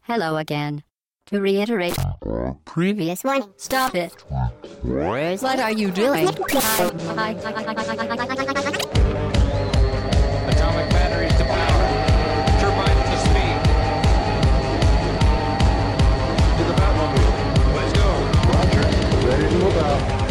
Hello again. To reiterate, previous one, stop it. What are you doing? Atomic batteries to power. Turbines to speed. To the Batmobile. Let's go. Roger. Ready to move out.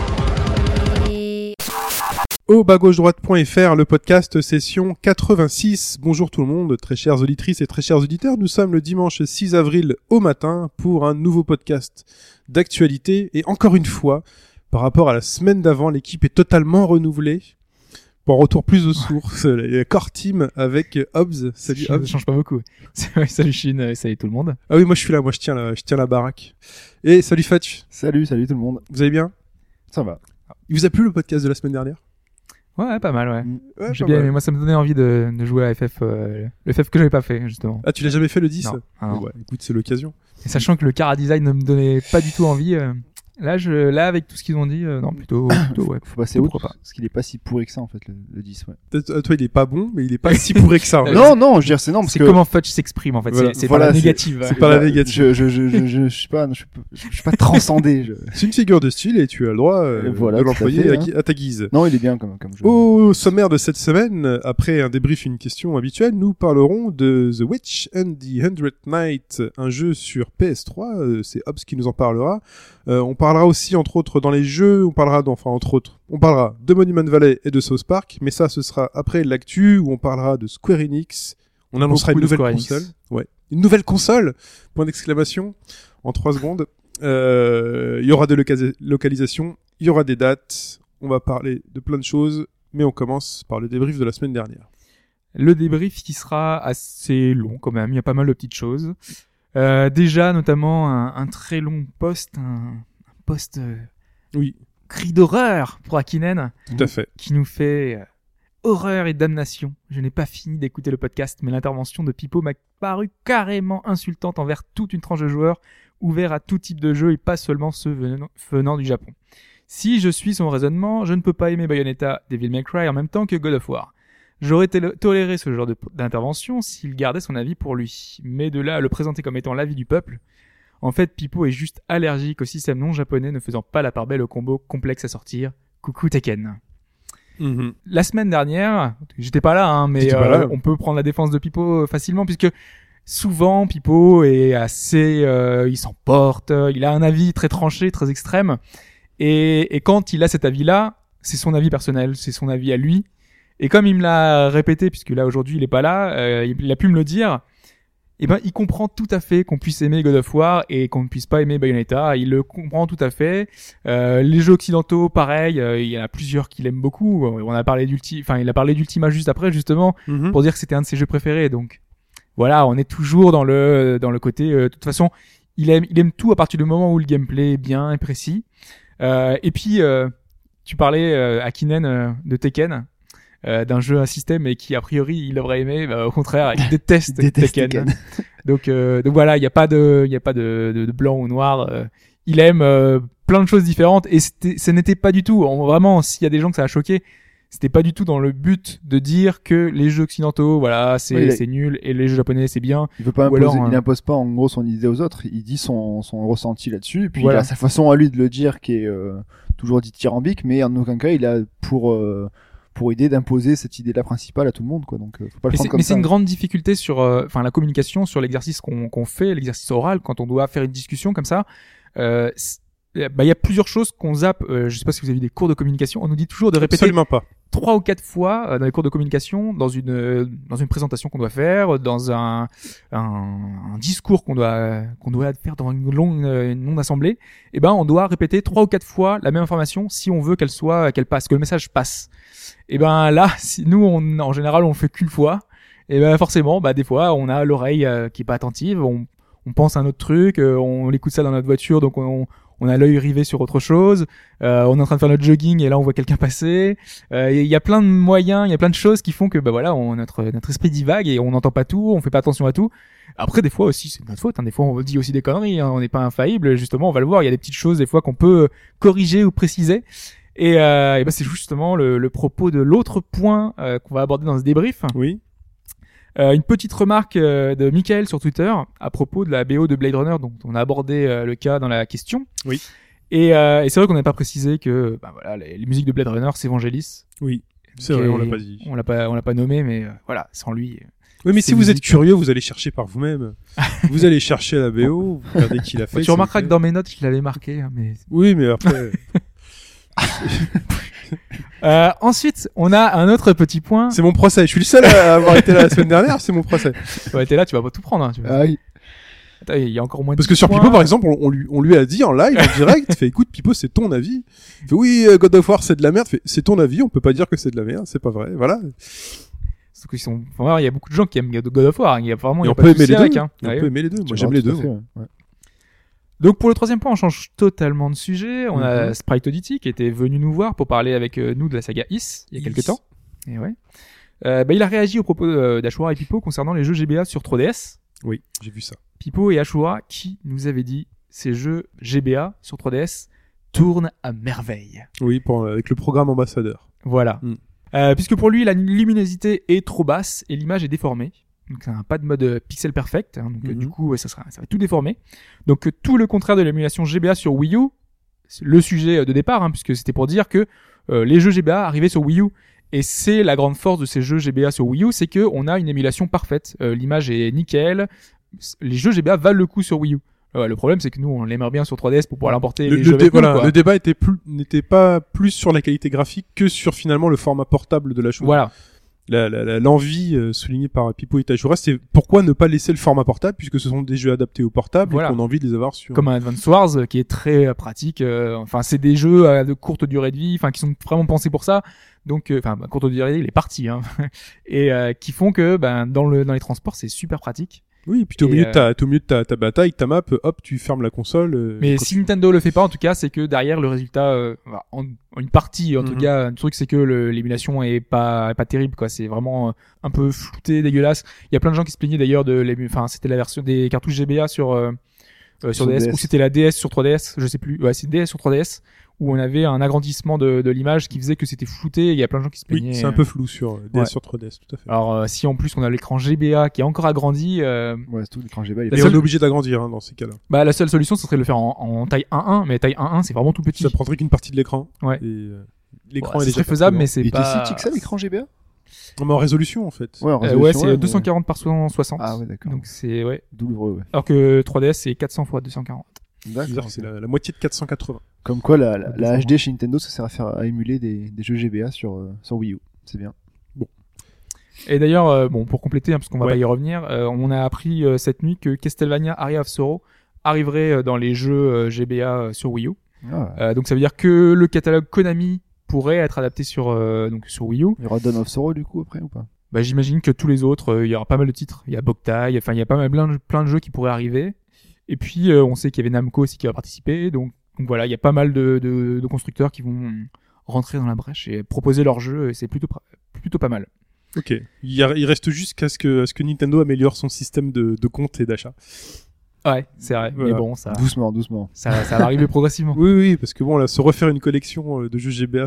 Au bas-gauche-droite.fr, le podcast session 86. Bonjour tout le monde, très chères auditrices et très chers auditeurs. Nous sommes le dimanche 6 avril au matin pour un nouveau podcast d'actualité. Et encore une fois, par rapport à la semaine d'avant, l'équipe est totalement renouvelée. Pour un retour plus aux sources, le core team avec Hobbs. Salut Hobbs. Ça change pas beaucoup. Salut Chine, salut tout le monde. Ah oui, moi je suis là, moi je tiens la baraque. Et salut Fatch. Salut tout le monde. Vous allez bien? Ça va. Il vous a plu le podcast de la semaine dernière? Ouais, pas mal, ouais. Ouais, J'ai pas bien mal. aimé. Moi, ça me donnait envie de jouer à FF, le FF que j'avais pas fait, justement. Ah, tu l'as jamais fait le 10? Non. Ah, non. Bon, bah, écoute, c'est l'occasion. Et sachant que le Cara Design ne me donnait pas du tout envie, là, avec tout ce qu'ils ont dit, non, plutôt, ouais. Faut passer Pourquoi outre, pas. parce qu'il est pas si pourri que ça en fait le 10. Ouais. Peut-être, toi, il est pas bon, mais il est pas si pourri que ça. Non, je veux dire c'est non parce C'est que comment Fudge s'exprime, en fait. Voilà. C'est Voilà, par la c'est- négative. c'est par la négative. Je suis pas transcendé. C'est une figure de style et tu as le droit Voilà, de tout à l'employer fait, à ta guise. Non, il est bien comme jeu. Au sommaire de cette semaine, après un débrief et une question habituelle, nous parlerons de The Witch and the Hundred Knight, un jeu sur PS3, c'est Hobbs qui nous en parlera. On parlera aussi, entre autres, dans les jeux, on parlera de Monument Valley et de South Park, mais ça, ce sera après l'actu, où on parlera de Square Enix. On annoncera Beaucoup une de nouvelle Square Enix. console. Ouais. Une nouvelle console! Point d'exclamation. En 3 secondes. Il y aura des localisations, il y aura des dates, on va parler de plein de choses, mais on commence par le débrief de la semaine dernière. Le débrief qui sera assez long, quand même. Il y a pas mal de petites choses. Déjà, notamment, un très long post, un post, Oui, cri d'horreur pour Akinen, tout à fait. qui nous fait horreur et damnation. Je n'ai pas fini d'écouter le podcast, mais l'intervention de Pipo m'a paru carrément insultante envers toute une tranche de joueurs, ouvert à tout type de jeu et pas seulement ceux venant du Japon. Si je suis son raisonnement, je ne peux pas aimer Bayonetta, Devil May Cry en même temps que God of War. J'aurais toléré ce genre d'intervention s'il gardait son avis pour lui. Mais de là à le présenter comme étant l'avis du peuple, en fait, Pipo est juste allergique au système non japonais ne faisant pas la part belle au combo complexe à sortir. Coucou Tekken. Mhm. La semaine dernière, j'étais pas là, hein, mais T'étais pas là. on peut prendre la défense de Pipo facilement puisque souvent Pipo est assez, il s'emporte, il a un avis très tranché, très extrême, et quand il a cet avis-là, c'est son avis personnel, c'est son avis à lui. Et comme il me l'a répété, puisque là aujourd'hui il est pas là, il a pu me le dire. Eh ben, il comprend tout à fait qu'on puisse aimer God of War et qu'on ne puisse pas aimer Bayonetta. Il le comprend tout à fait. Les jeux occidentaux, pareil, il y en a plusieurs qu'il aime beaucoup. On a parlé il a parlé d'Ultima juste après, justement, Mhm. pour dire que c'était un de ses jeux préférés. Donc, voilà, on est toujours dans le côté, de toute façon, il aime tout à partir du moment où le gameplay est bien et précis. Et puis, tu parlais, Akinen, de Tekken. D'un jeu à système et qui a priori il devrait aimer, au contraire il déteste Tekken. Donc voilà, il y a pas de blanc ou noir, il aime plein de choses différentes et ce n'était pas du tout, vraiment, s'il y a des gens que ça a choqué, c'était pas du tout dans le but de dire que les jeux occidentaux voilà, c'est nul et les jeux japonais c'est bien. Il veut pas Ou imposer, alors, il impose pas en gros son idée aux autres, il dit son ressenti là-dessus et puis Voilà. il a sa façon à lui de le dire qui est toujours dithyrambique mais en aucun cas il a pour idée d'imposer cette idée-là principale à tout le monde quoi. Donc faut pas le prendre comme Mais ça. c'est une grande difficulté sur la communication, sur l'exercice qu'on fait, l'exercice oral quand on doit faire une discussion comme ça. Il y a plusieurs choses qu'on zappe. Je sais pas si vous avez eu des cours de communication. On nous dit toujours de répéter Absolument pas. 3 ou 4 fois dans les cours de communication, dans une présentation qu'on doit faire, dans un discours qu'on doit faire dans une longue assemblée. Et ben on doit répéter 3 ou 4 fois la même information si on veut qu'elle passe, que le message passe. Et ben là, si nous en général on le fait qu'une fois. Et ben forcément, des fois on a l'oreille qui est pas attentive, on pense à un autre truc, on écoute ça dans notre voiture, donc on a l'œil rivé sur autre chose, on est en train de faire notre jogging et là on voit quelqu'un passer. Il y a plein de moyens, il y a plein de choses qui font que voilà, notre esprit divague et on n'entend pas tout, on fait pas attention à tout. Après des fois aussi c'est notre faute, hein. Des fois on dit aussi des conneries, hein. On n'est pas infaillible, justement, on va le voir, il y a des petites choses des fois qu'on peut corriger ou préciser. Et c'est justement le propos de l'autre point qu'on va aborder dans ce débrief. Oui. Une petite remarque de Michael sur Twitter à propos de la BO de Blade Runner, dont on a abordé le cas dans la question. Oui. Et c'est vrai qu'on n'a pas précisé que voilà, les musiques de Blade Runner, c'est Vangelis. Oui, c'est vrai, on l'a pas dit. On l'a pas nommé, mais voilà, sans lui. Oui, mais C'est si vous êtes musique. curieux, vous allez chercher par vous-même. Vous allez chercher la BO, vous regardez qui l'a fait. Tu remarqueras que dans mes notes, je l'avais marqué, hein, mais. Oui, mais après, Ensuite, on a un autre petit point. c'est mon procès. Je suis le seul à avoir été là la semaine dernière, c'est mon procès. Ouais, t'es là, tu vas pas tout prendre. Hein, tu vois. Ah oui. Attends, il y a encore moins de Parce que sur points. Pipo, par exemple, on lui a dit en live, en direct, il fait, écoute, Pipo, c'est ton avis. Il fait, oui, God of War, c'est de la merde. Il fait, c'est ton avis, on peut pas dire que c'est de la merde, c'est pas vrai. Voilà. Parce qu'ils sont. Enfin, il y a beaucoup de gens qui aiment God of War. Il y a vraiment. Et il y a on pas peut de aimer souci les avec, deux. hein. Et on Ouais. peut aimer les deux. Moi, Tu j'aime vois, les tout à deux. fait, moi. ouais. Donc pour le troisième point, on change totalement de sujet. On a Mhm. Sprite Oddity qui était venu nous voir pour parler avec nous de la saga Is il y a quelques Is. temps. Et ouais. Il a réagi au propos d'Ashura et Pipo concernant les jeux GBA sur 3DS. Oui, j'ai vu ça. Pipo et Ashura qui nous avaient dit ces jeux GBA sur 3DS tournent à merveille. Oui, avec le programme ambassadeur. Voilà. Mm. Puisque pour lui la luminosité est trop basse et l'image est déformée. Donc ça n'a pas de mode pixel perfect, hein, donc Mhm. du coup ça va tout déformer. Donc tout le contraire de l'émulation GBA sur Wii U, c'est le sujet de départ, hein, puisque c'était pour dire que les jeux GBA arrivaient sur Wii U. Et c'est la grande force de ces jeux GBA sur Wii U, c'est que on a une émulation parfaite. L'image est nickel. Les jeux GBA valent le coup sur Wii U. Le problème, c'est que nous, on l'aimerait bien sur 3DS pour pouvoir l'importer les jeux avec nous, quoi. Le débat n'était pas plus sur la qualité graphique que sur finalement le format portable de la chose. Voilà. L'envie soulignée par Pipo et Tajura, c'est pourquoi ne pas laisser le format portable puisque ce sont des jeux adaptés au portable Voilà. et qu'on a envie de les avoir sur. Comme un Advance Wars qui est très pratique. Enfin, c'est des jeux de courte durée de vie, enfin qui sont vraiment pensés pour ça. Donc, courte durée de vie, il est parti, hein. Et qui font que, dans les transports, c'est super pratique. Oui, et puis t'es au Et, milieu de ta bataille, ta map, hop, tu fermes la console. Mais quand si Nintendo le fait pas, en tout cas, c'est que derrière le résultat, une partie, en tout Mhm. cas, le truc c'est que l'émulation est pas terrible, quoi. C'est vraiment un peu flouté, dégueulasse. Il y a plein de gens qui se plaignaient d'ailleurs c'était la version des cartouches GBA sur Sur DS, DS. ou c'était la DS sur 3DS, je sais plus. Ouais, c'est DS sur 3DS où on avait un agrandissement de l'image qui faisait que c'était flouté. Il y a plein de gens qui se plaignaient. Oui, c'est un peu flou sur DS Ouais. sur 3DS, tout à fait. Alors si en plus on a l'écran GBA qui est encore agrandi, Ouais, c'est tout l'écran GBA. il est Et la on seule- est obligé d'agrandir dans ces cas-là. la seule solution ce serait de le faire en taille 1.1, mais taille 1.1 c'est vraiment tout petit. Ça prendrait qu'une partie de l'écran. Ouais. Et l'écran Ouais, est ce déjà serait faisable, mais performant. c'est Il était pas. si petit que ça l'écran GBA? Non, mais en résolution en fait. Ouais, en Ouais, résolution, c'est mais 240 par 160. Ah ouais, d'accord. Donc c'est ouais. Douloureux, ouais. Alors que 3DS c'est 400 x 240. C'est-à-dire D'accord. que c'est la moitié de 480. Comme quoi, la HD chez Nintendo, ça sert à émuler des jeux GBA sur Wii U. C'est bien. Et d'ailleurs, pour compléter, hein, parce qu'on va Ouais. pas y revenir, on a appris cette nuit que Castlevania Aria of Sorrow arriverait dans les jeux GBA sur Wii U. Ah. Donc ça veut dire que le catalogue Konami pourrait être adapté sur Wii U. Il y aura Dawn of Sorrow du coup après ou pas? J'imagine que tous les autres, il y aura pas mal de titres. Il y a Boktai, enfin il y a pas mal plein de jeux qui pourraient arriver. Et puis on sait qu'il y avait Namco aussi qui va participer. Donc voilà, il y a pas mal de constructeurs qui vont rentrer dans la brèche et proposer leurs jeux. Et c'est plutôt pas mal. Ok. Il reste juste à ce que Nintendo améliore son système de compte et d'achat. Ouais, c'est vrai. Voilà. Mais bon, ça Doucement. va arriver progressivement. Oui, parce que bon, là, se refaire une collection de jeux GBA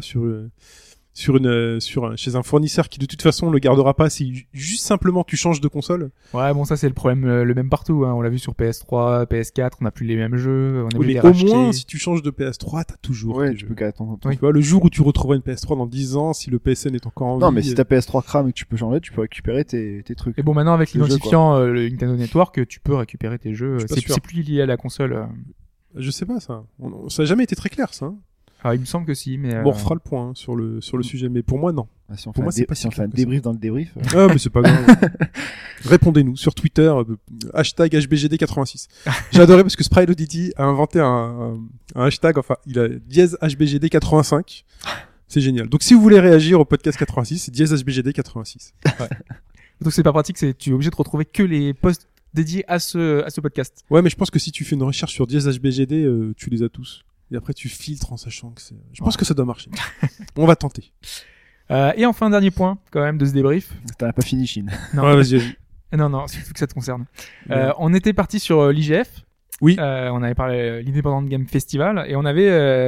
chez un fournisseur qui de toute façon le gardera pas si juste simplement tu changes de console. Ouais, bon, ça c'est le problème le même partout. Hein. On l'a vu sur PS3, PS4, on n'a plus les mêmes jeux. On est Oui, obligé mais de au les racheter. moins, si tu changes de PS3, t'as toujours Ouais, tes tu jeux. peux garder ton. Oui. Tu vois, le jour où tu retrouveras une PS3 dans 10 ans, si le PSN est encore en Non, vie, mais si ta PS3 crame et que tu peux changer, tu peux récupérer tes trucs. Et bon, maintenant avec Le jeu, l'identifiant le Nintendo Network, tu peux récupérer tes jeux. Je suis pas sûr. C'est plus lié à la console. je sais pas ça. Ça a jamais été très clair ça. Hein. Alors, il me semble que si, mais. Bon, on refera le point hein, sur le sujet, mais pour moi non. Ah, si on Pour fait moi, un, c'est pas si si on fait clair un que débrief dans le débrief. Ah, mais c'est pas grave. Répondez-nous sur Twitter, hashtag HBGD86. J'ai adoré parce que Sprite Oddity a inventé un hashtag, enfin, il a dièse HBGD85. C'est génial. Donc, si vous voulez réagir au podcast 86, c'est dièse HBGD86. Donc c'est pas pratique, tu es obligé de retrouver que les posts dédiés à ce podcast. Ouais, mais je pense que si tu fais une recherche sur dièse HBGD, tu les as tous. Et après, tu filtres en sachant que c'est... Je pense que ça doit marcher. On va tenter. Et enfin, dernier point, quand même, de ce débrief. T'en as pas fini, Chine. Non, Ouais, vas-y. non, surtout que ça te concerne. Ouais. On était parti sur l'IGF. Oui. On avait parlé l'Independent Game Festival et on avait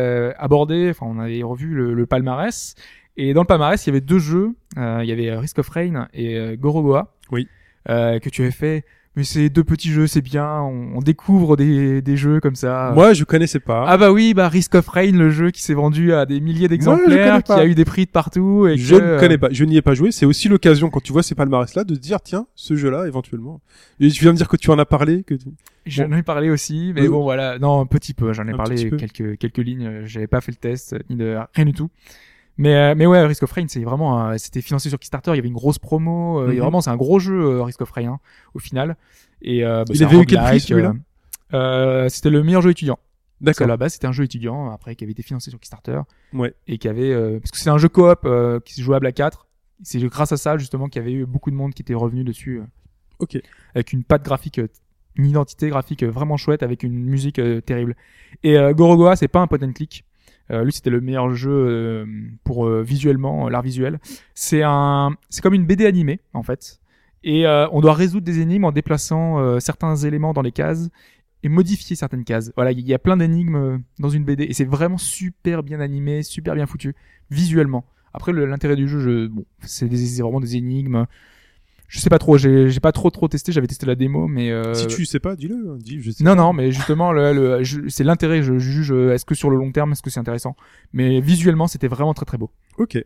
on avait revu le palmarès. Et dans le palmarès, il y avait deux jeux. Il y avait Risk of Rain et Gorogoa. Oui. que tu avais fait. Mais c'est 2 petits jeux, c'est bien. On découvre des jeux comme ça. Moi, je connaissais pas. Ah bah oui, Risk of Rain, le jeu qui s'est vendu à des milliers d'exemplaires, connais qui pas. a eu des prix de partout. Et Je que, ne connais pas. Je n'y ai pas joué. C'est aussi l'occasion, quand tu vois ces palmarès-là, de te dire, tiens, ce jeu-là, éventuellement. Et tu viens de dire que tu en as parlé, que J'en ai parlé aussi, mais bon voilà, non un petit peu, j'en ai Un parlé petit peu. quelques lignes, j'avais pas fait le test ni de rien du tout. Mais ouais, Risk of Rain, c'est vraiment c'était financé sur Kickstarter, il y avait une grosse promo, et Mhm. vraiment c'est un gros jeu Risk of Rain au final. Et Il c'est un avait eu quel prix, roguelike, celui-là c'était le meilleur jeu étudiant. Parce que à d'accord. la base, c'était un jeu étudiant après qui avait été financé sur Kickstarter Ouais. et qui avait parce que c'est un jeu coop qui se jouable à 4. C'est grâce à ça justement qu'il y avait eu beaucoup de monde qui était revenu dessus Ok. avec une patte graphique, une identité graphique vraiment chouette avec une musique terrible. Et Gorogoa, c'est pas un point and click. Lui, c'était le meilleur jeu pour visuellement l'art visuel. C'est comme une BD animée en fait. Et on doit résoudre des énigmes en déplaçant certains éléments dans les cases et modifier certaines cases. Voilà, il y a plein d'énigmes dans une BD et c'est vraiment super bien animé, super bien foutu visuellement. Après, l'intérêt du jeu, c'est vraiment des énigmes. Je sais pas trop, j'ai pas trop testé, j'avais testé la démo, mais Si tu sais pas, dis-le. Hein. Dis, je sais non, pas. non, mais justement, c'est l'intérêt. Je juge, est-ce que sur le long terme, est-ce que c'est intéressant? Mais visuellement, c'était vraiment très très beau. Ok.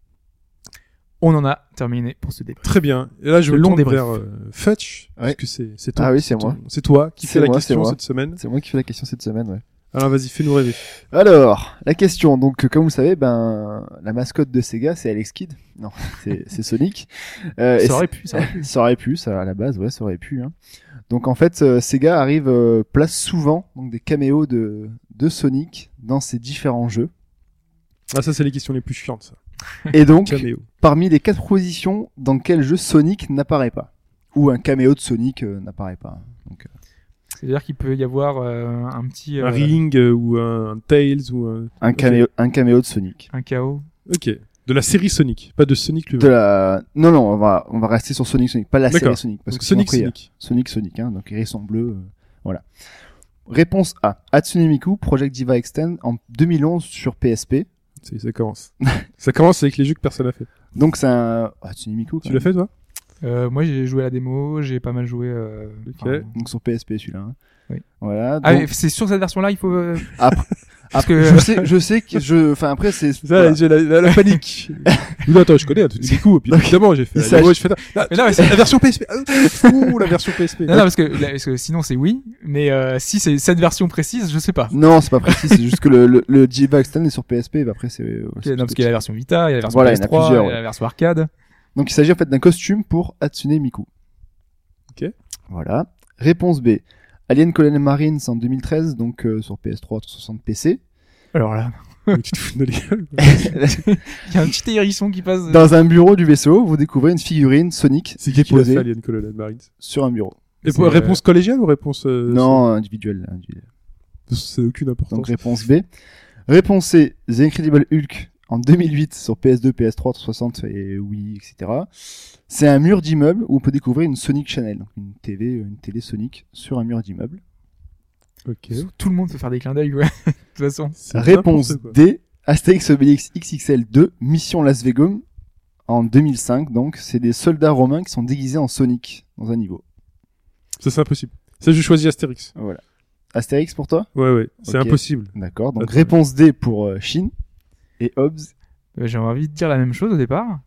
On en a terminé pour ce débat. Très bien. Et là, je Le me long tourne débrief. vers Fetch. Ouais. Parce que c'est toi. Ah oui, c'est moi. C'est toi qui C'est fais la moi, c'est question moi. cette semaine. C'est moi qui fais la question cette semaine, ouais. Alors, vas-y, fais-nous rêver. Alors, la question, donc comme vous le savez, la mascotte de Sega, c'est Alex Kidd. Non, c'est Sonic. Et Ça aurait pu, ça aurait pu. ça aurait pu, ça à la base, ouais, ça aurait pu. Hein. Donc en fait, Sega place souvent donc des caméos de Sonic dans ses différents jeux. Ah, ça, c'est les questions les plus chiantes, ça. Et donc, Caméo. parmi les 4 positions, dans quel jeu Sonic n'apparaît pas, ou un caméo de Sonic n'apparaît pas. Donc, C'est-à-dire qu'il peut y avoir un petit Un Ring ou un Tails ou un... un caméo de Sonic. un chaos. Ok. De la série Sonic, pas de Sonic lui. Non, on va rester sur Sonic, pas la série D'accord. Sonic, parce Donc que Sonic, sinon, après, Sonic, hein, donc hérisson bleu, voilà. Réponse A. Hatsune Miku, Project Diva Extend en 2011 sur PSP. Ça commence. Ça commence avec les jeux que personne n'a fait. Donc c'est un Hatsune Miku. Tu l'as fait, toi? Moi, j'ai joué à la démo, j'ai pas mal joué. Ok. Donc sur PSP celui-là. Hein. Oui. Voilà. Ah, donc, mais c'est sur cette version-là, il faut. après, Parce que je sais que enfin après c'est. Ça, voilà. j'ai la panique. Non, attends, je connais un tout petit coup. Et puis évidemment, j'ai fait il la s'agit- démo, j'ai fait Mais non, mais c'est- la version PSP. Ouh, la version PSP. non, parce que sinon c'est oui, mais si c'est cette version précise, je sais pas. Non, c'est pas précis, c'est juste que le Diva Extend est sur PSP, et après c'est. Ok, non, parce qu'il y a la version Vita, il y a la version Voilà, il y en a PS3, plusieurs, il y a la version arcade. Donc il s'agit en fait d'un costume pour Hatsune Miku. Ok. Voilà. Réponse B. Alien Colonial Marines en 2013, donc sur PS3, 360 PC. Alors là, Tu te fous de la gueule. il y a un petit hérisson qui passe. Dans un bureau du vaisseau, vous découvrez une figurine Sonic C'est qui a posée fait Alien Colonial Marines? sur un bureau. Et C'est, pour réponse collégiale ou réponse Non, individuel. Ça n'a aucune importance. Donc réponse B. Réponse C. The Incredible Hulk en 2008 sur PS2, PS3, 360 et Wii, etc. C'est un mur d'immeuble où on peut découvrir une Sonic Channel, donc une télé Sonic sur un mur d'immeuble. Ok. Tout le monde peut faire des clins d'œil, ouais. De toute façon. C'est Réponse n'importe quoi. D. Astérix Obélix XXL 2 Mission Las Vegas en 2005. Donc c'est des soldats romains qui sont déguisés en Sonic dans un niveau. Ça, c'est impossible. Ça, je choisis Astérix. Voilà. Astérix pour toi? Ouais. C'est Ok. impossible. D'accord. Donc Attends. réponse D pour Shin et Hobbs. J'ai envie de dire la même chose au départ.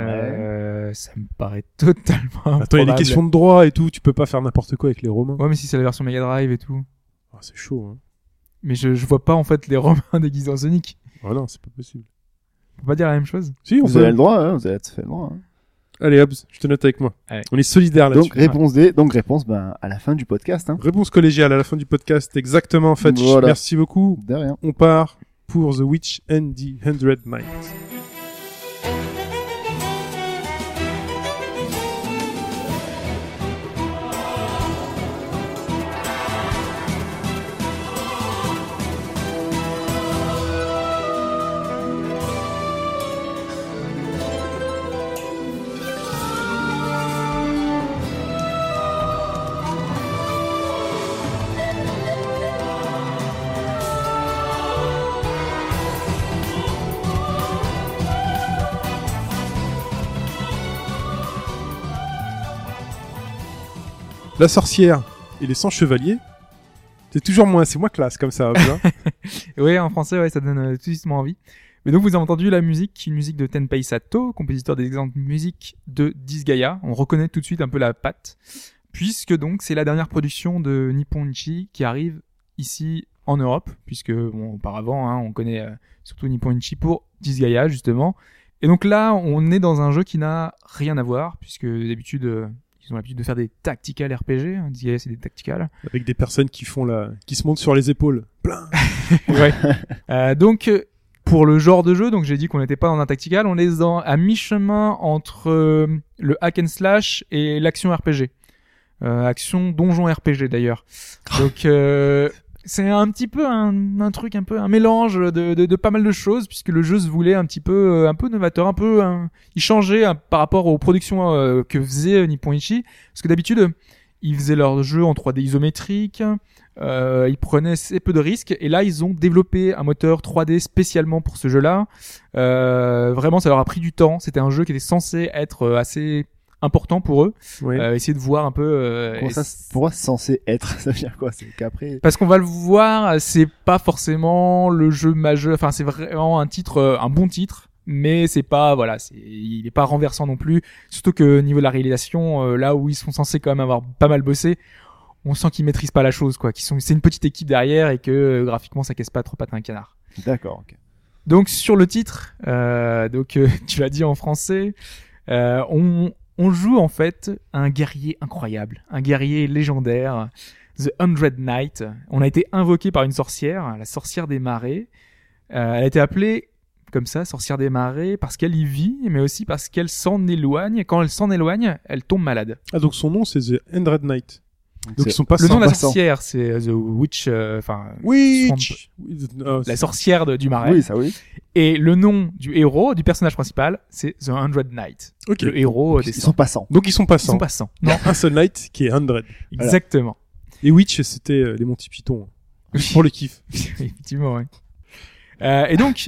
Ça me paraît totalement. Attends, il y a des improbable. questions de droit et tout. Tu peux pas faire n'importe quoi avec les Romains. Ouais, mais si c'est la version Mega Drive et tout. Ah, c'est chaud, hein. Mais je vois pas en fait les Romains déguisés en Sonic. Ah non, c'est pas possible. On peut pas dire la même chose. Si, on Vous avez peut. le droit, hein, vous avez tout fait le droit. Hein. Allez, Hobbs, je te note avec moi. Allez. On est solidaires là-dessus. Donc réponse D, donc réponse à la fin du podcast. Hein. Réponse collégiale à la fin du podcast, exactement, Fatch. Voilà. Merci beaucoup. De rien. On part pour The Witch and the 100 Nights. La sorcière et les 100 chevaliers. C'est moins classe comme ça. Hein. Ouais, en français, ouais, ça donne tout de suite envie. Mais donc, vous avez entendu la musique, une musique de Tenpei Sato, compositeur des exemples de musique de Disgaea. On reconnaît tout de suite un peu la patte, puisque donc, c'est la dernière production de Nippon Ichi qui arrive ici en Europe, puisque, bon, auparavant, hein, on connaît surtout Nippon Ichi pour Disgaea, justement. Et donc là, on est dans un jeu qui n'a rien à voir, puisque d'habitude, ils ont l'habitude de faire des tactical RPG. Hein, Disgaea, c'est des tactical. Avec des personnes qui se montent sur les épaules. Plein. Ouais. Donc, pour le genre de jeu, donc j'ai dit qu'on n'était pas dans un tactical, on est à mi-chemin entre le hack and slash et l'action RPG. Action donjon RPG d'ailleurs. Donc c'est un petit peu un truc un mélange de pas mal de choses, puisque le jeu se voulait un peu novateur, il changeait par rapport aux productions que faisait Nippon Ichi, parce que d'habitude ils faisaient leur jeu en 3D isométrique, ils prenaient assez peu de risques, et là ils ont développé un moteur 3D spécialement pour ce jeu-là. Vraiment, ça leur a pris du temps. C'était un jeu qui était censé être assez important pour eux. Oui. Essayer de voir un peu. Pourquoi censé être? Ça veut dire quoi? C'est qu'après. Parce qu'on va le voir, c'est pas forcément le jeu majeur. Enfin, c'est vraiment un bon titre. Mais c'est pas, voilà, il est pas renversant non plus. Surtout que niveau de la réalisation, là où ils sont censés quand même avoir pas mal bossé, on sent qu'ils maîtrisent pas la chose, quoi. C'est une petite équipe derrière et que graphiquement ça casse pas trop pattes à un canard. D'accord, ok. Donc sur le titre, tu l'as dit en français, on joue en fait un guerrier incroyable, un guerrier légendaire, The 100 Knight. On a été invoqué par une sorcière, la sorcière des marais. Elle a été appelée comme ça, sorcière des marais, parce qu'elle y vit, mais aussi parce qu'elle s'en éloigne. Quand elle s'en éloigne, elle tombe malade. Ah, donc son nom, c'est The 100 Knight. Donc ils sont pas le nom de la passants. sorcière, c'est The Witch, Witch. la sorcière du marais. Oui, ça oui. Et le nom du héros, du personnage principal, c'est The 100 Knight. Ok. Le héros Ils des sont passants. Donc ils sont Ils passants. sont passants. Non, un seul Knight qui est 100. Exactement. Et Witch, c'était les Monty Python. Pour le kiff. Effectivement, ouais. Et donc,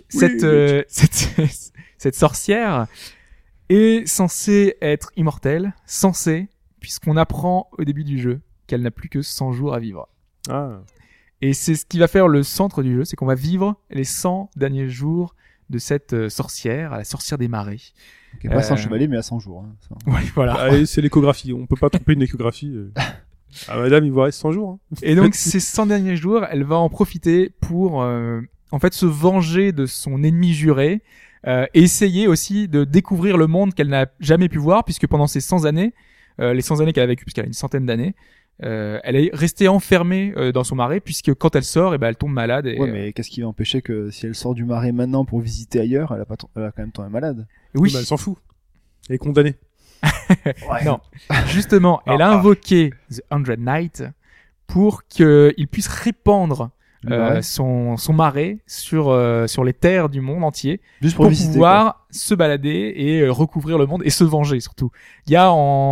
cette sorcière est censée être immortelle, puisqu'on apprend au début du jeu qu'elle n'a plus que 100 jours à vivre. Ah. Et c'est ce qui va faire le centre du jeu, c'est qu'on va vivre les 100 derniers jours de cette sorcière, la sorcière des marais. Ok, pas 100 chevaliers, mais à 100 jours. Hein, ça. Ouais, voilà. Allez, c'est l'échographie. On peut pas tromper une échographie. Ah, madame, il vous reste 100 jours. Hein. Et donc, ces 100 derniers jours, elle va en profiter pour, en fait, se venger de son ennemi juré, et essayer aussi de découvrir le monde qu'elle n'a jamais pu voir, puisque pendant ces 100 années, les 100 années qu'elle a vécues, puisqu'elle a une centaine d'années, elle est restée enfermée dans son marais, puisque quand elle sort, elle tombe malade. Et, Ouais, mais qu'est-ce qui va empêcher que si elle sort du marais maintenant pour visiter ailleurs, elle va quand même tomber malade? oui. Bah, elle s'en fout. Elle est condamnée. Ouais. Non. Justement, elle a invoqué The 100 Knight pour qu'il puisse répandre Le marais. son marais sur les terres du monde entier, Juste pour visiter, pouvoir se balader et recouvrir le monde et se venger surtout. Il y a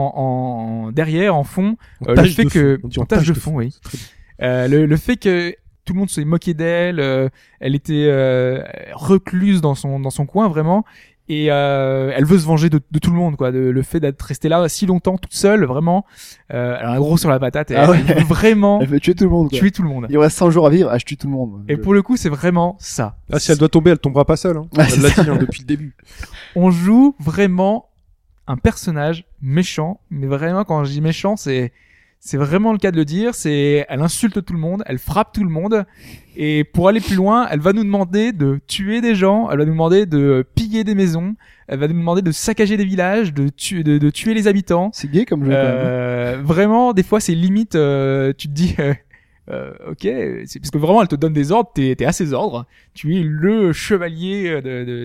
derrière, en fond, le tâche fait de que fond. On dit en tâche de fond, oui. C'est très bien. Le fait que tout le monde s'est moqué d'elle, elle était recluse dans son coin vraiment, et elle veut se venger de tout le monde, quoi. Le fait d'être restée là si longtemps toute seule, vraiment, elle a un gros sur la patate, et Ah ouais. elle veut vraiment Elle veut tuer tout le monde, quoi. tuer tout le monde. Il reste 100 jours à vivre, je tue tout le monde. Et pour le coup, c'est vraiment ça. Ah, si elle doit tomber, elle tombera pas seule. Hein. Ah, c'est Elle l'a ça. dit depuis le début. On joue vraiment un personnage méchant, mais vraiment, quand je dis méchant, c'est vraiment le cas de le dire. Elle insulte tout le monde, elle frappe tout le monde, et pour aller plus loin, elle va nous demander de tuer des gens, elle va nous demander de piller des maisons, elle va nous demander de saccager des villages, de tuer les habitants. C'est gay comme jeu, quand même. Vraiment, des fois, c'est limite, tu te dis, ok, c'est parce que vraiment, elle te donne des ordres, t'es à ses ordres, tu es le chevalier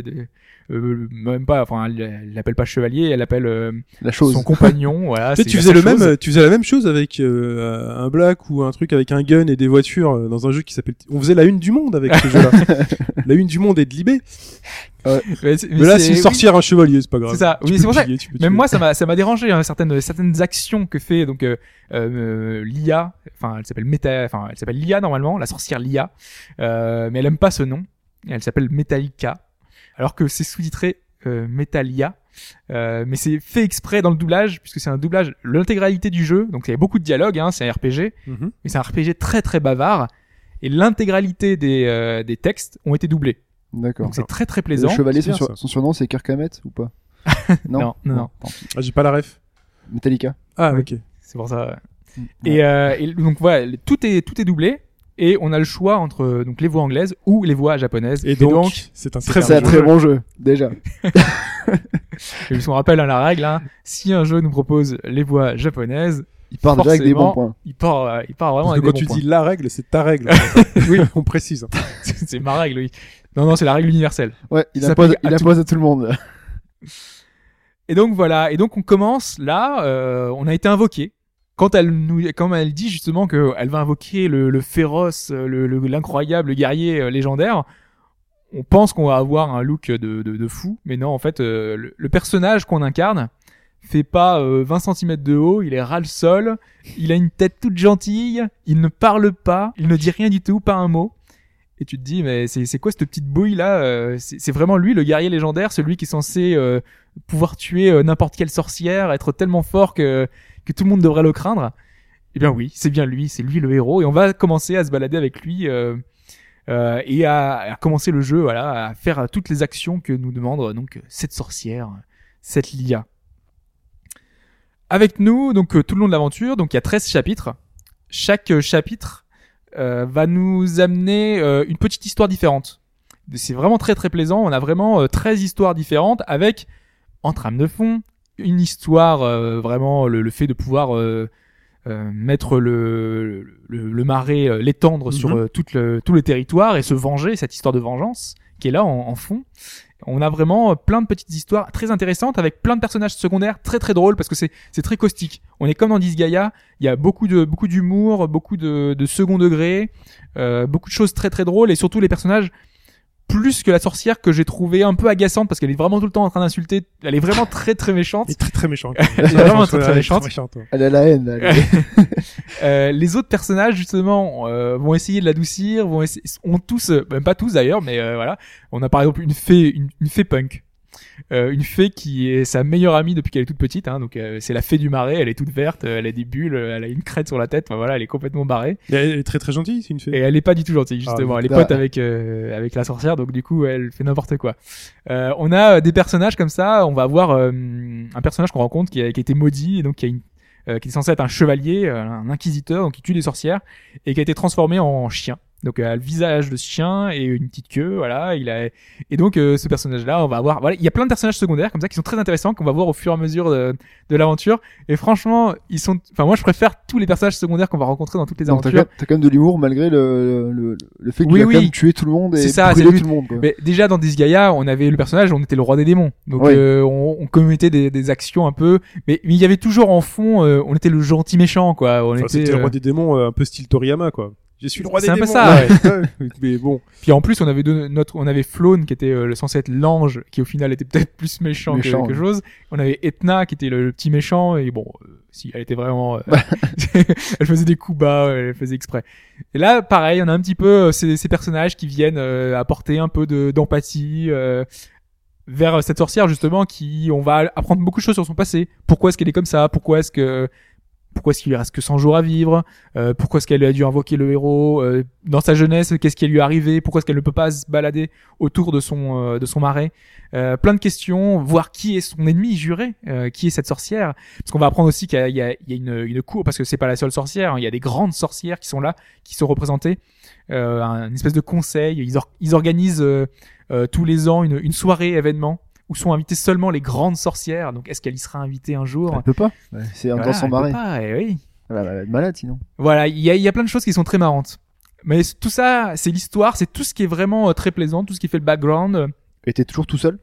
même pas, enfin, elle l'appelle pas chevalier, elle appelle La chose. son compagnon, voilà. Tu sais, c'est tu la faisais seule chose. tu faisais la même chose avec un black ou un truc avec un gun et des voitures dans un jeu qui s'appelle. On faisait la une du monde avec ce jeu-là. La une du monde et de Libé. Mais là, c'est une oui, sorcière, un chevalier, c'est pas grave. c'est ça. Tu Oui, peux c'est pour ça. piller, tu peux Même tuer. moi, ça m'a dérangé, hein, certaines actions que fait donc l'IA. Enfin, elle s'appelle l'IA normalement, la sorcière l'IA. Mais elle aime pas ce nom. Elle s'appelle Metallica, alors que c'est sous-titré Metalia. mais c'est fait exprès dans le doublage puisque c'est un doublage l'intégralité du jeu, donc il y a beaucoup de dialogues, hein, c'est un RPG, Mhm. mais c'est un RPG très très bavard et l'intégralité des textes ont été doublés. D'accord. Donc c'est très très Le plaisant. chevalier, C'est bien, ça. son surnom, c'est Kirk Hammett ou pas? Non. Tant pis. Ah, j'ai pas la ref. Metallica. Ah, Oui. ok. C'est pour ça. Ouais. Et donc voilà, tout est doublé et on a le choix entre donc les voix anglaises ou les voix japonaises. Et donc, c'est un très C'est un super bon très jeu. bon jeu, déjà. Puisqu'on rappelle à la règle, hein, si un jeu nous propose les voix japonaises, Il part déjà avec des bons forcément, points. il part vraiment Parce avec que des quand tu bons dis la règle, c'est ta règle. Oui. On précise. points. C'est ma règle, oui. Non, c'est la règle universelle. Ouais, il Ça impose, s'applique à il impose à tout le monde. Et donc voilà, et donc on commence là, on a été invoqué. Quand elle dit justement qu'elle va invoquer le féroce, l'incroyable guerrier légendaire, on pense qu'on va avoir un look de fou, mais non, en fait, le personnage qu'on incarne fait pas 20 cm de haut, il est ras le sol, il a une tête toute gentille, il ne parle pas, il ne dit rien du tout, pas un mot. Et tu te dis, mais c'est quoi cette petite bouille là c'est vraiment lui, le guerrier légendaire, celui qui est censé pouvoir tuer n'importe quelle sorcière, être tellement fort que tout le monde devrait le craindre. Eh bien oui, c'est bien lui, c'est lui le héros. Et on va commencer à se balader avec lui et à commencer le jeu, voilà, à faire toutes les actions que nous demande donc cette sorcière, cette Lia. Avec nous, donc tout le long de l'aventure, donc il y a 13 chapitres. Chaque chapitre va nous amener une petite histoire différente. C'est vraiment très très plaisant. On a vraiment 13 histoires différentes avec, en trame de fond, une histoire vraiment le fait de pouvoir mettre le marais, l'étendre sur tout le territoire et se venger, cette histoire de vengeance qui est là en fond. On a vraiment plein de petites histoires très intéressantes avec plein de personnages secondaires très très drôles parce que c'est très caustique. On est comme dans Disgaea, il y a beaucoup d'humour, beaucoup de second degré, beaucoup de choses très très drôles et surtout les personnages plus que la sorcière que j'ai trouvé un peu agaçante parce qu'elle est vraiment tout le temps en train d'insulter. Elle est vraiment très très méchante. Il est très très méchant. Elle est vraiment très très méchante. Ouais. Elle a la haine. Elle. Les autres personnages justement vont essayer de l'adoucir, ont tous, même pas tous d'ailleurs, mais voilà. On a par exemple une fée punk, une fée qui est sa meilleure amie depuis qu'elle est toute petite, hein, donc c'est la fée du marais. Elle est toute verte, elle a des bulles, elle a une crête sur la tête. Enfin, voilà, elle est complètement barrée. Et elle est très très gentille, c'est une fée. Et elle est pas du tout gentille justement. Ah, Elle est pote avec la sorcière, donc du coup elle fait n'importe quoi. On a des personnages comme ça. On va avoir un personnage qu'on rencontre qui a été maudit et donc qui est censé être un chevalier, un inquisiteur, donc qui tue des sorcières et qui a été transformé en chien. Donc a le visage de chien et une petite queue, voilà. Et donc ce personnage-là, on va avoir, voilà, il y a plein de personnages secondaires comme ça qui sont très intéressants qu'on va voir au fur et à mesure de l'aventure. Et franchement, moi je préfère tous les personnages secondaires qu'on va rencontrer dans toutes les Donc, aventures. t'as quand même de l'humour malgré le fait que Oui, tu vas oui. quand même tuer tout le monde et C'est ça, brûler c'est tout le monde. Quoi. Mais déjà dans Disgaea, on avait le personnage, on était le roi des démons. Donc Oui. on commettait des actions un peu, mais il y avait toujours en fond, on était le gentil méchant quoi. On Enfin, était. c'était le roi des démons, un peu style Toriyama, quoi. Je suis le roi des C'est un peu démons. ça, Ouais. Mais bon. Puis en plus, on avait Flaune qui était censé être l'ange, qui au final était peut-être plus méchant que quelque ouais. chose. On avait Etna qui était le petit méchant et bon, si elle était vraiment, elle faisait des coups bas, elle faisait exprès. Et là, pareil, on a un petit peu ces personnages qui viennent apporter un peu d'empathie. Vers cette sorcière justement on va apprendre beaucoup de choses sur son passé. Pourquoi est-ce qu'elle est comme ça? Pourquoi est-ce qu'il lui reste que 100 jours à vivre? Pourquoi est-ce qu'elle a dû invoquer le héros? Dans sa jeunesse, qu'est-ce qui lui est arrivé? Pourquoi est-ce qu'elle ne peut pas se balader autour de son marais? Plein de questions, voir qui est son ennemi juré, qui est cette sorcière. Parce qu'on va apprendre aussi qu'il y a une cour, parce que c'est pas la seule sorcière, hein, il y a des grandes sorcières qui sont là, qui sont représentées. Une espèce de conseil. Ils organisent tous les ans une soirée événement où sont invitées seulement les grandes sorcières. Donc, est-ce qu'elle y sera invitée un jour? Elle peut pas. Ouais, c'est Voilà, dans son elle marais. peut pas, oui. Elle va être malade sinon. Voilà, il y a plein de choses qui sont très marrantes. Mais tout ça, c'est l'histoire, c'est tout ce qui est vraiment très plaisant, tout ce qui fait le background. Et t'es toujours tout seul.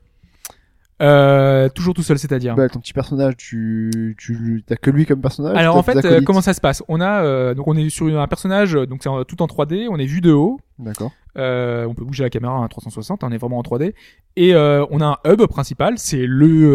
Toujours tout seul, c'est-à-dire. Bah, ton petit personnage, t'as que lui comme personnage. Alors t'as en fait, des acolytes. comment ça se passe? On est sur un personnage, donc c'est tout en 3D, on est vu de haut. D'accord. On peut bouger la caméra à 360, on est vraiment en 3D. Et on a un hub principal, c'est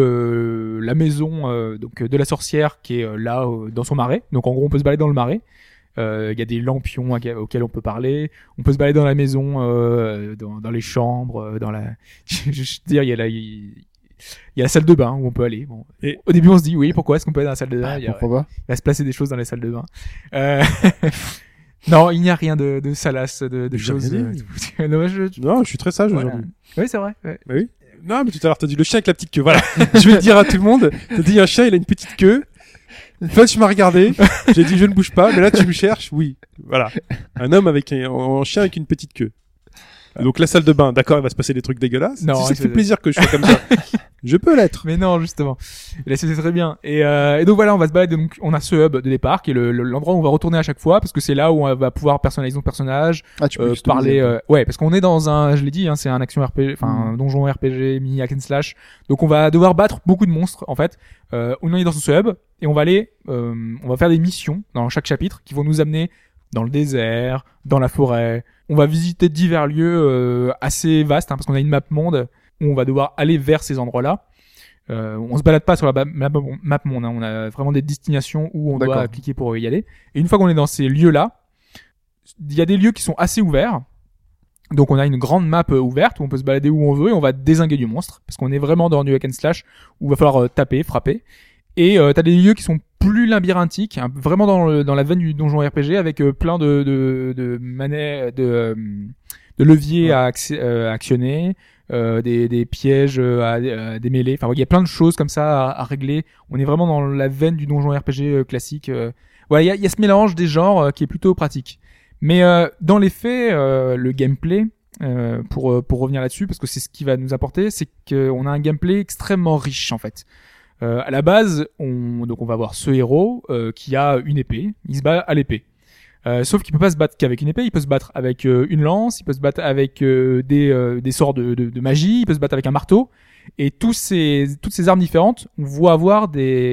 la maison donc de la sorcière qui est là dans son marais. Donc en gros, on peut se balader dans le marais. Il y a des lampions auxquels on peut parler. On peut se balader dans la maison, dans les chambres, dans la. Je veux dire, il y a Il y a la salle de bain où on peut aller. Bon. Et- Au début, on se dit oui, pourquoi est-ce qu'on peut aller dans la salle de bain? Pourquoi pas? Il va se placer des choses dans les salles de bain. Non, il n'y a rien de salace, de J'ai choses. rien dit. Non, Non, je suis très sage voilà. aujourd'hui. Oui, c'est vrai. Ouais. Bah oui. Non, mais tout à l'heure, t'as dit le chien avec la petite queue. Voilà. Je vais le dire à tout le monde. T'as dit un chien, il a une petite queue. Fudge m'a regardé. J'ai dit je ne bouge pas. Mais là, tu me cherches. Oui. Voilà. Un homme avec un chien avec une petite queue. Donc la salle de bain, d'accord, il va se passer des trucs dégueulasses. Non, Si ça te c'est- fait plaisir que je sois comme ça, je peux l'être. Mais non, justement. Et là, c'était très bien. Et donc voilà, on va se balader. Donc, on a ce hub de départ qui est l'endroit où on va retourner à chaque fois parce que c'est là où on va pouvoir personnaliser son personnage, Ah, tu peux customiser. parler. Ouais, parce qu'on est dans un, je l'ai dit, hein, c'est un action RPG, enfin un donjon RPG mini hack and slash. Donc on va devoir battre beaucoup de monstres en fait. On est dans ce hub et on va aller, on va faire des missions dans chaque chapitre qui vont nous amener dans le désert, dans la forêt. On va visiter divers lieux assez vastes hein, parce qu'on a une map monde où on va devoir aller vers ces endroits-là. On se balade pas sur la map monde, hein. On a vraiment des destinations où on doit D'accord. cliquer pour y aller. Et une fois qu'on est dans ces lieux-là, il y a des lieux qui sont assez ouverts. Donc on a une grande map ouverte où on peut se balader où on veut et on va dézinguer du monstre parce qu'on est vraiment dans du hack and slash où il va falloir taper, frapper. Et t'as des lieux qui sont plus labyrinthiques, hein, vraiment dans la veine du donjon RPG avec plein de manets, de leviers à actionner, des pièges à démêler. Enfin, il y a plein de choses comme ça à régler. On est vraiment dans la veine du donjon RPG classique. Voilà, il y a ce mélange des genres qui est plutôt pratique. Mais dans les faits, le gameplay, pour revenir là-dessus, parce que c'est ce qui va nous apporter, c'est qu'on a un gameplay extrêmement riche en fait. À la base, on va avoir ce héros qui a une épée. Il se bat à l'épée. Sauf qu'il peut pas se battre qu'avec une épée. Il peut se battre avec une lance. Il peut se battre avec des sorts de magie. Il peut se battre avec un marteau. Et toutes ces armes différentes vont avoir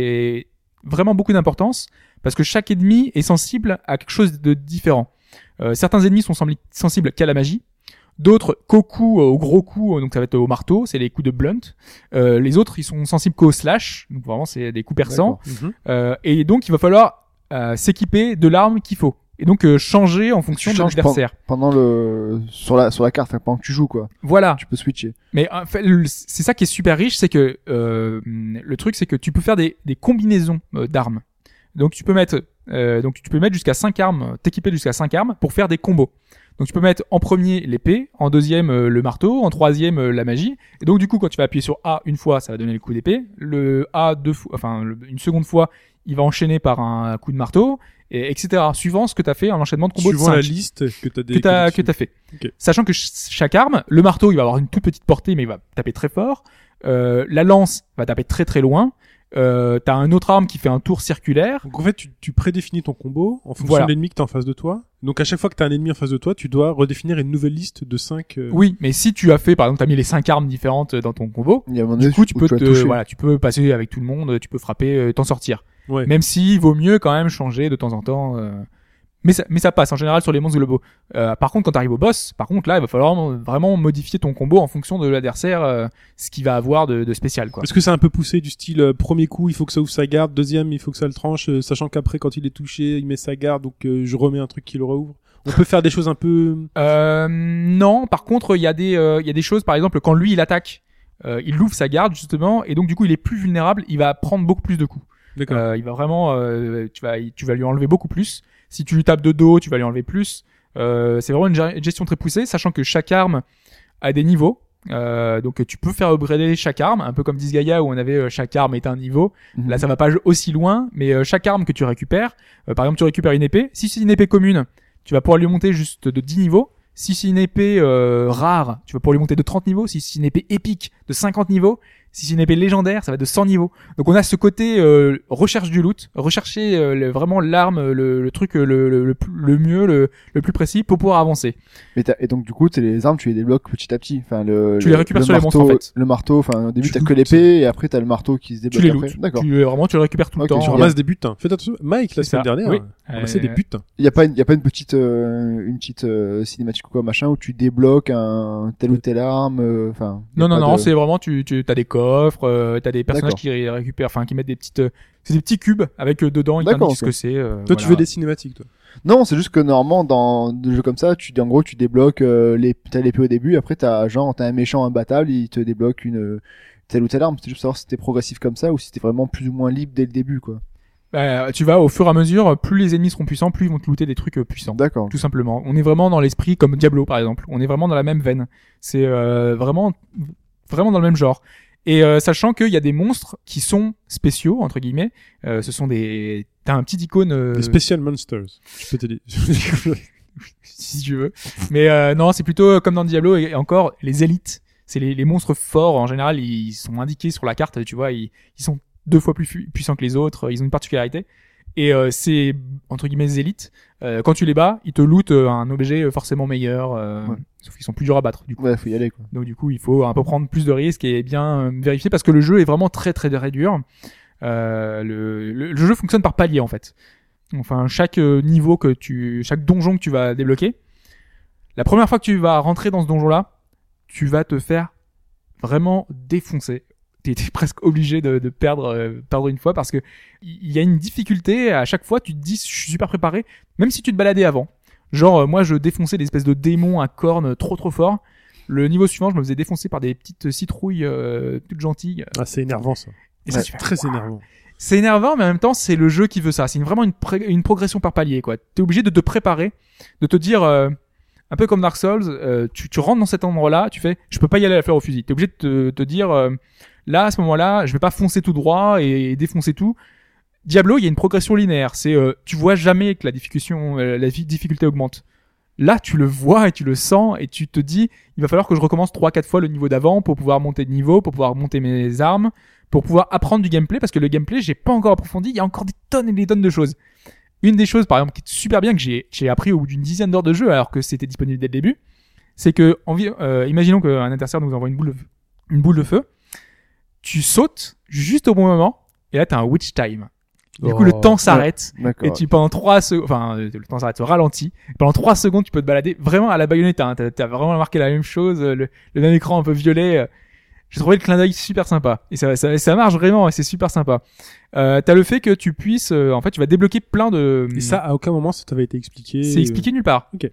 vraiment beaucoup d'importance parce que chaque ennemi est sensible à quelque chose de différent. Certains ennemis sont sensibles qu'à la magie. D'autres qu'aux coups, aux gros coups, donc ça va être au marteau, c'est les coups de blunt. Les autres, ils sont sensibles qu'au slash, donc vraiment c'est des coups perçants. Et donc il va falloir s'équiper de l'arme qu'il faut. Et donc changer en fonction de changes l'adversaire. Pendant sur la carte, pendant que tu joues, quoi. Voilà. Tu peux switcher. Mais en fait, c'est ça qui est super riche, c'est que le truc, c'est que tu peux faire des combinaisons d'armes. Donc tu peux mettre jusqu'à 5 armes, t'équiper jusqu'à 5 armes pour faire des combos. Donc tu peux mettre en premier l'épée, en deuxième le marteau, en troisième la magie. Et donc du coup quand tu vas appuyer sur A une fois, ça va donner le coup d'épée. Le A une seconde fois, il va enchaîner par un coup de marteau, et etc. Suivant ce que t'as fait en enchaînement de combos de 5. Suivant la liste que t'as fait. Okay. Sachant que chaque arme, le marteau il va avoir une toute petite portée mais il va taper très fort. La lance va taper très très loin. T'as un autre arme qui fait un tour circulaire. Donc en fait, tu prédéfinis ton combo en fonction Voilà. de l'ennemi que t'as en face de toi. Donc à chaque fois que t'as un ennemi en face de toi, tu dois redéfinir une nouvelle liste de 5... Oui, mais si tu as fait, par exemple, t'as mis les 5 armes différentes dans ton combo, Il y a un moment du donné coup, tu où peux vas toucher. tu peux passer avec tout le monde, tu peux frapper, t'en sortir. Ouais. Même s'il vaut mieux quand même changer de temps en temps. Mais ça passe en général sur les monstres globaux. Par contre, quand t'arrives au boss, là, il va falloir vraiment modifier ton combo en fonction de l'adversaire, ce qu'il va avoir de spécial, quoi. Est-ce que c'est un peu poussé du style premier coup, il faut que ça ouvre sa garde, deuxième, il faut que ça le tranche, sachant qu'après, quand il est touché, il met sa garde, donc je remets un truc qui le rouvre. On peut faire des choses un peu... Non, par contre, il y a des choses, par exemple, quand lui il attaque, il ouvre sa garde justement, et donc du coup il est plus vulnérable, il va prendre beaucoup plus de coups. D'accord. Il va vraiment, tu vas lui enlever beaucoup plus. Si tu lui tapes de dos, tu vas lui enlever plus. C'est vraiment une gestion très poussée, sachant que chaque arme a des niveaux. Donc tu peux faire upgrader chaque arme, un peu comme Disgaea où on avait chaque arme est un niveau. Mhm. Là ça va pas aussi loin, mais chaque arme que tu récupères, par exemple tu récupères une épée. Si c'est une épée commune, tu vas pouvoir lui monter juste de 10 niveaux. Si c'est une épée rare, tu vas pouvoir lui monter de 30 niveaux. Si c'est une épée épique, de 50 niveaux. Si c'est une épée légendaire, ça va de 100 niveaux. Donc on a ce côté recherche du loot, rechercher vraiment l'arme, le truc le mieux, le plus précis pour pouvoir avancer. Et donc du coup, les armes, tu les débloques petit à petit. Enfin, Tu les récupères sur les marteau, monstres, en fait. Le marteau, enfin au début Tu t'as lootes. que l'épée et après t'as le marteau qui se Tu débloque les après. lootes. D'accord. Tu le récupères tout le Ok, temps. Tu je ramasses des butins. Faites attention. Mike, la C'est semaine ça. dernière, Oui. on ramassait des butins. Il y a pas une petite cinématique ou quoi machin où tu débloques un telle ou telle arme. Enfin. y a Non, pas de- c'est vraiment tu t'as des coffres, t'as des personnages D'accord. qui récupèrent, enfin qui mettent des petites, c'est des petits cubes avec dedans ils D'accord, t'indiquent ce ok. que c'est. Toi, tu veux des cinématiques, toi. Non, c'est juste que normalement dans des jeux comme ça, en gros tu débloques t'as l'épée au début, après t'as un méchant imbattable, il te débloque telle ou telle arme. C'était juste savoir si c'était progressif comme ça ou si c'était vraiment plus ou moins libre dès le début, quoi. Bah, tu vas au fur et à mesure, plus les ennemis seront puissants, plus ils vont te looter des trucs puissants. D'accord. Tout simplement. On est vraiment dans l'esprit comme Diablo par exemple. On est vraiment dans la même veine. C'est vraiment dans le même genre. Et sachant qu'il y a des monstres qui sont spéciaux entre guillemets. Ce sont t'as un petit icône. Des Special Monsters. Je peux te dire. Si tu veux. Mais non, c'est plutôt comme dans Diablo et encore les élites. C'est les monstres forts en général. Ils sont indiqués sur la carte. Tu vois, ils sont 2 fois plus puissants que les autres, ils ont une particularité. Et c'est entre guillemets des élites. Quand tu les bats, ils te lootent un objet forcément meilleur, sauf qu'ils sont plus durs à battre. Du coup. Ouais, faut y aller, quoi. Donc du coup, il faut un peu prendre plus de risques et bien vérifier parce que le jeu est vraiment très très très dur. Le jeu fonctionne par palier en fait. Enfin, chaque donjon que tu vas débloquer, la première fois que tu vas rentrer dans ce donjon-là, tu vas te faire vraiment défoncer. T'es presque obligé de perdre une fois parce que il y a une difficulté à chaque fois. Tu te dis je suis super préparé, même si tu te baladais avant. Genre moi je défonçais des espèces de démons à cornes trop fort. Le niveau suivant je me faisais défoncer par des petites citrouilles toutes gentilles. Ah, c'est énervant ça. Et Ouais, ça, très énervant. c'est énervant, mais en même temps c'est le jeu qui veut ça. C'est vraiment une progression par palier quoi. T'es obligé de te préparer, de te dire un peu comme Dark Souls, tu rentres dans cet endroit-là, tu fais je peux pas y aller à la fleur au fusil. T'es obligé de te dire là, à ce moment-là, je vais pas foncer tout droit et défoncer tout. Diablo, il y a une progression linéaire. C'est, tu vois jamais que la difficulté augmente. Là, tu le vois et tu le sens et tu te dis, il va falloir que je recommence 3-4 fois le niveau d'avant pour pouvoir monter de niveau, pour pouvoir monter mes armes, pour pouvoir apprendre du gameplay parce que le gameplay, j'ai pas encore approfondi. Il y a encore des tonnes et des tonnes de choses. Une des choses, par exemple, qui est super bien que j'ai appris au bout d'une dizaine d'heures de jeu alors que c'était disponible dès le début, c'est que, imaginons qu'un adversaire nous envoie une boule de feu. Tu sautes juste au bon moment et là t'as un witch time. Du coup le temps s'arrête et tu pendant 3 secondes, enfin le temps s'arrête, se ralentit. Pendant 3 secondes tu peux te balader vraiment à la Bayonetta. Hein. T'as vraiment marqué la même chose, le même écran un peu violet. J'ai trouvé le clin d'œil super sympa et ça marche vraiment et c'est super sympa. T'as le fait que tu puisses, en fait tu vas débloquer plein de. Et ça à aucun moment ça t'avait été expliqué. C'est expliqué nulle part. Ok.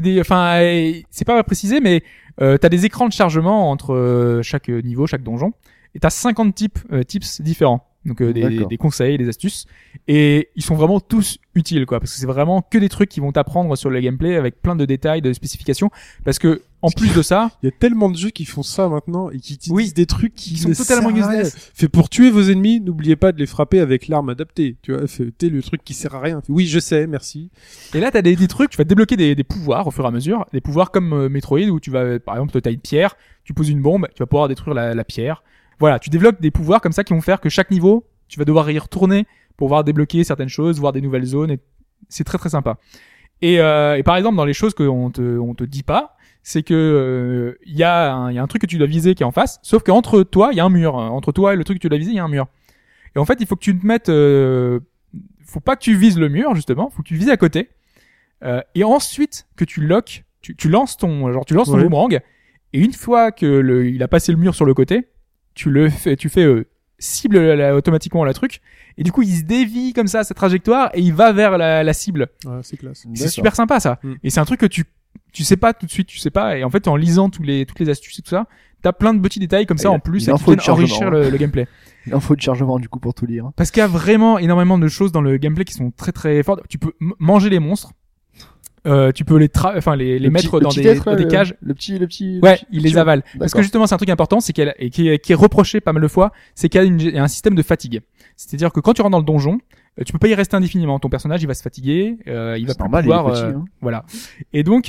C'est pas précisé mais t'as des écrans de chargement entre chaque niveau, chaque donjon. Et t'as 50 tips différents. Donc des conseils, des astuces. Et ils sont vraiment tous utiles, quoi. Parce que c'est vraiment que des trucs qui vont t'apprendre sur le gameplay avec plein de détails, de spécifications. Parce que, en plus de ça. Il y a tellement de jeux qui font ça maintenant et qui disent des trucs qui sont totalement useless. Fait pour tuer vos ennemis, n'oubliez pas de les frapper avec l'arme adaptée. Tu vois, t'es le truc qui sert à rien. Oui, je sais, merci. Et là, t'as des trucs, tu vas débloquer des pouvoirs au fur et à mesure. Des pouvoirs comme Metroid où tu vas, par exemple, t'as une pierre, tu poses une bombe, tu vas pouvoir détruire la pierre. Voilà, tu développes des pouvoirs comme ça qui vont faire que chaque niveau, tu vas devoir y retourner pour pouvoir débloquer certaines choses, voir des nouvelles zones. Et c'est très très sympa. Et par exemple, dans les choses qu'on te dit pas, c'est que il y a un truc que tu dois viser qui est en face, sauf qu'entre toi, il y a un mur. Entre toi et le truc que tu dois viser, il y a un mur. Et en fait, il faut que tu te mettes, faut pas que tu vises le mur justement, faut que tu vises à côté. Et ensuite que tu lock, tu lances ton boomerang. Et une fois que il a passé le mur sur le côté, tu fais cible automatiquement la truc et du coup il se dévie comme ça sa trajectoire et il va vers la cible. Ouais, c'est classe. C'est super sympa ça. Et c'est un truc que tu sais pas tout de suite, tu sais pas, et en fait en lisant toutes les astuces et tout ça, t'as plein de petits détails comme ça en plus qui viennent enrichir le gameplay. Il en faut de chargement du coup pour tout lire. Parce qu'il y a vraiment énormément de choses dans le gameplay qui sont très très fortes. Tu peux manger les monstres. Tu peux les mettre dans des cages. Le petit. Il les avale. Parce que justement, c'est un truc important, c'est qui est reproché pas mal de fois, c'est qu'il y a un système de fatigue. C'est-à-dire que quand tu rentres dans le donjon, tu peux pas y rester indéfiniment. Ton personnage, il va se fatiguer, il va pas pouvoir, voilà. Et donc,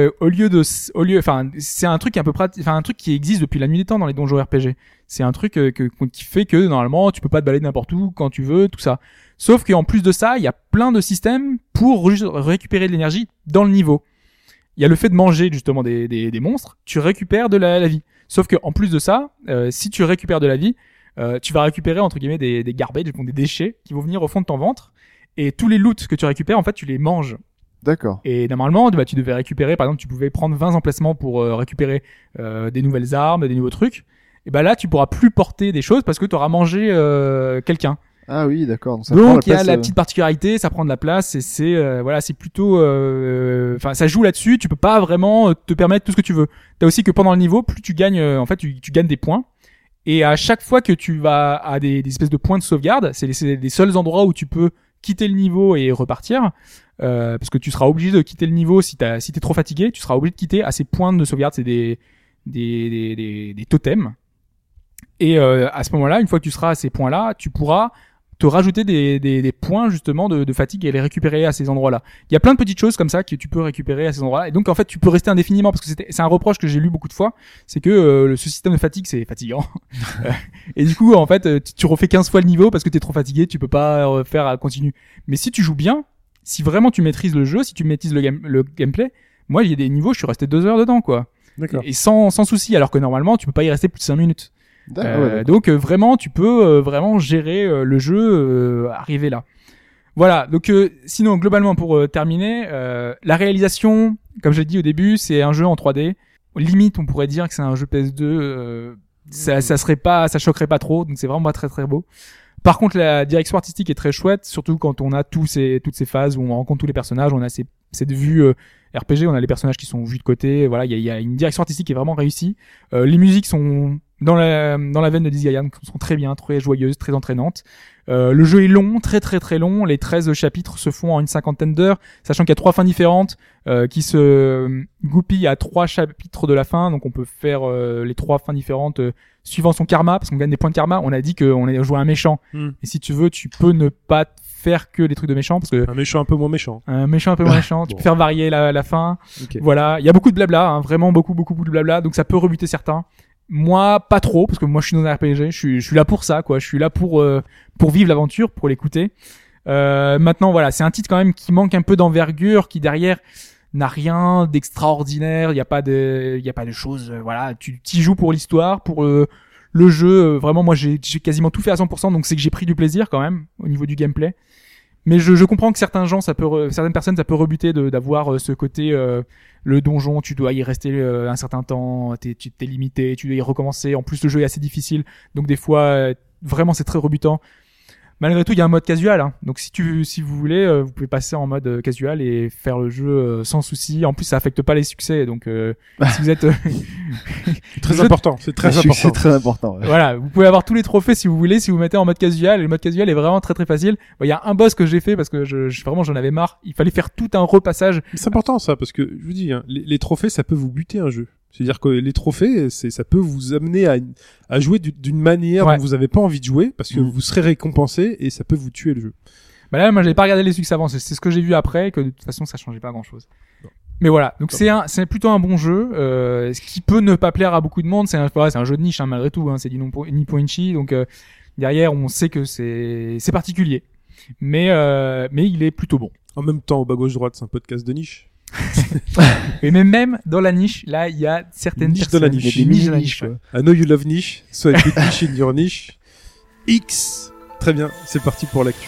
c'est un truc un truc qui existe depuis la nuit des temps dans les donjons RPG. C'est un truc qui fait que normalement, tu peux pas te balader n'importe où quand tu veux, tout ça. Sauf qu'en plus de ça, il y a plein de systèmes pour récupérer de l'énergie dans le niveau. Il y a le fait de manger justement des monstres, tu récupères de la vie. Sauf qu'en plus de ça, si tu récupères de la vie, tu vas récupérer entre guillemets des garbage, des déchets qui vont venir au fond de ton ventre. Et tous les loots que tu récupères, en fait, tu les manges. D'accord. Et normalement, tu devais récupérer, par exemple, tu pouvais prendre 20 emplacements pour récupérer des nouvelles armes, des nouveaux trucs. Et ben là, tu pourras plus porter des choses parce que tu auras mangé quelqu'un. Ah oui, d'accord. Donc il y a la petite particularité, ça prend de la place et c'est plutôt ça joue là-dessus, tu peux pas vraiment te permettre tout ce que tu veux. T'as aussi que pendant le niveau, plus tu gagnes tu gagnes des points Et à chaque fois que tu vas à des espèces de points de sauvegarde, c'est les seuls endroits où tu peux quitter le niveau et repartir, parce que tu seras obligé de quitter le niveau si t'es trop fatigué, tu seras obligé de quitter à ces points de sauvegarde, c'est des totems. Et à ce moment-là, une fois que tu seras à ces points-là, tu pourras te rajouter des points justement de fatigue et les récupérer à ces endroits-là. Il y a plein de petites choses comme ça que tu peux récupérer à ces endroits-là. Et donc en fait, tu peux rester indéfiniment, parce que c'est un reproche que j'ai lu beaucoup de fois, c'est que ce système de fatigue, c'est fatigant. Et du coup, en fait, tu refais 15 fois le niveau parce que t'es trop fatigué, tu peux pas refaire à continu. Mais si tu joues bien, si vraiment tu maîtrises le jeu, si tu maîtrises le gameplay, moi il y a des niveaux, je suis resté 2 heures dedans, quoi. D'accord. Et sans souci, alors que normalement tu peux pas y rester plus de 5 minutes. Donc vraiment tu peux vraiment gérer le jeu, arriver là. Voilà, donc sinon globalement pour terminer, la réalisation, comme j'ai dit au début, c'est un jeu en 3D. Limite on pourrait dire que c'est un jeu PS2, ça choquerait pas trop, donc c'est vraiment pas très très beau. Par contre la direction artistique est très chouette, surtout quand on a toutes ces phases où on rencontre tous les personnages, on a cette vue RPG, on a les personnages qui sont vus de côté, voilà, il y a une direction artistique qui est vraiment réussie. Les musiques sont dans la veine de Disgaea, donc sont très bien, très joyeuses, très entraînantes. Le jeu est long, très très très long. Les 13 chapitres se font en une 50aine d'heures, sachant qu'il y a 3 fins différentes qui se goupillent à 3 chapitres de la fin. Donc on peut faire les 3 fins différentes suivant son karma, parce qu'on gagne des points de karma. On a dit qu'on a joué un méchant. Et si tu veux, tu peux ne pas faire que des trucs de méchants, parce que un méchant un peu moins méchant. Un méchant un peu moins méchant. Tu Bon. peux faire varier la fin. Okay. Voilà, il y a beaucoup de blabla, hein, vraiment beaucoup de blabla. Donc ça peut rebuter certains. Moi, pas trop, parce que moi je suis dans un RPG, je suis là pour ça, quoi. Je suis là pour vivre l'aventure, pour l'écouter. Maintenant, voilà, c'est un titre quand même qui manque un peu d'envergure, qui derrière n'a rien d'extraordinaire. Il y a pas de choses. Voilà, tu t'y joues pour l'histoire, pour le jeu. Vraiment, moi j'ai quasiment tout fait à 100%, donc c'est que j'ai pris du plaisir quand même au niveau du gameplay. Mais je comprends que certaines personnes, ça peut rebuter d'avoir ce côté le donjon, tu dois y rester un certain temps, t'es limité, tu dois y recommencer. En plus, le jeu est assez difficile, donc des fois, vraiment, c'est très rebutant. Malgré tout, il y a un mode casual, hein. Donc si vous voulez, vous pouvez passer en mode casual et faire le jeu sans souci. En plus, ça affecte pas les succès, donc si vous êtes c'est très important, c'est très important. C'est très important. Ouais. Voilà, vous pouvez avoir tous les trophées si vous voulez, si vous mettez en mode casual. Et le mode casual est vraiment très très facile. Il y a un boss que j'ai fait parce que vraiment j'en avais marre. Il fallait faire tout un repassage. C'est important ça, parce que je vous dis, hein, les trophées, ça peut vous buter un jeu. C'est-à-dire que les trophées, ça peut vous amener à jouer d'une manière dont vous n'avez pas envie de jouer, parce que vous serez récompensé et ça peut vous tuer le jeu. Bah là, moi, j'avais pas regardé les succès avant. C'est ce que j'ai vu après, que de toute façon, ça changeait pas grand-chose. Mais voilà, donc c'est plutôt un bon jeu, ce qui peut ne pas plaire à beaucoup de monde. C'est un jeu de niche, hein, malgré tout. Hein, c'est du Nippo-Ichi, donc derrière, on sait que c'est particulier, mais il est plutôt bon. En même temps, au bas gauche droite, c'est un podcast de niche. Mais même dans la niche, là, il y a certaines niche personnes. de la niche. Il y a des niches de la mini-niches, niche. ouais. I know you love niche, so I put niche in your niche. X. Très bien, c'est parti pour l'actu.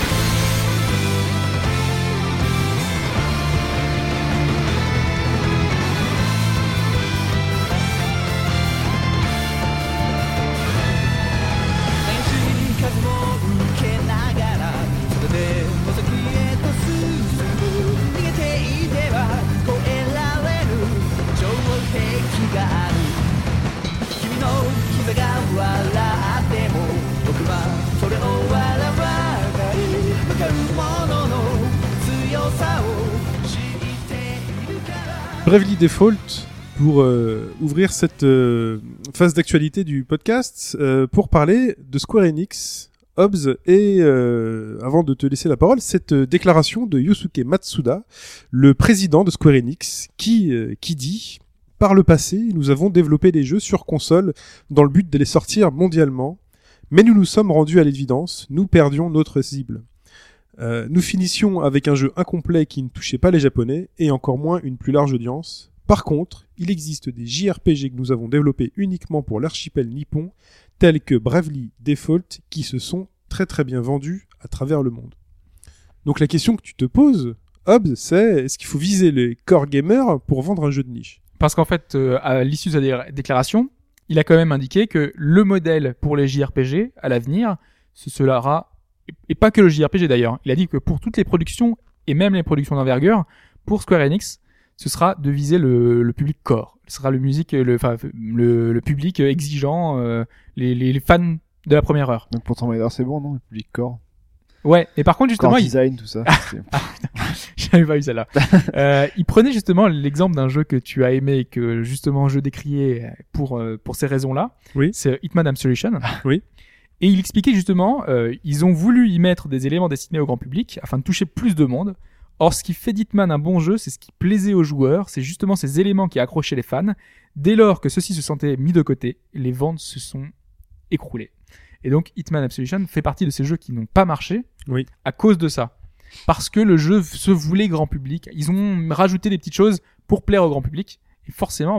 Bravely Default, pour ouvrir cette phase d'actualité du podcast, pour parler de Square Enix, Hobbs, et avant de te laisser la parole, cette déclaration de Yusuke Matsuda, le président de Square Enix, qui dit « Par le passé, nous avons développé des jeux sur console dans le but de les sortir mondialement, mais nous nous sommes rendus à l'évidence, nous perdions notre cible. Nous finissions avec un jeu incomplet qui ne touchait pas les Japonais et encore moins une plus large audience. Par contre, il existe des JRPG que nous avons développés uniquement pour l'archipel nippon, tels que Bravely Default, qui se sont très très bien vendus à travers le monde. » Donc la question que tu te poses, Hobbs, c'est est-ce qu'il faut viser les core gamers pour vendre un jeu de niche ? Parce qu'en fait, à l'issue de sa déclaration, il a quand même indiqué que le modèle pour les JRPG à l'avenir, ce sera, et pas que le JRPG d'ailleurs, il a dit que pour toutes les productions, et même les productions d'envergure, pour Square Enix, ce sera de viser le public core. Ce sera le public exigeant, les fans de la première heure. Donc pour Tomb Raider, c'est bon, non? Le public core. Ouais, et par contre justement, Core design, tout ça. j'avais pas eu celle-là. Il prenait justement l'exemple d'un jeu que tu as aimé et que justement je décriais pour ces raisons-là. Oui. C'est Hitman Absolution. Oui. Et il expliquait justement, ils ont voulu y mettre des éléments destinés au grand public afin de toucher plus de monde. Or, ce qui fait d'Hitman un bon jeu, c'est ce qui plaisait aux joueurs, c'est justement ces éléments qui accrochaient les fans. Dès lors que ceux-ci se sentaient mis de côté, les ventes se sont écroulées. Et donc, Hitman Absolution fait partie de ces jeux qui n'ont pas marché à cause de ça. Parce que le jeu se voulait grand public. Ils ont rajouté des petites choses pour plaire au grand public. Et forcément,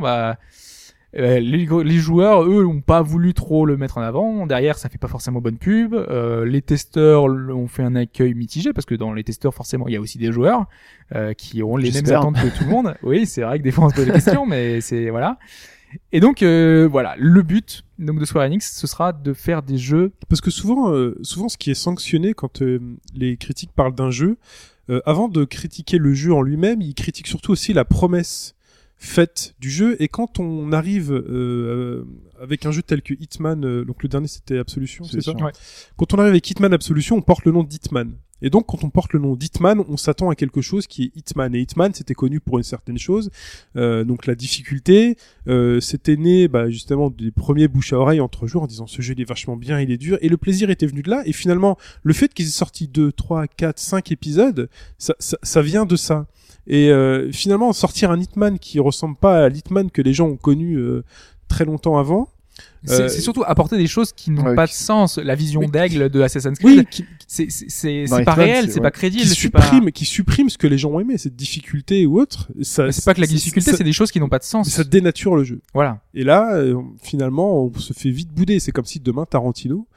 les joueurs, eux, n'ont pas voulu trop le mettre en avant. Derrière, ça fait pas forcément bonne pub. Les testeurs ont fait un accueil mitigé parce que dans les testeurs, forcément, il y a aussi des joueurs qui ont les mêmes attentes que tout le monde. Oui, c'est vrai que des fois on se pose des questions, mais c'est voilà. Et donc voilà, le but donc de Square Enix, ce sera de faire des jeux. Parce que souvent, ce qui est sanctionné quand les critiques parlent d'un jeu, avant de critiquer le jeu en lui-même, ils critiquent surtout aussi la promesse faite du jeu. Et quand on arrive avec un jeu tel que Hitman, donc le dernier c'était Absolution, c'est ça? Ouais. Quand on arrive avec Hitman Absolution, on porte le nom d'Hitman. Et donc, quand on porte le nom d'Hitman, on s'attend à quelque chose qui est Hitman. Et Hitman, c'était connu pour une certaine chose. Donc, la difficulté, c'était né, justement, des premiers bouche à oreille entre joueurs en disant ce jeu, il est vachement bien, il est dur. Et le plaisir était venu de là. Et finalement, le fait qu'ils aient sorti 2, 3, 4, 5 épisodes, ça vient de ça. Et finalement, sortir un Hitman qui ressemble pas à l'Hitman que les gens ont connu très longtemps avant, c'est surtout apporter des choses qui n'ont pas de sens. La vision d'aigle de Assassin's oui, Creed, c'est pas réel, c'est pas crédible, qui supprime ce que les gens ont aimé, cette difficulté ou autre. Ça, c'est pas que la difficulté, c'est des choses qui n'ont pas de sens. Ça dénature le jeu. Voilà. Et là, finalement, on se fait vite bouder. C'est comme si demain Tarantino,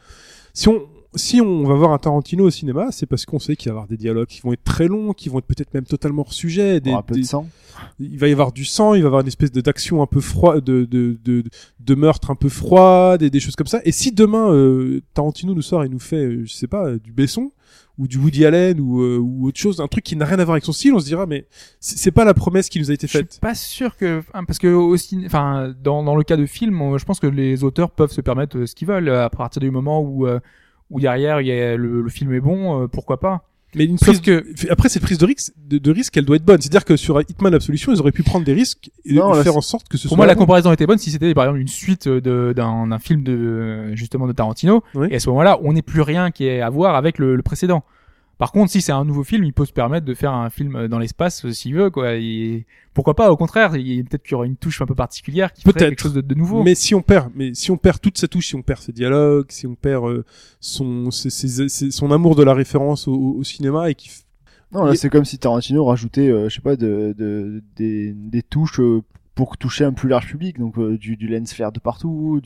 si on va voir un Tarantino au cinéma, c'est parce qu'on sait qu'il va y avoir des dialogues qui vont être très longs, qui vont être peut-être même totalement hors sujet. Un peu de sang. Il va y avoir du sang, il va y avoir une espèce d'action un peu froide, de meurtre un peu froid, des choses comme ça. Et si demain Tarantino nous sort et nous fait, je sais pas, du Besson ou du Woody Allen ou autre chose, un truc qui n'a rien à voir avec son style, on se dira mais c'est pas la promesse qui nous a été faite. Je suis pas sûr que parce que aussi, enfin dans le cas de film, je pense que les auteurs peuvent se permettre ce qu'ils veulent à partir du moment où derrière il y a le film est bon, pourquoi pas. Mais après cette prise de risque, elle doit être bonne. C'est-à-dire que sur Hitman Absolution, ils auraient pu prendre des risques et faire en sorte que ce soit. Pour moi, la comparaison était bonne si c'était par exemple une suite d'un film justement de Tarantino. Oui. Et à ce moment-là, on n'est plus rien qui est à voir avec le précédent. Par contre, si c'est un nouveau film, il peut se permettre de faire un film dans l'espace s'il veut, quoi. Et pourquoi pas? Au contraire, peut-être qu'il y aura une touche un peu particulière qui ferait quelque chose de nouveau. Mais si on perd toute sa touche, si on perd ses dialogues, si on perd son amour de la référence au cinéma et qui non, là c'est comme si Tarantino rajoutait, je sais pas, des touches pour toucher un plus large public, donc du lens flare de partout,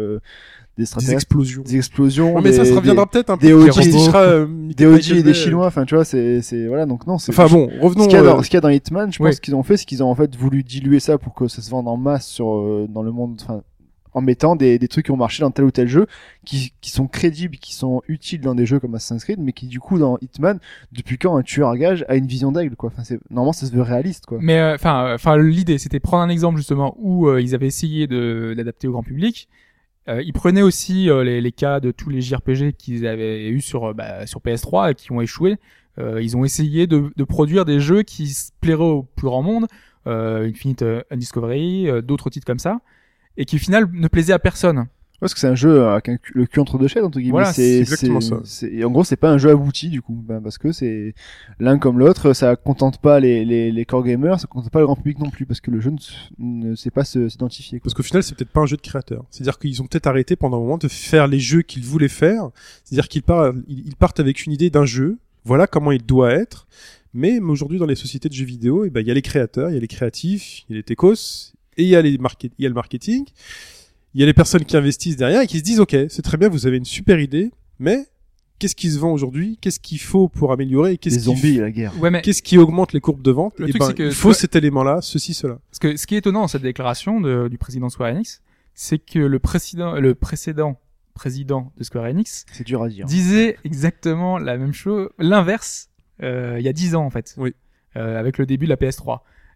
des explosions. Ouais, mais ça se reviendra peut-être un peu. Des OG et des Chinois, enfin tu vois, c'est voilà, donc non, c'est. Enfin bon, revenons. Ce qu'il y a dans Hitman, je pense qu'ils ont fait, c'est qu'ils ont en fait voulu diluer ça pour que ça se vende en masse dans le monde, enfin, en mettant des trucs qui ont marché dans tel ou tel jeu, qui sont crédibles, qui sont utiles dans des jeux comme Assassin's Creed, mais qui du coup dans Hitman, depuis quand un tueur à gages a une vision d'aigle, quoi. Enfin normalement ça se veut réaliste, quoi. Mais enfin l'idée c'était prendre un exemple justement où ils avaient essayé d'adapter au grand public. Ils prenaient aussi les cas de tous les JRPG qu'ils avaient eu sur PS3 et qui ont échoué. Ils ont essayé de produire des jeux qui se plairaient au plus grand monde, Infinite Undiscovery, d'autres titres comme ça, et qui au final ne plaisaient à personne. Parce que c'est un jeu avec le cul entre deux chaises, entre guillemets. Voilà, c'est exactement ça. En gros, c'est pas un jeu abouti, du coup. Parce que c'est l'un comme l'autre, ça contente pas les core gamers, ça contente pas le grand public non plus, parce que le jeu ne sait pas s'identifier, quoi. Parce qu'au final, c'est peut-être pas un jeu de créateur. C'est-à-dire qu'ils ont peut-être arrêté pendant un moment de faire les jeux qu'ils voulaient faire. C'est-à-dire qu'ils partent avec une idée d'un jeu. Voilà comment il doit être. Mais aujourd'hui, dans les sociétés de jeux vidéo, il y a les créateurs, il y a les créatifs, il y a les techos, et il y a le marketing. Il y a les personnes qui investissent derrière et qui se disent ok, c'est très bien, vous avez une super idée, mais qu'est-ce qui se vend aujourd'hui? Qu'est-ce qu'il faut pour améliorer? Les zombies et la guerre. Ouais, mais qu'est-ce qui augmente les courbes de vente? Il faut cet élément-là, ceci, cela. Parce que ce qui est étonnant dans cette déclaration du président Square Enix, c'est que le précédent président de Square Enix, c'est dur à dire, disait exactement la même chose, l'inverse, il y a 10 ans en fait. Oui. Avec le début de la PS3.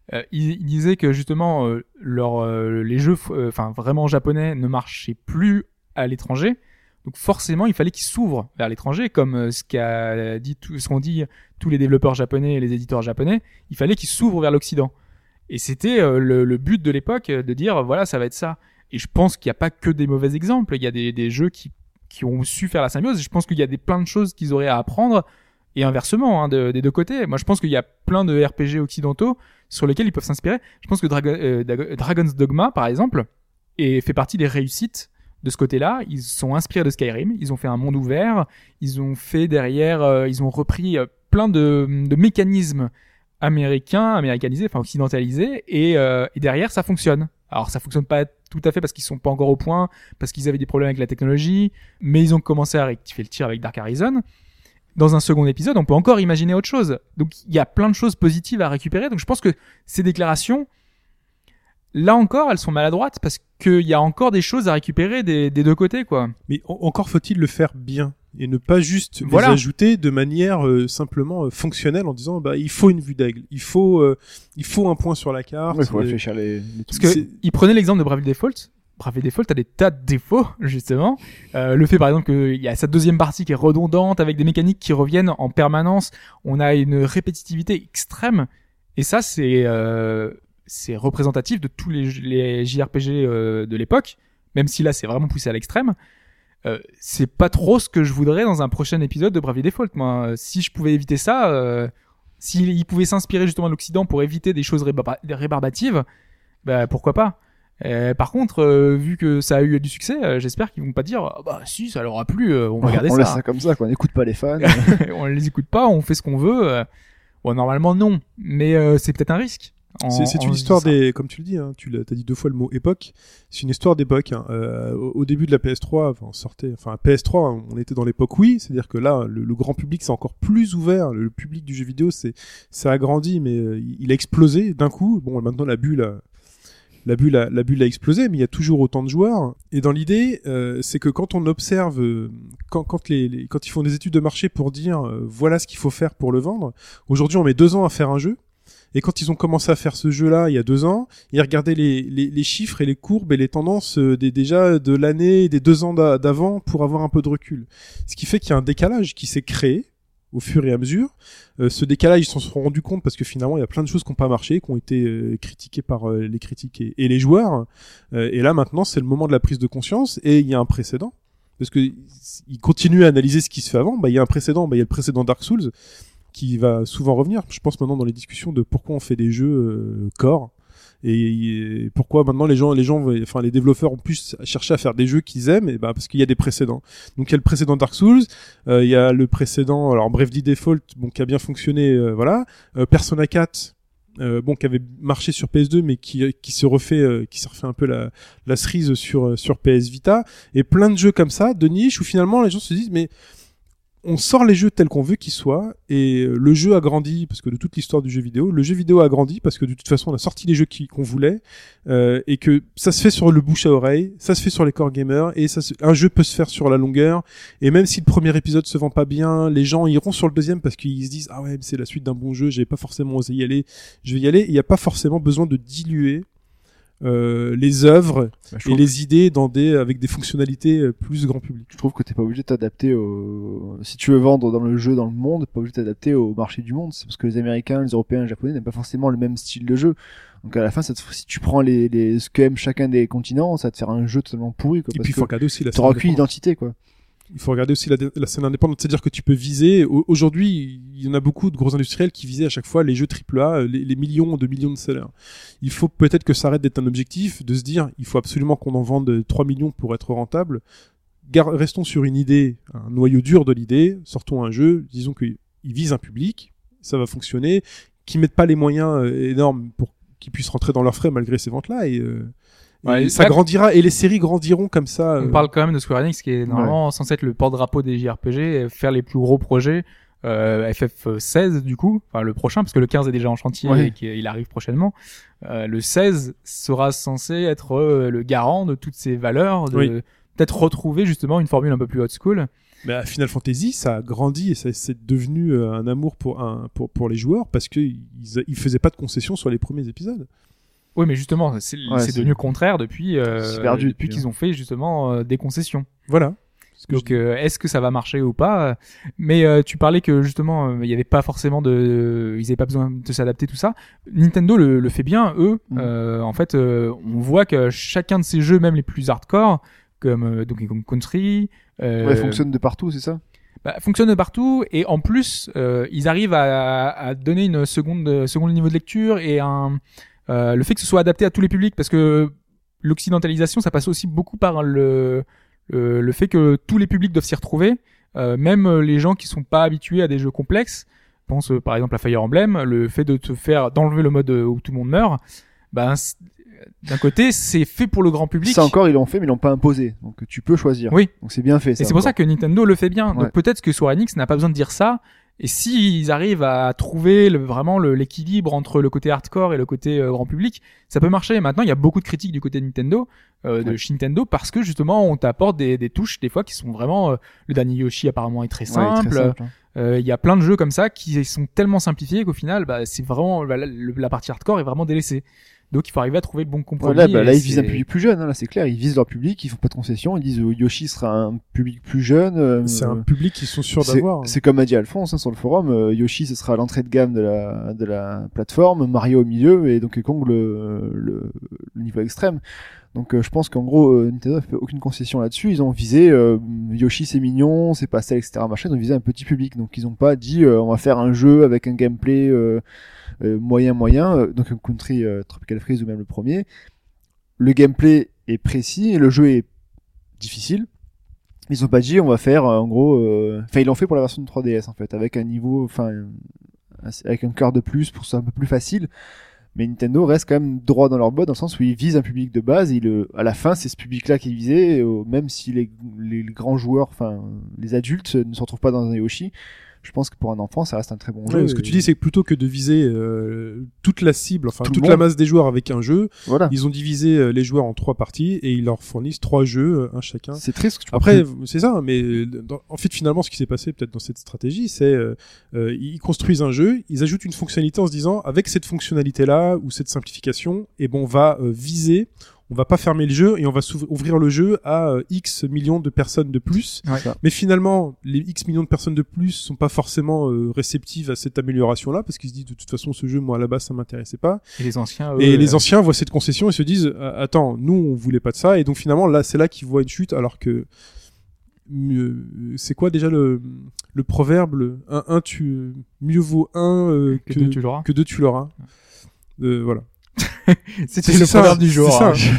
il disait que justement les jeux vraiment japonais ne marchaient plus à l'étranger. Donc forcément, il fallait qu'ils s'ouvrent vers l'étranger, comme ce qu'ont dit tous les développeurs japonais et les éditeurs japonais. Il fallait qu'ils s'ouvrent vers l'Occident. Et c'était le but de l'époque, de dire voilà, ça va être ça. Et je pense qu'il n'y a pas que des mauvais exemples. Il y a des jeux qui ont su faire la symbiose. Je pense qu'il y a plein de choses qu'ils auraient à apprendre. Et inversement, des deux côtés. Moi, je pense qu'il y a plein de RPG occidentaux sur lesquels ils peuvent s'inspirer. Je pense que Dragon's Dogma, par exemple, fait partie des réussites de ce côté-là. Ils sont inspirés de Skyrim. Ils ont fait un monde ouvert. Ils ont fait derrière, ils ont repris plein de mécanismes américanisés, enfin occidentalisés. Et derrière, ça fonctionne. Alors, ça fonctionne pas tout à fait parce qu'ils sont pas encore au point, parce qu'ils avaient des problèmes avec la technologie. Mais ils ont commencé à rectifier le tir avec Dark Horizon. Dans un second épisode, on peut encore imaginer autre chose. Donc, il y a plein de choses positives à récupérer. Donc, je pense que ces déclarations, là encore, elles sont maladroites parce qu'il y a encore des choses à récupérer des deux côtés, quoi. Mais encore faut-il le faire bien et ne pas juste les ajouter de manière simplement fonctionnelle en disant il faut une vue d'aigle, il faut un point sur la carte. Il faut réfléchir les parce que il prenait l'exemple de Bravely Default. Bravely Default a des tas de défauts, justement. Le fait, par exemple, qu'il y a sa deuxième partie qui est redondante, avec des mécaniques qui reviennent en permanence. On a une répétitivité extrême. Et ça, c'est représentatif de tous les JRPG de l'époque. Même si là, c'est vraiment poussé à l'extrême. C'est pas trop ce que je voudrais dans un prochain épisode de Bravely Default, moi. Si je pouvais éviter ça, s'il pouvait s'inspirer justement de l'Occident pour éviter des choses rébarbatives, pourquoi pas. Par contre, vu que ça a eu du succès, j'espère qu'ils vont pas dire si ça leur a plu, on va regarder ça. On laisse ça comme ça, quoi. On n'écoute pas les fans. On les écoute pas, on fait ce qu'on veut. Bon, normalement non, mais c'est peut-être un risque. C'est une histoire comme tu le dis, hein, t'as dit 2 fois le mot époque. C'est une histoire d'époque. Hein. Au début de la PS3, PS3, on était dans l'époque Wii, c'est-à-dire que là, le grand public c'est encore plus ouvert. Le public du jeu vidéo, ça a grandi, mais il a explosé d'un coup. Bon, maintenant la bulle a explosé, mais il y a toujours autant de joueurs. Et dans l'idée, c'est que quand on observe, quand ils font des études de marché pour dire voilà ce qu'il faut faire pour le vendre. Aujourd'hui, on met 2 ans à faire un jeu. Et quand ils ont commencé à faire ce jeu-là il y a 2 ans, ils regardaient les chiffres et les courbes et les tendances déjà de l'année et des 2 ans d'avant pour avoir un peu de recul. Ce qui fait qu'il y a un décalage qui s'est créé au fur et à mesure. Ce décalage, ils s'en sont rendus compte parce que finalement, il y a plein de choses qui n'ont pas marché, qui ont été critiquées par les critiques et les joueurs. Et là, maintenant, c'est le moment de la prise de conscience et il y a un précédent. Parce que ils continuent à analyser ce qui se fait avant. Il y a un précédent. Il y a le précédent Dark Souls qui va souvent revenir. Je pense maintenant dans les discussions de pourquoi on fait des jeux core. Et pourquoi maintenant les développeurs ont plus cherché à faire des jeux qu'ils aiment, et parce qu'il y a des précédents. Donc il y a le précédent Dark Souls, il y a le précédent Bravely Default, qui a bien fonctionné, Persona 4, qui avait marché sur PS2 mais qui se refait un peu la cerise sur PS Vita, et plein de jeux comme ça de niche où finalement les gens se disent mais on sort les jeux tels qu'on veut qu'ils soient, et le jeu a grandi, parce que de toute l'histoire du jeu vidéo, le jeu vidéo a grandi, parce que de toute façon on a sorti les jeux qu'on voulait, et que ça se fait sur le bouche à oreille, ça se fait sur les core gamers, et un jeu peut se faire sur la longueur, et même si le premier épisode se vend pas bien, les gens iront sur le deuxième parce qu'ils se disent ah ouais c'est la suite d'un bon jeu, j'avais pas forcément osé y aller, je vais y aller. Il n'y a pas forcément besoin de diluer les œuvres et les idées avec des fonctionnalités plus grand public. Je trouve que t'es pas obligé de t'adapter si tu veux vendre dans le jeu, dans le monde, t'es pas obligé de t'adapter au marché du monde. C'est parce que les Américains, les Européens, les Japonais n'aiment pas forcément le même style de jeu. Donc à la fin, si tu prends ce que aime chacun des continents, ça va te faire un jeu totalement pourri, quoi. Et puis il faut regarder aussi t'auras aucune identité, quoi. Il faut regarder aussi la scène indépendante, c'est-à-dire que tu peux viser. Aujourd'hui, il y en a beaucoup de gros industriels qui visaient à chaque fois les jeux AAA, les millions de sellers. Il faut peut-être que ça arrête d'être un objectif, de se dire il faut absolument qu'on en vende 3 millions pour être rentable. Restons sur une idée, un noyau dur de l'idée, sortons un jeu, disons qu'il vise un public, ça va fonctionner, qu'ils mettent pas les moyens énormes pour qu'ils puissent rentrer dans leurs frais malgré ces ventes-là, et ça grandira, et les séries grandiront comme ça. On parle quand même de Square Enix qui est normalement censé être le porte-drapeau des JRPG, faire les plus gros projets, FF16 du coup, enfin le prochain parce que le 15 est déjà en chantier et qu'il arrive prochainement. Le 16 sera censé être le garant de toutes ces valeurs, peut-être retrouver justement une formule un peu plus old school. Mais Final Fantasy, ça a grandi et c'est devenu un amour pour les joueurs parce que ils faisaient pas de concessions sur les premiers épisodes. Oui, mais justement, c'est devenu le contraire depuis depuis qu'ils ont fait justement des concessions. Voilà. Donc, est-ce que ça va marcher ou pas? Mais tu parlais que justement, il y avait pas forcément ils avaient pas besoin de s'adapter tout ça. Nintendo le fait bien, eux. En fait, on voit que chacun de ces jeux, même les plus hardcore, comme Donkey Kong Country, fonctionne de partout, c'est ça? Fonctionne de partout, et en plus, ils arrivent à donner une seconde niveau de lecture et le fait que ce soit adapté à tous les publics, parce que l'occidentalisation, ça passe aussi beaucoup par le fait que tous les publics doivent s'y retrouver, même les gens qui sont pas habitués à des jeux complexes. Je pense par exemple à Fire Emblem, le fait d'enlever le mode où tout le monde meurt, d'un côté c'est fait pour le grand public. Ça encore ils l'ont fait mais ils l'ont pas imposé, donc tu peux choisir. Oui. Donc c'est bien fait. Et c'est pour ça que Nintendo le fait bien. Ouais. Donc peut-être que Square Enix n'a pas besoin de dire ça. Et s'ils arrivent à trouver vraiment l'équilibre entre le côté hardcore et le côté grand public, ça peut marcher. Maintenant, il y a beaucoup de critiques du côté de Nintendo, chez Nintendo, parce que justement, on t'apporte des touches des fois qui sont vraiment. Le dernier Yoshi apparemment est très simple. Il y a plein de jeux comme ça qui sont tellement simplifiés qu'au final, c'est vraiment la partie hardcore est vraiment délaissée. Donc il faut arriver à trouver le bon compromis. Là ils visent un public plus jeune, là c'est clair, ils visent leur public, ils font pas de concessions, ils disent Yoshi sera un public plus jeune. C'est un public qu'ils sont sûrs d'avoir. C'est comme a dit Alphonse sur le forum, Yoshi ce sera l'entrée de gamme de la plateforme, Mario au milieu et Donkey Kong le niveau extrême. Donc je pense qu'en gros Nintendo n'a fait aucune concession là-dessus, ils ont visé Yoshi c'est mignon, c'est pastel, etc. machin, ils ont visé un petit public, donc ils ont pas dit on va faire un jeu avec un gameplay moyen, donc un Country Tropical Freeze ou même le premier. Le gameplay est précis et le jeu est difficile. Ils ont pas dit on va faire en gros ils l'ont fait pour la version de 3DS en fait, avec un niveau avec un cœur de plus pour que ce soit un peu plus facile. Mais Nintendo reste quand même droit dans leur botte, dans le sens où ils visent un public de base et à la fin c'est ce public-là qui est visé, même si les grands joueurs, les adultes ne se retrouvent pas dans un Yoshi. Je pense que pour un enfant, ça reste un très bon jeu. Ce que tu dis, c'est que plutôt que de viser toute la cible, toute le la masse des joueurs avec un jeu, voilà. Ils ont divisé les joueurs en 3 parties et ils leur fournissent 3 jeux, un chacun. C'est triste. Que tu Après, c'est ça, mais en fait, finalement, ce qui s'est passé peut-être dans cette stratégie, c'est ils construisent un jeu, ils ajoutent une fonctionnalité en se disant, avec cette fonctionnalité-là ou cette simplification, on va viser. On va pas fermer le jeu et on va ouvrir le jeu à X millions de personnes de plus. Ouais. Mais finalement, les X millions de personnes de plus sont pas forcément réceptives à cette amélioration-là parce qu'ils se disent de toute façon ce jeu, moi à la base ça m'intéressait pas. Et les anciens, les anciens voient cette concession et se disent attends, nous on voulait pas de ça et donc finalement là c'est là qu'ils voient une chute alors que c'est quoi déjà le proverbe mieux vaut un que deux tu l'auras. Que deux tu l'auras. Voilà. C'était le proverbe du jour.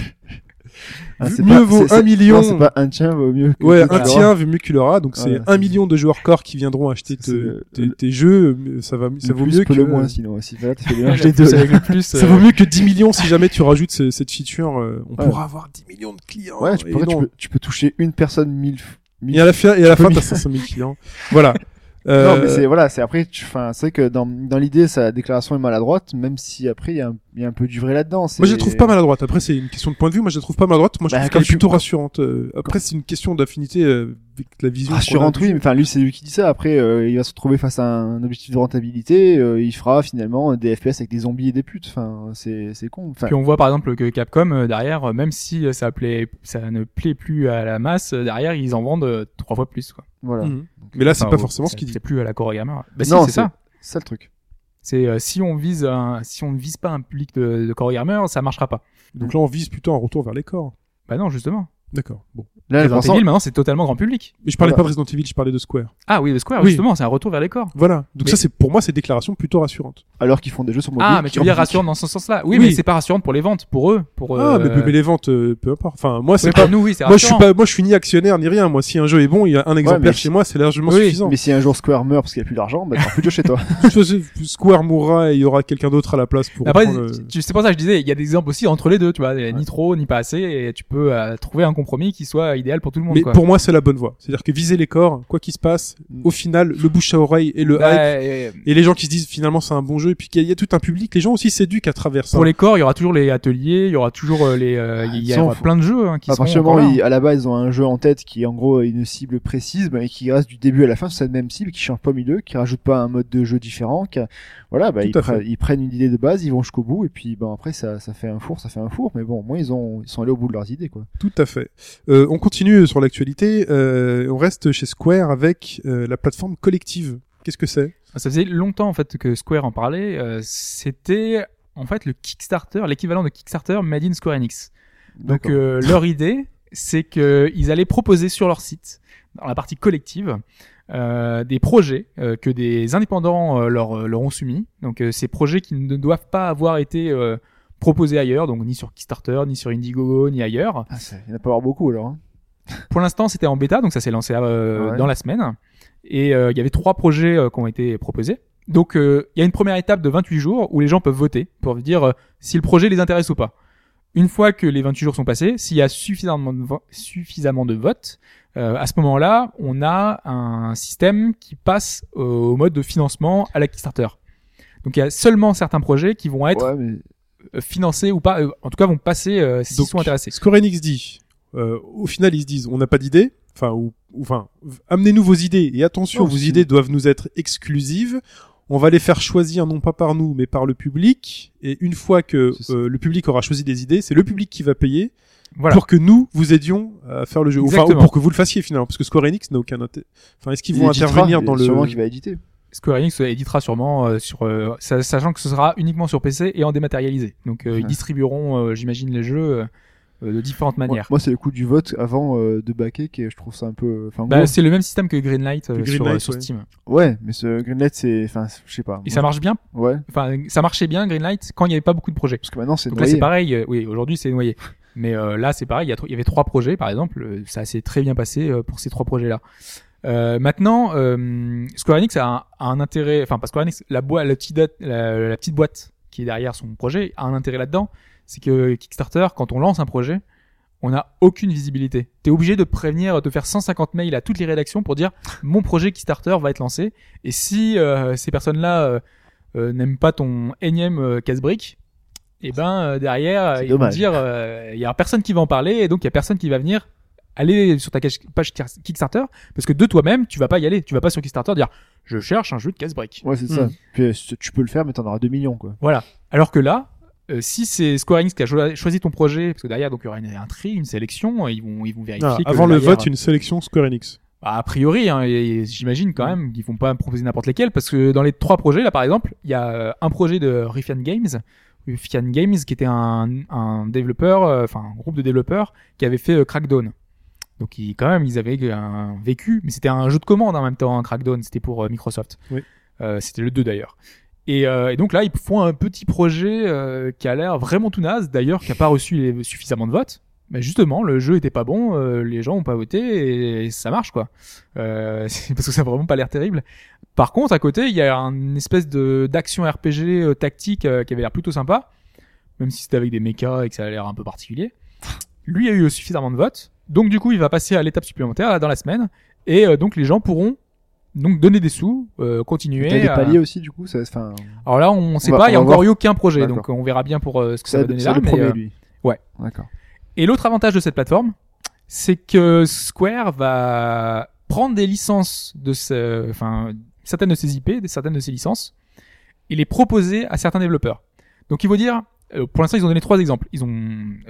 Mieux vaut 1 million. Non, c'est pas un tien vaut mieux que un tien vaut mieux qu'il aura. Donc c'est 1 million de joueurs corps qui viendront acheter tes jeux. Ça vaut mieux que le moins sinon. Si là, tu fais ça vaut mieux que 10 millions si jamais tu rajoutes cette feature. On pourra avoir 10 millions de clients. Ouais, tu peux toucher une personne 1000. Et à la fin, t'as 500 000 clients. Voilà. Non, mais c'est après, c'est vrai que dans l'idée, sa déclaration est maladroite, même si après, il y a un peu du vrai là-dedans. Moi, je la trouve pas maladroite. Après, c'est une question de point de vue. Moi, je la trouve pas maladroite. Moi, je trouve qu'elle est plutôt rassurante. Après, c'est une question d'affinité avec la vision. Rassurante, oui. Mais lui, c'est lui qui dit ça. Après, il va se retrouver face à un objectif de rentabilité. Il fera finalement des FPS avec des zombies et des putes. C'est con. Puis on voit par exemple que Capcom derrière, même si ça ne plaît plus à la masse, derrière, ils en vendent 3 fois plus, quoi. Voilà. Mmh. Mais là, c'est pas forcément ce qu'il dit. C'est plus à la Core Gamer. Non, c'est ça. C'est ça le truc. C'est si on ne vise pas un public de Core Gamer, ça marchera pas. Donc là, on vise plutôt un retour vers les corps. Bah non, justement. D'accord. Bon. Là, Resident Evil, maintenant, c'est totalement grand public. Mais je parlais pas de Resident Evil, je parlais de Square. Ah oui, de Square, justement, c'est un retour vers les corps. Voilà. Donc ça, c'est pour moi, c'est une déclaration plutôt rassurante. Alors qu'ils font des jeux sur mobile. Ah, mais tu veux dire rassurante dans ce sens-là. Oui, mais c'est pas rassurante pour les ventes, pour eux. Mais les ventes, peu importe. Enfin, moi, c'est oui, pas. Pour nous, oui, c'est moi, rassurant. je suis ni actionnaire ni rien. Moi, si un jeu est bon, il y a un exemplaire chez moi, c'est largement suffisant. Mais si un jour Square meurt parce qu'il y a plus d'argent, t'as plus de jeu chez toi. Square mourra et il y aura quelqu'un d'autre à la place pour. Après, c'est pour ça que je disais, il y a des exemples aussi entre les deux, tu vois. Ni trop, ni pas assez, et tu peux trouver un compromis qui soit idéal pour tout le monde. Mais quoi. pour moi, c'est la bonne voie. C'est-à-dire que viser les corps, quoi qu'il se passe, au final, le bouche à oreille et le hype, et les gens qui se disent finalement c'est un bon jeu, et puis qu'il y a tout un public, les gens aussi s'éduquent à travers ça. Pour les corps, il y aura toujours les ateliers, il y aura toujours il y aura plein de jeux qui à seront partir du encore moment là. où à la base ils ont un jeu en tête qui est en gros une cible précise, mais qui reste du début à la fin sur cette même cible, qui change pas au milieu, qui rajoute pas un mode de jeu différent, voilà, Tout à fait. ils prennent une idée de base, ils vont jusqu'au bout, et puis après ça fait un four, mais bon, au moins ils sont allés au bout de leurs idées, quoi. Tout à fait. On continue sur l'actualité. On reste chez Square avec la plateforme collective. Qu'est-ce que c'est? Ça faisait longtemps en fait que Square en parlait. C'était en fait le Kickstarter, l'équivalent de Kickstarter made in Square Enix. Donc D'accord. leur idée, c'est que ils allaient proposer sur leur site, dans la partie collective, des projets que des indépendants leur ont soumis. Donc ces projets qui ne doivent pas avoir été proposés ailleurs, donc ni sur Kickstarter, ni sur Indiegogo, ni ailleurs. Il n'y en a pas avoir beaucoup alors. Hein. Pour l'instant, c'était en bêta, donc ça s'est lancé dans la semaine. Et il y avait 3 projets qui ont été proposés. Donc il y a une première étape de 28 jours où les gens peuvent voter pour dire si le projet les intéresse ou pas. Une fois que les 28 jours sont passés, s'il y a suffisamment de votes, à ce moment-là, on a un système qui passe au mode de financement à la Kickstarter. Donc il y a seulement certains projets qui vont être financés ou pas, en tout cas vont passer s'ils Donc, sont intéressés. Square Enix dit, au final, ils se disent, on n'a pas d'idée. Enfin, amenez-nous vos idées. Et attention, Non, vos c'est- idées doivent nous être exclusives. On va les faire choisir non pas par nous, mais par le public. Et une fois que C'est ça. le public aura choisi des idées, c'est le public qui va payer Voilà. pour que nous vous aidions à faire le jeu. Enfin, ou Exactement. pour que vous le fassiez finalement, parce que Square Enix n'a aucun intérêt. Enfin, est-ce qu'ils Il vont éditera, intervenir dans le sûrement qu'il va éditer. Square Enix éditera sûrement sachant que ce sera uniquement sur PC et en dématérialisé. Donc ils distribueront, j'imagine, les jeux de différentes manières. Moi, c'est le coup du vote avant de backer que je trouve ça un peu. Enfin, en Bah, gros, c'est le même système que Greenlight, Que sur Greenlight, sur ouais. Steam. ouais, mais ce Greenlight, c'est, enfin, je sais pas. Et ça marche bien. Ouais, Enfin, ça marchait bien Greenlight quand il n'y avait pas beaucoup de projets. parce que maintenant c'est Donc là, noyé. c'est pareil. Oui, aujourd'hui, c'est noyé. Mais là, c'est pareil. Il y avait 3 projets, par exemple. Ça s'est très bien passé pour ces 3 projets-là. Maintenant, Square Enix a un intérêt. Enfin, pas Square Enix, la petite boîte qui est derrière son projet a un intérêt là-dedans. C'est que Kickstarter, quand on lance un projet, on n'a aucune visibilité. T'es obligé de prévenir, de faire 150 mails à toutes les rédactions pour dire mon projet Kickstarter va être lancé. Et si ces personnes-là n'aiment pas ton énième casse-brique, et ben derrière C'est ils vont dommage. dire il y a personne qui va en parler et donc il y a personne qui va venir aller sur ta page Kickstarter parce que de toi-même tu vas pas y aller. Tu vas pas sur Kickstarter dire je cherche un jeu de casse-brique. Ouais, c'est ça. Puis tu peux le faire, mais t'en auras 2 millions, quoi. Voilà. Alors que là, si c'est Square Enix qui a choisi ton projet, parce que derrière donc il y aura un tri, une sélection, ils vont vérifier. Ah, que avant le derrière- vote, une sélection Square Enix. Bah, a priori, hein, et j'imagine quand même qu'ils vont pas proposer n'importe lesquels, parce que dans les 3 projets là, par exemple, il y a un projet de Ruffian Games qui était un développeur, enfin un groupe de développeurs qui avait fait Crackdown. Donc quand même, ils avaient un vécu, mais c'était un jeu de commande en même temps, Crackdown, c'était pour Microsoft. Oui. C'était le 2 d'ailleurs. Et donc là, ils font un petit projet qui a l'air vraiment tout naze, d'ailleurs, qui a pas reçu suffisamment de votes. Mais justement, le jeu était pas bon, les gens ont pas voté et ça marche quoi. C'est parce que ça a vraiment pas l'air terrible. Par contre, à côté, il y a une espèce d'action RPG tactique qui avait l'air plutôt sympa, même si c'était avec des mechas et que ça a l'air un peu particulier. Lui a eu suffisamment de votes, donc du coup, il va passer à l'étape supplémentaire là, dans la semaine, et donc les gens pourront donc donner des sous, continuer. T'as des paliers aussi, du coup, ça, enfin, Alors là, on sait On va- pas, il y a on va encore voir. eu aucun projet, D'accord. donc on verra bien pour ce que ça c'est va donner c'est là. le mais, premier, lui. ouais. D'accord. Et l'autre avantage de cette plateforme, c'est que Square va prendre des licences certaines de ses IP, certaines de ses licences, et les proposer à certains développeurs. Donc il faut dire, pour l'instant ils ont donné 3 exemples. Ils ont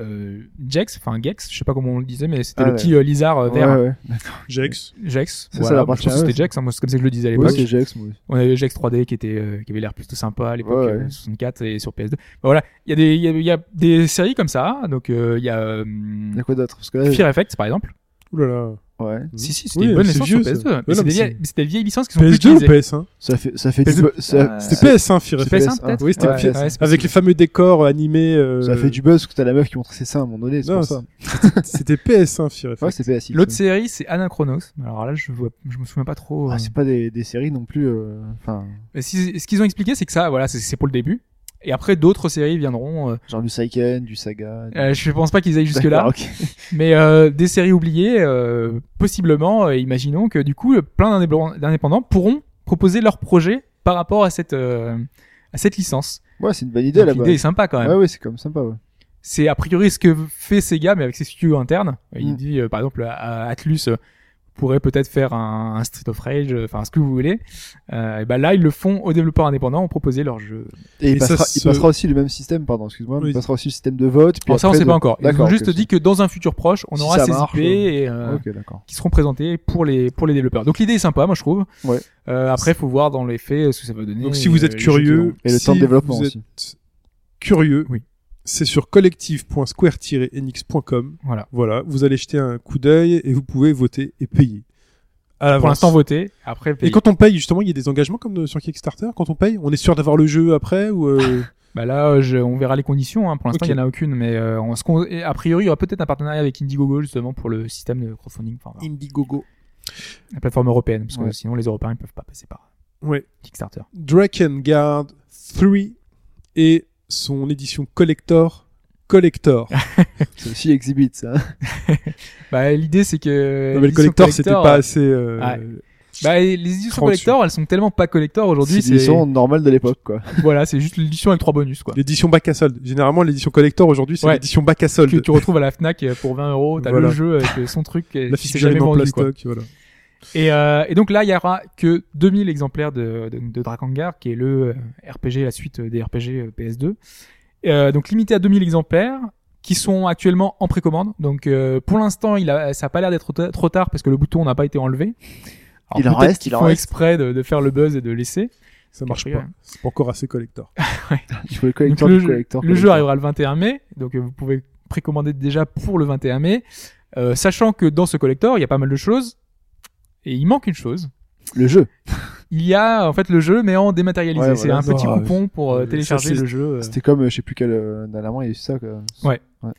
Gex, je sais pas comment on le disait, mais c'était Ah, le petit lézard vert. Ouais, ouais. Jex. Gex, C'est ça, la partie je pense que c'était ouais. Gex, hein, moi c'est comme ça que je le disais à Ouais, l'époque. c'est Jax, moi. On avait Gex 3D qui avait l'air plutôt sympa à l'époque, Ouais, ouais. 64 et sur PS2. Voilà, il y a des séries comme ça, donc il y a Il y a quoi d'autre? Parce que là, Fear Effects par exemple. Ouh là là. ouais. Si, c'était Oui, une bonne c'est licence vieux, sur ça. PS2. Ouais, Mais non, c'est mais c'était des vieilles licences qui sont plus PS2 ou utilisées. PS1? Ça fait PS2. du ça, C'était PS1, Fear C'est Effects. PS1 peut-être? Oui, c'était Ouais, PS1. ouais, c'est Avec possible. les fameux décors animés. ça fait du buzz parce que t'as la meuf qui montre ses seins à un moment donné, c'est Non, pour ça. C'était PS1, Fear Effects. Ouais, c'est PS6. L'autre série, c'est Anachronos. Alors là, je me souviens pas trop. Ah, c'est pas des séries non plus, enfin. Ce qu'ils ont expliqué, c'est que ça, voilà, c'est pour le début. Et après, d'autres séries viendront. Genre du Seiken, du Saga. Je pense pas qu'ils aillent jusque là. D'accord, ok. Mais des séries oubliées, possiblement, imaginons que du coup, plein d'indépendants pourront proposer leur projet par rapport à cette licence. Ouais, c'est une bonne idée Donc, là-bas. l'idée est sympa quand même. Ouais, c'est comme sympa, ouais. C'est a priori ce que fait Sega, mais avec ses studios internes. Il Mm. dit, par exemple, à Atlus pourrait peut-être faire un Street of Rage, enfin ce que vous voulez. Et ben là, ils le font aux développeurs indépendants, ont proposé leur jeu. Et il ça passera aussi le même système, pardon, excuse-moi, Oui. il passera aussi le système de vote. Puis Alors ça, on après sait de- pas encore. Ils D'accord, ont juste ok, dit que dans un futur proche, on Si aura ça ces marche, IP et Ok, d'accord. qui seront présentés pour les développeurs. Donc l'idée est sympa, moi je trouve. Ouais. Après, faut voir dans les faits ce que ça va donner. Donc si vous êtes les jeux qui curieux, vont- Et le si temps de développement vous êtes aussi. curieux, Oui. c'est sur collective.square-enix.com. Voilà. Voilà, vous allez jeter un coup d'œil et vous pouvez voter et payer. À l'avance. Pour l'instant, voter. Après, Et payer. quand on paye, justement, il y a des engagements comme sur Kickstarter. Quand on paye, on est sûr d'avoir le jeu après ou Bah là, on verra les conditions. Hein. Pour l'instant, Ok. il y en a aucune, mais et a priori, il y aura peut-être un partenariat avec Indiegogo justement pour le système de crowdfunding, enfin, voilà. Indiegogo. La plateforme européenne, parce que Ouais. sinon les Européens ils peuvent pas passer par Ouais. Kickstarter. Drakengard 3 et son édition collector. C'est aussi Exhibit, ça. Bah l'idée c'est que Non, mais le l'édition collector, c'était pas assez. Ouais. Bah les éditions Franc collector, elles sont tellement pas collector aujourd'hui, C'est l'édition normale de l'époque, quoi. voilà, c'est juste l'édition avec 3 bonus quoi. L'édition bac à solde. Généralement, l'édition collector aujourd'hui, c'est Ouais. l'édition bac à solde. Que tu retrouves à la Fnac pour 20€, t'as Voilà. le jeu avec son truc La qui s'est figurine jamais en vendu quoi. plastoc, voilà. Et donc là, il y aura que 2000 exemplaires de Drakengard, qui est le RPG, la suite des RPG PS2. Donc limité à 2000 exemplaires, qui sont actuellement en précommande. Donc pour l'instant, ça a pas l'air d'être trop tard parce que le bouton n'a pas été enlevé. Alors, Il en peut-être reste, qu'ils il en font reste. exprès de faire le buzz et de laisser. Ça marche Oui, pas. ouais. C'est pas encore assez collector. Il faut le Donc collector le, du collector. le jeu arrivera le 21 mai, donc vous pouvez précommander déjà pour le 21 mai, sachant que dans ce collector, il y a pas mal de choses, et il manque une chose. Le jeu. Il y a en fait le jeu, mais en dématérialisé. Ouais, C'est voilà. un petit Ah, coupon pour ça, télécharger c'est- le jeu. C'était comme, je sais plus quel, dernièrement, il y a eu ça, quoi. Ouais.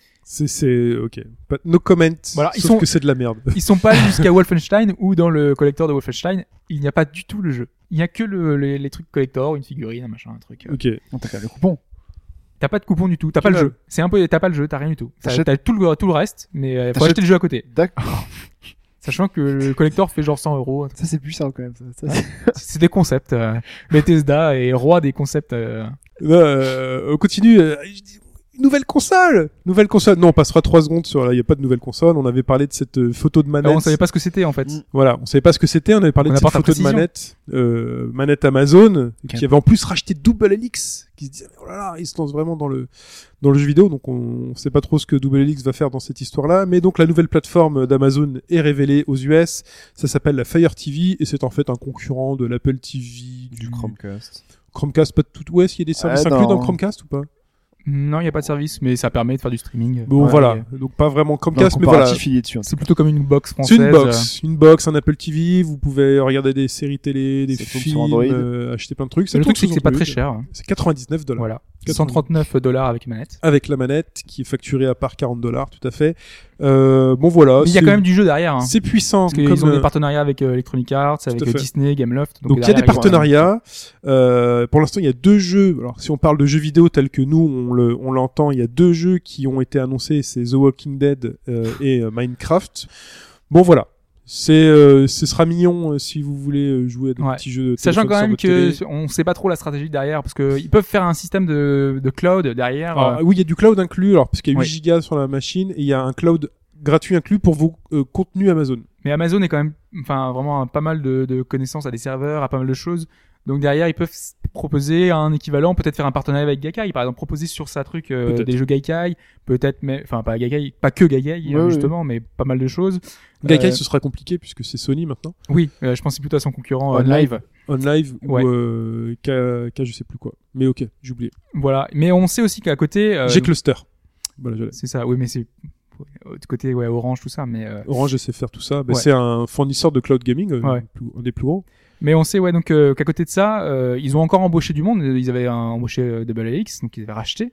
C'est ok. No comment. Voilà, ils sauf sont- que c'est de la merde. Ils sont pas allés jusqu'à Wolfenstein, où dans le collector de Wolfenstein, il n'y a pas du tout le jeu. Il n'y a que les trucs collector, une figurine, un machin, un truc. Ok. On t'a fait le coupon. T'as pas de coupon du tout, t'as pas le Génial. jeu. C'est un peu, t'as pas le jeu, t'as rien du tout. T'achètes- T'as tout le reste, mais faut T'achètes- acheter le jeu à côté. D'accord. Sachant que le collector fait genre 100€. Ça, c'est puissant, quand même. Ça, C'est des concepts. Bethesda est roi des concepts. Là, on continue. Je dis, nouvelle console. Non, on passera 3 secondes sur là. Il y a pas de nouvelle console. On avait parlé de cette photo de manette. Alors, on savait pas ce que c'était en fait. Mm. Voilà, on savait pas ce que c'était. On avait parlé On de cette apporte la photo de précision. manette Amazon, Ok. qui avait en plus racheté Double Helix, qui se disait oh là là, il se lance vraiment dans le jeu vidéo. Donc on sait pas trop ce que Double Helix va faire dans cette histoire-là. Mais donc la nouvelle plateforme d'Amazon est révélée aux US. Ça s'appelle la Fire TV et c'est en fait un concurrent de l'Apple TV, du Chromecast. Chromecast, pas de tout. Ouais, s'il y a des services Ouais, inclus dans- dans le Chromecast ou pas? Non, il y a pas de service, mais ça permet de faire du streaming. Bon, Ouais, voilà. Et Donc pas vraiment Dans le Chromecast, mais voilà. comparatif, il est dessus. en tout C'est plutôt comme une box C'est française. une box, un Apple TV. Vous pouvez regarder des séries télé, des Ça tourne sur films, Android. acheter plein de trucs. Ça Le tourne truc, c'est que sur c'est pas Android. très cher. C'est $99. Voilà. 99. $139 avec manette. Avec la manette, qui est facturée à part $40, tout à fait. Bon voilà. Mais il y a c'est- quand même du jeu derrière. Hein. C'est puissant. Parce qu'ils comme, ont des partenariats avec Electronic Arts, avec à fait. Disney, Gameloft. donc il y a derrière, des partenariats. Pour l'instant, il y a 2 jeux. Alors si on parle de jeux vidéo tels que nous on l'entend, il y a 2 jeux qui ont été annoncés, c'est The Walking Dead et Minecraft. Bon voilà. Ce sera mignon si vous voulez jouer à des Ouais. petits jeux. de Sachant téléphone quand sur même votre que télé. on sait pas trop la stratégie derrière, parce que ils peuvent faire un système de cloud derrière. Alors, oui, il y a du cloud inclus, alors parce qu'il y a 8 Ouais. gigas sur la machine et il y a un cloud gratuit inclus pour vos contenus Amazon. Mais Amazon est quand même, enfin vraiment pas mal de connaissances à des serveurs, à pas mal de choses. Donc derrière, ils peuvent proposer un équivalent, peut-être faire un partenariat avec Gaikai, par exemple, proposer sur sa truc Peut-être. des jeux Gaikai, peut-être, mais enfin pas Gaikai, pas que Gaikai Ouais, justement, mais pas mal de choses. Gaikai, Euh, ce sera compliqué puisque c'est Sony maintenant. Oui, je pensais plutôt à son concurrent OnLive. Live. OnLive Ouais. ou K je sais plus quoi. Mais ok, j'ai oublié. Voilà, mais on sait aussi qu'à côté, J'ai Cluster. Voilà, je l'ai. c'est ça. Oui, mais c'est du côté Orange tout ça, mais Orange sait faire tout ça. Ben, Ouais. c'est un fournisseur de cloud gaming, Ouais. un des plus gros. Mais on sait donc qu'à côté de ça, ils ont encore embauché du monde. Ils avaient embauché Double Helix, donc ils avaient racheté.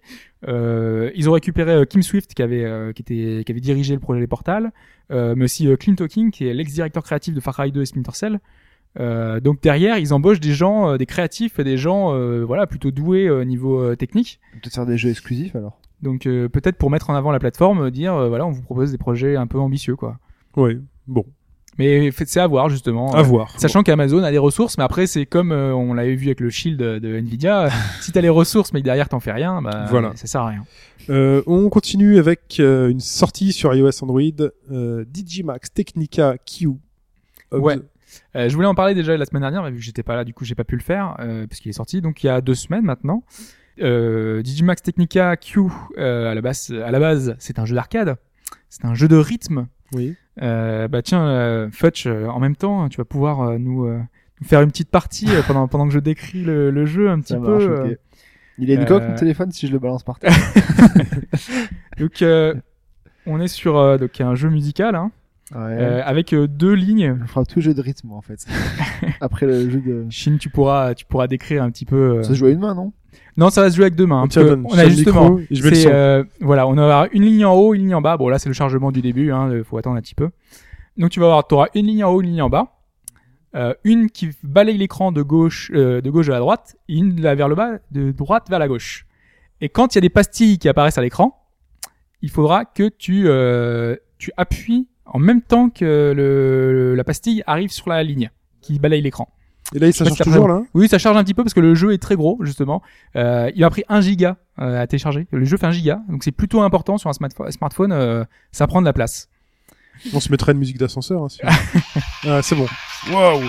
Ils ont récupéré Kim Swift qui avait dirigé le projet des Portals, mais aussi Clint Hawking qui est l'ex-directeur créatif de Far Cry 2 et Splinter Cell. Donc derrière, ils embauchent des gens, des créatifs, des gens, voilà, plutôt doués au niveau technique. Peut-être faire des jeux exclusifs alors. Donc peut-être pour mettre en avant la plateforme, dire voilà, on vous propose des projets un peu ambitieux, quoi. Ouais, bon, Mais c'est à voir justement. à voir. Sachant qu'Amazon a des ressources, mais après c'est comme on l'avait vu avec le Shield de Nvidia. Si t'as les ressources mais que derrière t'en fais rien, bah Voilà. ça sert à rien. On continue avec une sortie sur iOS Android, Digimax Technica Q. Ouais. Je voulais en parler déjà la semaine dernière, mais vu que j'étais pas là, du coup j'ai pas pu le faire parce qu'il est sorti. Donc il y a 2 semaines maintenant. Digimax Technica Q à la base c'est un jeu d'arcade, c'est un jeu de rythme. Oui. Bah tiens, Futch, en même temps, tu vas pouvoir nous faire une petite partie pendant que je décris le jeu un petit Ça peu. marche, ok. Il a une coque, mon téléphone, si je le balance par terre. Donc on est sur donc un jeu musical hein, Ouais. avec 2 lignes. On fera tout jeu de rythme, en fait. Après le jeu de... Shin, tu pourras décrire un petit peu. Ça se joue à une main, non? Non, ça va se jouer avec 2 mains. Tiens, donne, On a justement. micro et je mets le son. Voilà, on aura une ligne en haut, une ligne en bas. Bon, là, c'est le chargement du début. Hein, faut attendre un petit peu. Donc, t'auras une ligne en haut, une ligne en bas. Une qui balaye l'écran de gauche à la droite, et une là vers le bas, de droite vers la gauche. Et quand il y a des pastilles qui apparaissent à l'écran, il faudra que tu appuies en même temps que la pastille arrive sur la ligne qui balaye l'écran. Et là, ça sais pas charge si t'as toujours, raison. là? Oui, ça charge un petit peu parce que le jeu est très gros, justement. Il a pris 1 giga à télécharger. Le jeu fait 1 giga, donc c'est plutôt important sur un smartphone. Ça prend de la place. On se mettrait une musique d'ascenseur, hein, ah, c'est bon. Waouh!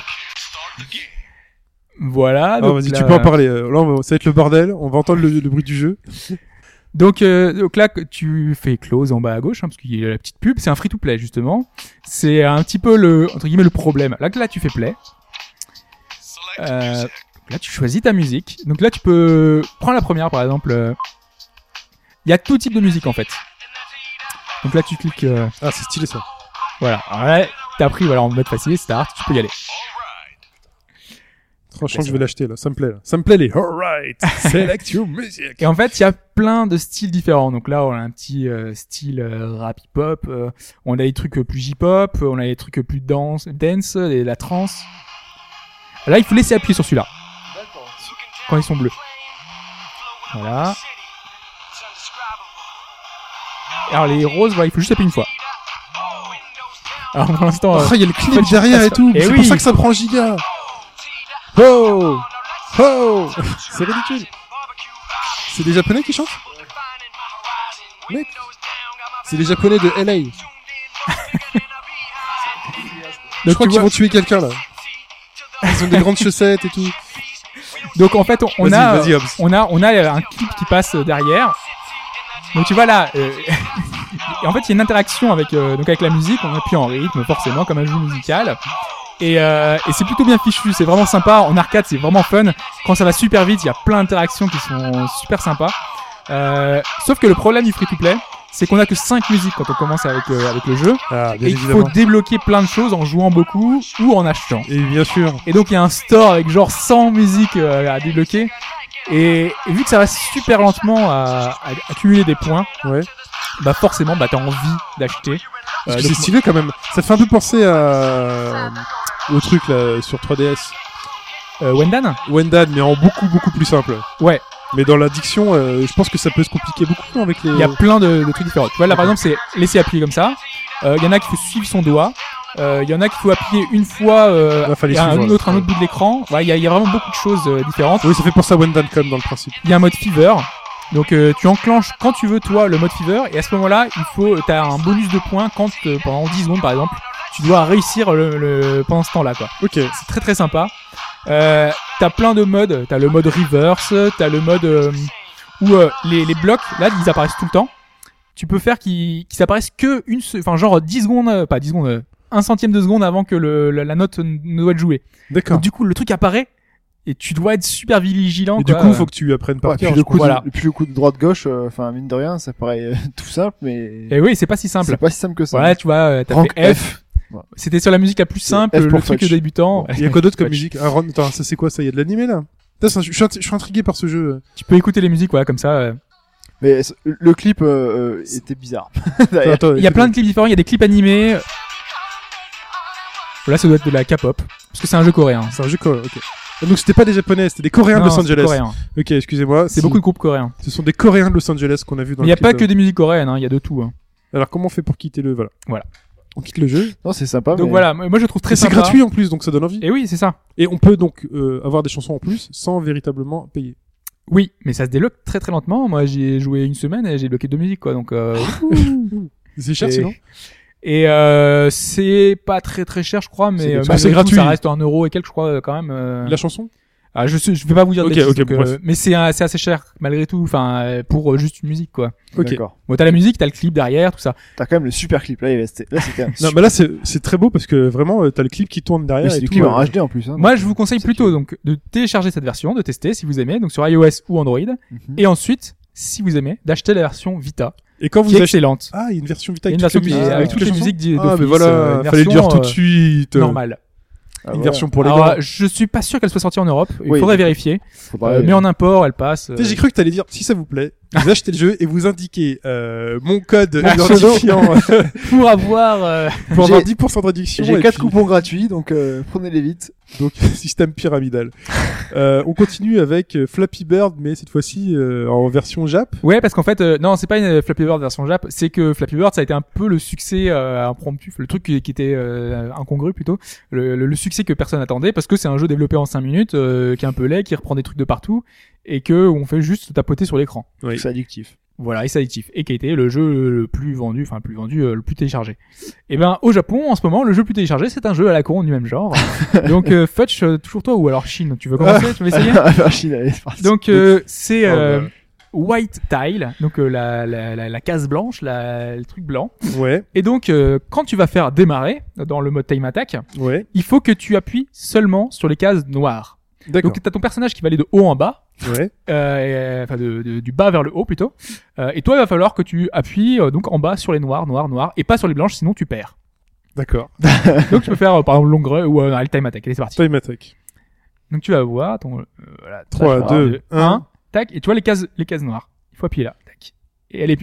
Voilà. Ah, donc vas-y, là, tu peux en parler. Là, ça va être le bordel. On va entendre le bruit du jeu. Donc là, tu fais close en bas à gauche, hein, parce qu'il y a la petite pub. C'est un free-to-play, justement. C'est un petit peu entre guillemets, le problème. Là, tu fais play. Là, tu choisis ta musique. Donc là, tu peux prendre la première, par exemple. Il y a tout type de musique, en fait. Donc là, tu cliques. Ah, c'est stylé, ça. Voilà. Alors là, t'as pris, voilà, en mode facile, start. Tu peux y aller. Franchement, je vais l'acheter, là. Ça me plaît, là. Ça me plaît, les alright. Select your music. Et en fait, il y a plein de styles différents. Donc là, on a un petit style rap hip-hop. On a des trucs plus J-pop. On a des trucs plus dance, et la trance. Là, il faut laisser appuyer sur celui-là. Quand ils sont bleus. Voilà. Alors les roses, voilà, il faut juste appuyer une fois. Alors pour l'instant... Oh, il y a le clip derrière et tout. Et C'est oui. pour ça que ça prend giga. Oh! Oh! C'est ridicule. C'est des Japonais qui chantent? Mec. C'est des Japonais de LA. Je crois qu'ils vont tuer quelqu'un, là. Ils ont des grandes chaussettes et tout. Donc en fait, on Vas-y, Hobbs. a un clip qui passe derrière. Donc tu vois là, et en fait il y a une interaction avec la musique, on appuie en rythme forcément comme un jeu musical. Et c'est plutôt bien fichu, c'est vraiment sympa. En arcade, c'est vraiment fun. Quand ça va super vite, il y a plein d'interactions qui sont super sympas. Sauf que le problème du free-to-play, c'est qu'on a que 5 musiques quand on commence avec le jeu. Ah, bien Et il faut évidemment. débloquer plein de choses en jouant beaucoup ou en achetant. Et bien sûr. Et donc il y a un store avec genre 100 musiques à débloquer. Et vu que ça va super lentement à accumuler des points, Ouais. bah forcément bah t'as envie d'acheter. Parce que Donc, c'est stylé quand même. Ça fait un peu penser au truc là sur 3DS. Wendan Wendan, mais en beaucoup plus simple. Ouais, Mais dans l'addiction, je pense que ça peut se compliquer beaucoup avec les. il y a plein de trucs différents. Tu vois là par exemple c'est laisser appuyer comme ça. Il y en a qu'il faut suivre son doigt. Il y en a qu'il faut appuyer une fois fallait et un suivre, autre bout de l'écran. Ouais, il y a vraiment beaucoup de choses différentes. Oui, ça fait penser à Wendan quand même dans le principe. Il y a un mode fever. Donc tu enclenches quand tu veux toi le mode fever et à ce moment-là t'as un bonus de points quand pendant 10 secondes par exemple tu dois réussir pendant ce temps-là quoi. Ok. C'est très très sympa. T'as plein de modes, t'as le mode reverse, t'as le mode où les blocs là ils apparaissent tout le temps. Tu peux faire qu'ils apparaissent que genre 10 secondes, pas 10 secondes, 1 centième de seconde avant que la note ne doit être jouée. D'accord. Donc du coup le truc apparaît et tu dois être super vigilant. Et du coup, faut que tu apprennes par Ouais, cœur. puis le coup Voilà. puis le coup de droite-gauche, enfin, mine de rien, ça paraît tout simple, mais Et oui, c'est pas si simple. c'est pas si simple que ça. Voilà, tu vois, t'as Rank fait F. Ouais. C'était sur la musique la plus simple, F pour le truc Fudge. débutant. Il y a quoi d'autre comme Fudge. musique? Ah, attends, ça c'est quoi ça? Il y a de l'animé là? Putain, je suis intrigué par ce jeu. Tu peux écouter les musiques, voilà, comme ça. Mais le clip était bizarre. D'ailleurs. Attends, Il y a plein de clips différents, il y a des clips animés. Là, ça doit être de la K-pop. Parce que c'est un jeu coréen. C'est un jeu coréen, ok. Donc c'était pas des Japonais, c'était des Coréens de Non, Los c'est Angeles. coréen. Ok, excusez-moi. C'est beaucoup de groupes coréens. Ce sont des Coréens de Los Angeles qu'on a vu dans Mais il le y a pas clip. que des musiques coréennes, hein, il y a de tout. Hein. Alors comment on fait pour quitter le... Voilà. On quitte le jeu. Non, c'est sympa. Donc mais... voilà, moi je trouve très Et c'est sympa. gratuit en plus, donc ça donne envie. Et oui, c'est ça. Et on peut donc avoir des chansons en plus sans véritablement payer. Oui, mais ça se débloque très très lentement. Moi j'ai joué une semaine et j'ai bloqué 2 musiques quoi. Donc C'est cher Et- sinon. et c'est pas très très cher je crois, mais C'est malgré c'est tout, gratuit. ça reste 1 euro et quelques je crois quand même. La chanson Ah, je vais pas vous dire de Ok, bêtises, ok, donc, bref. mais c'est assez cher malgré tout. Enfin pour juste une musique quoi. Ok. D'accord. Bon t'as la musique, t'as le clip derrière, tout ça. T'as quand même le super clip. Là, c'était un Non, mais là c'est très beau parce que vraiment t'as le clip qui tourne derrière c'est et du tout. clip en HD en plus. Hein, Moi donc, je vous conseille c'est plutôt cool. donc de télécharger cette version, de tester si vous aimez, donc sur iOS ou Android, Mhm. et ensuite si vous aimez d'acheter la version Vita, Et quand qui vous est achetez... excellente. Ah, il y a une version Vita Il y a avec une version toutes les musiques. avec toutes les chansons musiques Ah, mais d'office, voilà, une fallait le dire version, tout de suite. normale. Ah, Une voilà. version pour les Alors, gars. je suis pas sûr qu'elle soit sortie en Europe. Il Oui, faudrait d'accord. vérifier. Faudrait- Mais en import, elle passe. Tu sais, j'ai cru que t'allais dire, si ça vous plaît, vous achetez le jeu et vous indiquez mon code Mon identifiant pour avoir. pour avoir J'ai- 10% de réduction. J'ai et 4 puis- coupons gratuits, donc prenez-les vite. Donc, système pyramidal. On continue avec Flappy Bird, mais cette fois-ci en version Jap. Ouais, parce qu'en fait, non, c'est pas une Flappy Bird version Jap. C'est que Flappy Bird, ça a été un peu le succès impromptu, le truc qui était incongru plutôt, le succès que personne attendait, parce que c'est un jeu développé en 5 minutes, qui est un peu laid, qui reprend des trucs de partout, et que on fait juste tapoter sur l'écran. Oui. C'est addictif. Voilà, et c'est addictif. Et qui a été le jeu le plus vendu, le plus téléchargé. Et ben, au Japon, en ce moment, le jeu le plus téléchargé, c'est un jeu à la con du même genre. Donc, Futch, toujours toi, ou alors Chine, tu veux commencer? Tu veux essayer? Chine, allez, c'est parti. Donc, c'est, Oh, bah. White Tile, donc la case blanche, le truc blanc. Ouais, Et donc, quand tu vas faire démarrer, dans le mode time attack, ouais. il faut que tu appuies seulement sur les cases noires. D'accord. Donc, t'as ton personnage qui va aller de haut en bas, Ouais. enfin du bas vers le haut plutôt. Et toi, il va falloir que tu appuies donc en bas sur les noirs, et pas sur les blanches, sinon tu perds. D'accord. Donc tu peux faire par exemple long run ou le time attack. Allez, c'est parti. Time attack. Donc tu vas voir ton voilà, 3, 2, 1. tac, et tu vois les cases noires. Il faut appuyer là, tac. Et allez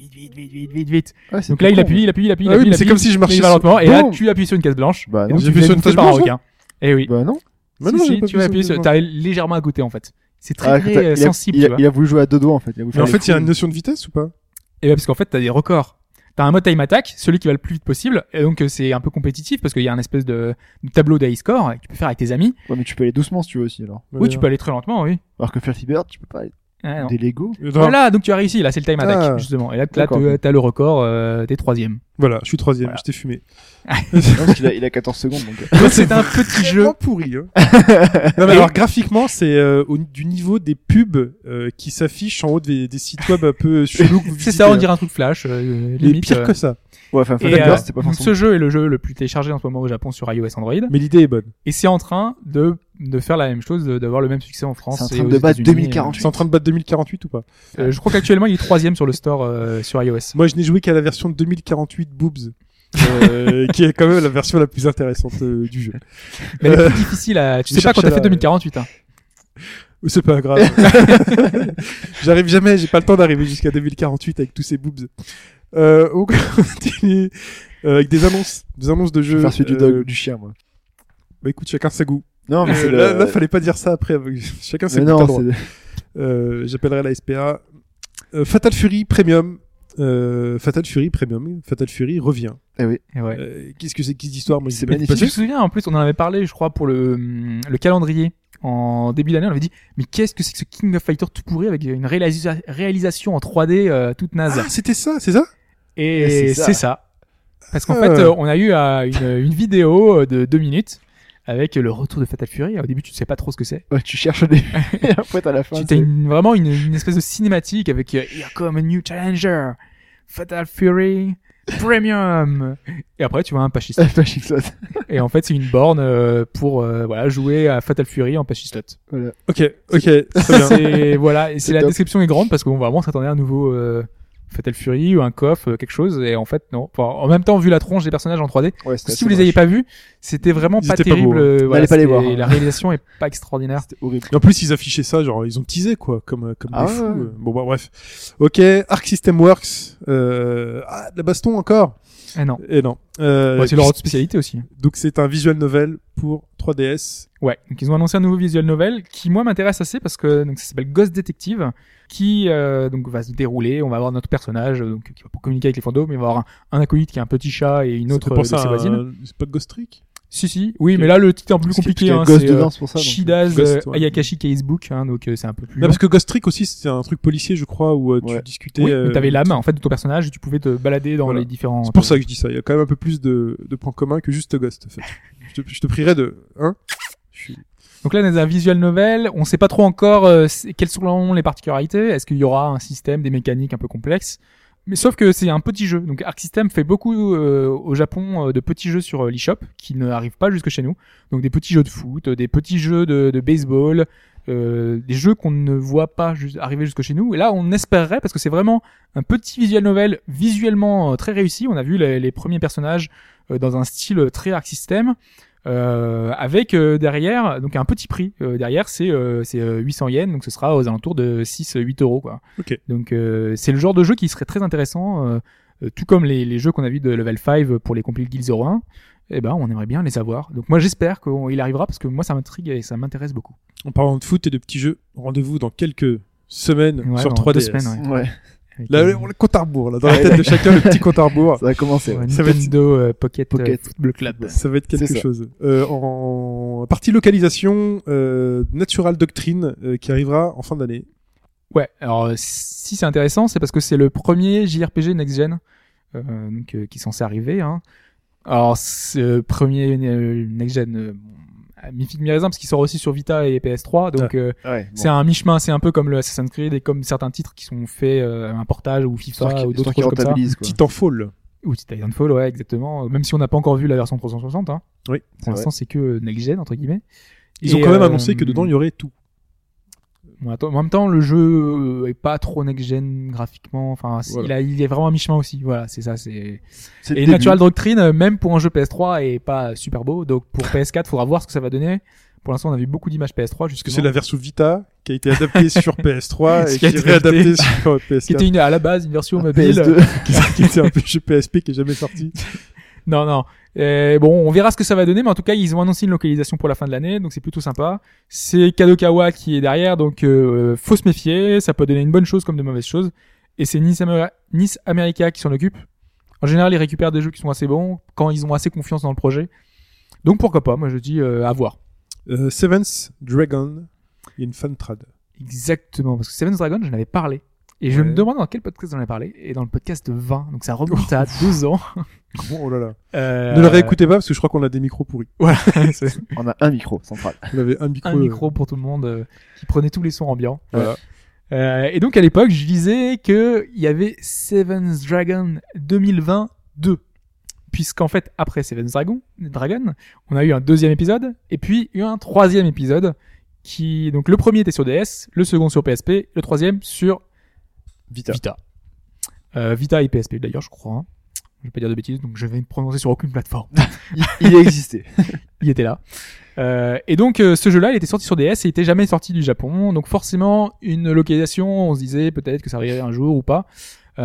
vite. Ouais, c'est Donc là, pas il con, appuie. Ah oui, il mais appuie, c'est comme si je marchais mais il va sur- lentement, et là, Boum. tu appuies sur une case blanche. Bah Et non, donc j'ai tu appuyé fais sur une bouffer tache par un blanche, requin. Eh oui. Bah non. Bah non, j'ai pas tu vas appuyer sur- sur, t'as légèrement à côté en fait. C'est très Ah, très sensible, tu vois. il a voulu jouer à deux doigts en fait. Mais en fait, il y a une notion de vitesse ou pas? Et ouais, parce qu'en fait, t'as des records. T'as un mode time attack, celui qui va le plus vite possible, et donc c'est un peu compétitif parce qu'il y a un espèce de tableau d'high score que tu peux faire avec tes amis. Ouais, mais tu peux aller doucement si tu veux aussi alors. Oui, tu peux aller très lentement, oui. Alors que Flappy Bird, tu peux pas aller. Ah, non. Des Lego. Voilà, donc tu as réussi, là c'est le time attack, Ah. justement. Et là, D'accord. t'as le record, t'es 3ème. Voilà, je suis 3ème, Voilà. je t'ai fumé. Non, parce qu'il il a 14 secondes donc. Donc c'est un petit jeu. Vraiment pourri. Hein. Non, mais alors graphiquement, c'est du niveau des pubs qui s'affichent en haut des sites web un peu chelous. que vous C'est visitez, ça, on hein. dirait un truc flash, Mais limite. pire que ça. Ouais, enfin, Et, Flappy Bird, c'était pas donc forcément. ce jeu est le jeu le plus téléchargé en ce moment au Japon sur iOS Android. Mais l'idée est bonne. Et c'est en train de faire la même chose, d'avoir le même succès en France. C'est en et train aux de battre États-Unis. 2048. C'est en train de battre 2048 ou pas? Je crois qu'actuellement il est 3ème sur le store sur iOS. Moi, je n'ai joué qu'à la version 2048 Boobs. Qui est quand même la version la plus intéressante du jeu. Mais elle est plus difficile à... Tu je sais pas quand cherche t'as fait la- 2048. Hein. C'est pas grave. J'arrive jamais, j'ai pas le temps d'arriver jusqu'à 2048 avec tous ces boobs. On continue avec des annonces de Je jeux. vais faire celui du dog, du chien, moi. Bah écoute, chacun sa goût. Non, mais c'est le. Là, fallait pas dire ça après. Chacun ses Mais goûts, t'as non, le droit. c'est. J'appellerai la SPA. Fatal Fury Premium. Fatal Fury Premium. Fatal Fury revient. Eh oui. Et ouais. Qu'est-ce que c'est que cette histoire? Moi, C'est j'ai pas magnifique. Je me souviens, en plus, on en avait parlé, je crois, pour le calendrier. En début d'année, on avait dit, mais qu'est-ce que c'est que ce King of Fighters tout pourri avec une réalisation en 3D toute naze. Ah, c'était ça, c'est ça? Et c'est c'est ça. Parce qu'en Ah. fait, on a eu une vidéo de 2 minutes avec le retour de Fatal Fury. Au début, tu sais pas trop ce que c'est. Ouais, tu cherches au début. Et après, t'as la fin. Tu as vraiment une espèce de cinématique avec Here come a new challenger, Fatal Fury Premium. Et après, tu vois un pachy slot. Pas chic, ça. Et en fait, c'est une borne pour voilà jouer à Fatal Fury en pachy slot. Voilà. Ok, très bien. C'est voilà, et C'est la top. description est grande parce qu'on vraiment s'attendait à un nouveau Fatal Fury ou un KOF, quelque chose, et en fait non. Enfin, en même temps, vu la tronche des personnages en 3D, Ouais, c'était si vous les avez pas vus, c'était vraiment Ils pas étaient pas terrible. beaux, hein. Voilà, Allez pas les c'était- voir, hein. La réalisation est pas extraordinaire. C'était horrible. Et en plus, ils affichaient ça, genre, ils ont teasé, quoi, comme Ah des fous. ouais. Bon, bah, bref. Ok, Arc System Works, de la baston encore. Eh non. Et non. C'est leur autre spécialité aussi. Donc c'est un visual novel pour 3DS. Ouais, donc ils ont annoncé un nouveau visual novel qui moi m'intéresse assez parce que donc ça s'appelle Ghost Detective qui donc va se dérouler, on va avoir notre personnage donc qui va communiquer avec les fantômes, il va avoir un acolyte qui est un petit chat et une autre C'est pour de ça ses voisines. c'est pas Ghost Trick. Si, oui, Ok. mais là le titre est un peu plus Parce compliqué qu'il y a hein, Ghost c'est dedans, c'est pour ça. donc. Shidaz Ghost, ouais. Ayakashi Casebook hein, donc c'est un peu plus Non, long. parce que Ghost Trick aussi c'est un truc policier je crois où tu Ouais. discutais. Oui, mais t'avais l'âme en fait de ton personnage et tu pouvais te balader dans Voilà. les différents. C'est pour ça que je dis ça. Il y a quand même un peu plus de points communs que juste Ghost. En fait. je te prierais de Donc là, on a un visual novel. On sait pas trop encore quelles sont les particularités. Est-ce qu'il y aura un système, des mécaniques un peu complexes? Mais sauf que c'est un petit jeu. Donc Arc System fait beaucoup au Japon de petits jeux sur l'eShop qui ne arrivent pas jusque chez nous. Donc des petits jeux de foot, des petits jeux de baseball, des jeux qu'on ne voit pas arriver jusque chez nous. Et là, on espérerait parce que c'est vraiment un petit visual novel visuellement très réussi. On a vu les premiers personnages dans un style très Arc System. Avec derrière donc un petit prix derrière c'est 800 yens donc ce sera aux alentours de 6-8 euros quoi. Ok. Donc c'est le genre de jeu qui serait très intéressant tout comme les jeux qu'on a vu de Level 5 pour les compiles Guild 01 et ben on aimerait bien les avoir donc moi j'espère qu'il arrivera parce que moi ça m'intrigue et ça m'intéresse beaucoup. En parlant de foot et de petits jeux, rendez-vous dans quelques semaines Ouais, sur dans 3DS. 2 semaines, Ouais, Avec, Là, le compte à rebours, là, dans la Ouais. tête de chacun, le petit compte à rebours. ça va commencer. Ouais. Ça va être- Nintendo Pocket, Pocket. Football Club. Ça va être quelque C'est ça. chose. En partie localisation, Natural Doctrine, qui arrivera en fin d'année. Ouais, alors si c'est intéressant, c'est parce que c'est le premier JRPG Next Gen qui est censé arriver. Hein. Alors, ce premier Next Gen, mi-figue mi-raisin, parce qu'il sort aussi sur Vita et PS3, donc Ouais, c'est un mi-chemin, c'est un peu comme le Assassin's Creed et comme certains titres qui sont faits un portage ou FIFA ou d'autres qui choses comme ça. rentabilise, quoi. Titanfall. Ou Titanfall, ouais, exactement. Même si on n'a pas encore vu la version 360, hein. Oui. Pour l'instant, c'est que Next Gen, entre guillemets. Ils ont Et, quand même annoncé que dedans, il y aurait tout. Bon, attends, en même temps, le jeu est pas trop next-gen graphiquement. Enfin, Voilà. il est vraiment à mi-chemin aussi. Voilà, c'est ça. C'est le Et début. Natural Doctrine, même pour un jeu PS3, est pas super beau. Donc pour PS4, faudra voir ce que ça va donner. Pour l'instant, on a vu beaucoup d'images PS3 Parce que justement. c'est la version Vita qui a été adaptée sur PS3 Ce et qui a qui est été réadaptée sur qui PS4. était à la base une version mobile. PS2. qui était un peu jeu PSP qui est jamais sorti. Non. Bon, on verra ce que ça va donner, mais en tout cas, ils ont annoncé une localisation pour la fin de l'année, donc c'est plutôt sympa. C'est Kadokawa qui est derrière, donc faut se méfier. Ça peut donner une bonne chose comme de mauvaises choses. Et c'est Nice America qui s'en occupe. En général, ils récupèrent des jeux qui sont assez bons quand ils ont assez confiance dans le projet. Donc pourquoi pas, moi je dis à voir. Seventh Dragon, il y a une fan trad. Exactement, parce que Seven's Dragon, j'en avais parlé. Et je Ouais. me demande dans quel podcast j'en ai parlé. Et dans le podcast 20, donc ça remonte à 2 ans. Oh là là. Ne le réécoutez pas parce que je crois qu'on a des micros pourris. Voilà, c'est On a un micro central. On avait un micro. un micro pour tout le monde qui prenait tous les sons ambiants. Voilà. Et donc à l'époque, je disais que il y avait Seven's Dragon 2022. Puisqu'en fait, après Seven's Dragon, on a eu un deuxième épisode, et puis eu un troisième épisode, donc le premier était sur DS, le second sur PSP, le troisième sur Vita. Vita. Vita et PSP d'ailleurs, je crois. Hein. Je vais pas dire de bêtises, donc je vais me prononcer sur aucune plateforme. Il existait. Il était là. Et donc ce jeu-là, il était sorti sur DS et il était jamais sorti du Japon. Donc forcément, une localisation, on se disait peut-être que ça arriverait un jour ou pas.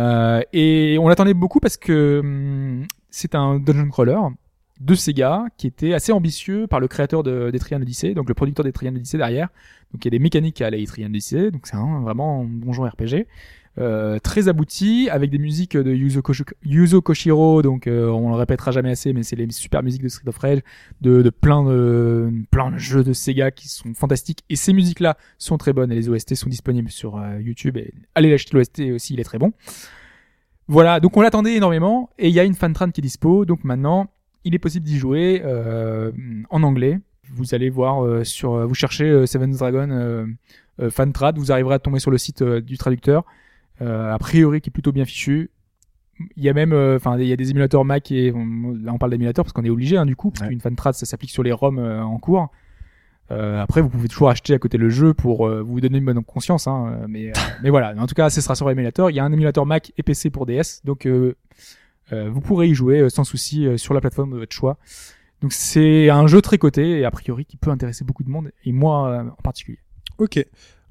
Et on l'attendait beaucoup parce que c'est un dungeon crawler de Sega qui était assez ambitieux par le créateur d'Etrian Odyssey, donc le producteur d'Etrian Odyssey derrière. Donc il y a des mécaniques à la Etrian Odyssey, donc c'est vraiment un donjon RPG. Très abouti, avec des musiques de Yuzo Koshiro, donc on le répétera jamais assez, mais c'est les super musiques de Street of Rage, de plein de jeux de Sega qui sont fantastiques, et ces musiques-là sont très bonnes, et les OST sont disponibles sur YouTube, et allez l'acheter l'OST aussi, il est très bon. Voilà, donc on l'attendait énormément, et il y a une fantrad qui est dispo, donc maintenant, il est possible d'y jouer en anglais. Vous allez voir vous cherchez Seven's Dragon fantrad, vous arriverez à tomber sur le site du traducteur. A priori qui est plutôt bien fichu. Il y a même il y a des émulateurs Mac et là on parle d'émulateurs parce qu'on est obligé du coup parce qu'une fantrad ça s'applique sur les ROM en cours. Après vous pouvez toujours acheter à côté le jeu pour vous donner une bonne conscience mais voilà, en tout cas ce sera sur l'émulateur. Il y a un émulateur Mac et PC pour DS, donc vous pourrez y jouer sans souci sur la plateforme de votre choix. Donc c'est un jeu très coté et a priori qui peut intéresser beaucoup de monde et moi en particulier. Ok.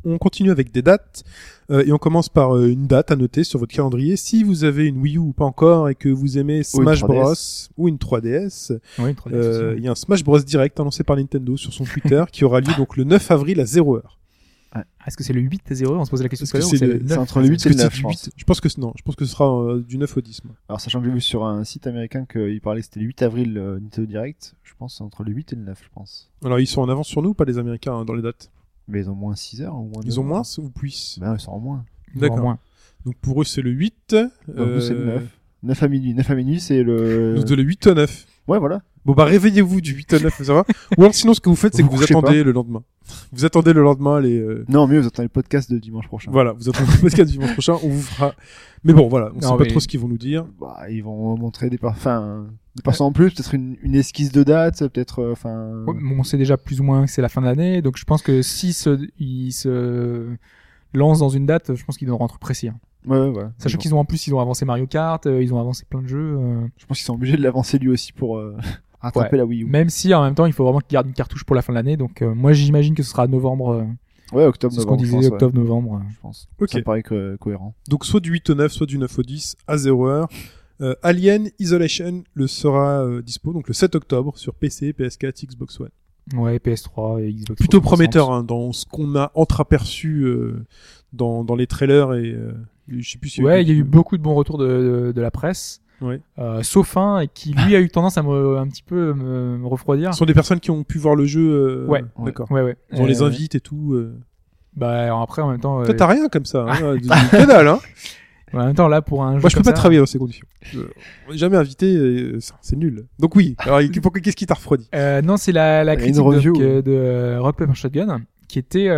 On continue avec des dates et on commence par une date à noter sur votre calendrier. Si vous avez une Wii U ou pas encore et que vous aimez Smash Bros ou une 3DS, Oui, une 3DS. il y a un Smash Bros Direct annoncé par Nintendo sur son Twitter qui aura lieu donc le 9 avril à 0h. Est-ce que c'est le 8 à 0? On se pose la question Est-ce tout à que l'heure. c'est ou le- le 9? C'est entre le 8 et le 9, je pense. Je pense que non, je pense que ce sera du 9 au 10. Moi. Alors, sachant que j'ai vu sur un site américain qu'il parlait que c'était le 8 avril Nintendo Direct, je pense que c'est entre le 8 et le 9, je pense. Alors ils sont en avance sur nous, pas les Américains dans les dates. Mais ils ont moins 6 heures ou moins Ils 9 ont moins heures. ou plus? Ben, ils sont en moins. D'accord. Moins. Donc pour eux c'est le 8. Donc, nous, c'est le 9. 9 à minuit. 9 à minuit, c'est le... Donc de le 8 au 9. Ouais, voilà. Bon bah réveillez-vous du 8 au 9, ça va. Ou alors sinon ce que vous faites c'est que Vous vous couchez attendez le lendemain. Vous attendez le lendemain les... Non, mieux, vous attendez le podcast de dimanche prochain. Voilà, vous attendez le podcast dimanche prochain, on vous fera... Mais bon voilà, on sait pas mais- trop ce qu'ils vont nous dire. Bah, ils vont montrer des personnes en plus, peut-être une esquisse de date, peut-être, Ouais, on sait déjà plus ou moins que c'est la fin de l'année, donc je pense que si ils se lancent dans une date, je pense qu'ils devront être précis. Hein. Ouais. Sachant qu'ils ont en plus, ils ont avancé Mario Kart, ils ont avancé plein de jeux. Je pense qu'ils sont obligés de l'avancer lui aussi pour rattraper la Wii U. Même si en même temps, il faut vraiment qu'ils gardent une cartouche pour la fin de l'année. Donc moi, j'imagine que ce sera novembre. Ouais, octobre, C'est ce qu'on novembre, je disait, pense, octobre-novembre. je pense. Ok. Ça me paraît cohérent. Donc soit du 8 au 9, soit du 9 au 10 à 0h. Alien Isolation le sera dispo donc le 7 octobre sur PC, PS4, Xbox One. Ouais, PS3 et Xbox. Plutôt 360. prometteur hein, dans ce qu'on a entreaperçu dans les trailers et je sais plus si Ouais, il y a eu beaucoup de bons retours de la presse. Ouais. Sauf un et qui lui a eu tendance à un petit peu me refroidir. Ce sont des personnes qui ont pu voir le jeu. Ouais. D'accord. Ouais. On les invite et tout. Bah après en même temps. Toi, t'as rien comme ça. Hein, que dalle, hein. En même temps là pour un jeu. Moi, je peux comme pas ça, travailler dans ces conditions. On est jamais invité. C'est nul. Donc oui. Alors, qu'est-ce qui t'a refroidi? Non, c'est la une critique review, de Rock Paper Shotgun qui était.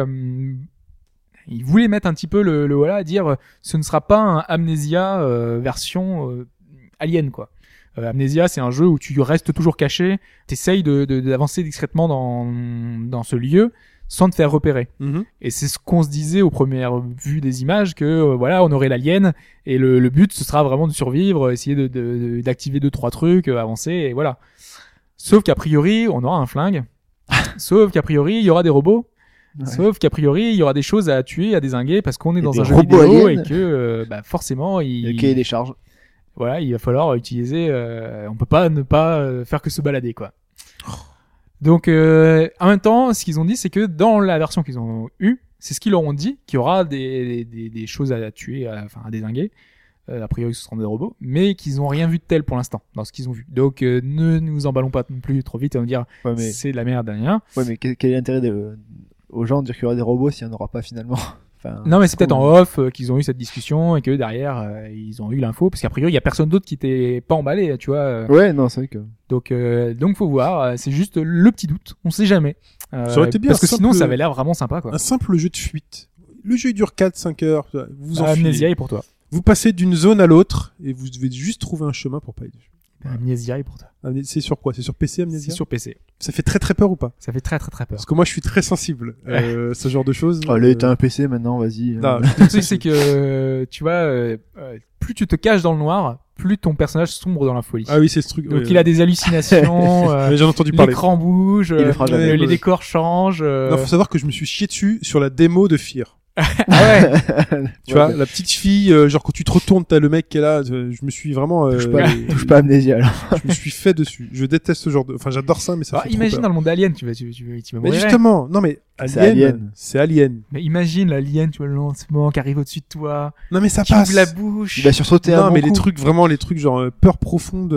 Il voulait mettre un petit peu le voilà à dire ce ne sera pas un Amnesia version Alien quoi. Amnesia, c'est un jeu où tu restes toujours caché, t'essayes d'avancer discrètement dans ce lieu sans te faire repérer. Mhm. Et c'est ce qu'on se disait aux premières vues des images que voilà, on aurait l'alien et le but ce sera vraiment de survivre, essayer d'activer 2-3 trucs, avancer et voilà. Sauf qu'a priori, on aura un flingue. Sauf qu'a priori, il y aura des robots. Ouais. Sauf qu'a priori, il y aura des choses à tuer, à dézinguer parce qu'on est Et dans des un jeu robots vidéo aliens. et que forcément Il y a le cahier des charges. voilà, il va falloir utiliser on peut pas ne pas faire que se balader quoi. Donc en même temps, ce qu'ils ont dit c'est que dans la version qu'ils ont eue, c'est ce qu'ils leur ont dit qu'il y aura des choses à tuer, à dézinguer. A priori, ce seront des robots, mais qu'ils ont rien vu de tel pour l'instant dans ce qu'ils ont vu. Donc ne nous emballons pas non plus trop vite et nous dire Ouais, mais, c'est de la merde, rien. ouais, mais quel est l'intérêt aux gens de dire qu'il y aura des robots s'il n'y en aura pas finalement? Non, mais c'est peut-être cool. en off qu'ils ont eu cette discussion et que derrière ils ont eu l'info parce qu'a priori il y a personne d'autre qui était pas emballé, tu vois. Ouais, non, c'est vrai que. Donc faut voir. C'est juste le petit doute. On sait jamais. Ça aurait été bien parce que simple- sinon ça avait l'air vraiment sympa quoi. Un simple jeu de fuite. Le jeu il dure 4-5 heures. Vous vous Amnesia enfilez. est pour toi. Vous passez d'une zone à l'autre et vous devez juste trouver un chemin pour pas y aller. Amnesia est pour toi. C'est sur quoi? C'est sur PC Amnesia? C'est sur PC. Ça fait très très peur ou pas? Ça fait très très très peur. Parce que moi je suis très sensible ce genre de choses. Allez, t'as un PC maintenant, vas-y. Non, Le truc c'est que tu vois, plus tu te caches dans le noir, plus ton personnage sombre dans la folie. Ah oui, c'est ce truc. Donc il a des hallucinations. Ouais, j'en ai entendu parler. L'écran bouge, Il le fera jamais. les décors changent. Non, faut savoir que je me suis chié dessus sur la démo de Fear. Ah ouais. Tu vois, la petite fille, genre quand tu te retournes, t'as le mec qui est là. Je me suis vraiment. touche pas Amnesia alors. Je me suis fait dessus. Je déteste ce genre de. Enfin, j'adore ça, mais ça Alors, fait trop imagine peur. dans le monde d'Alien, tu vas Mais mourir. justement, non mais C'est Alien, Alien. c'est Alien. Mais imagine l'alien, tu vois, le lancement qui arrive au-dessus de toi, Non mais ça qui passe. ouvre la bouche. Il va sursauter un Non bon mais les coup. trucs vraiment, les trucs genre peur profonde.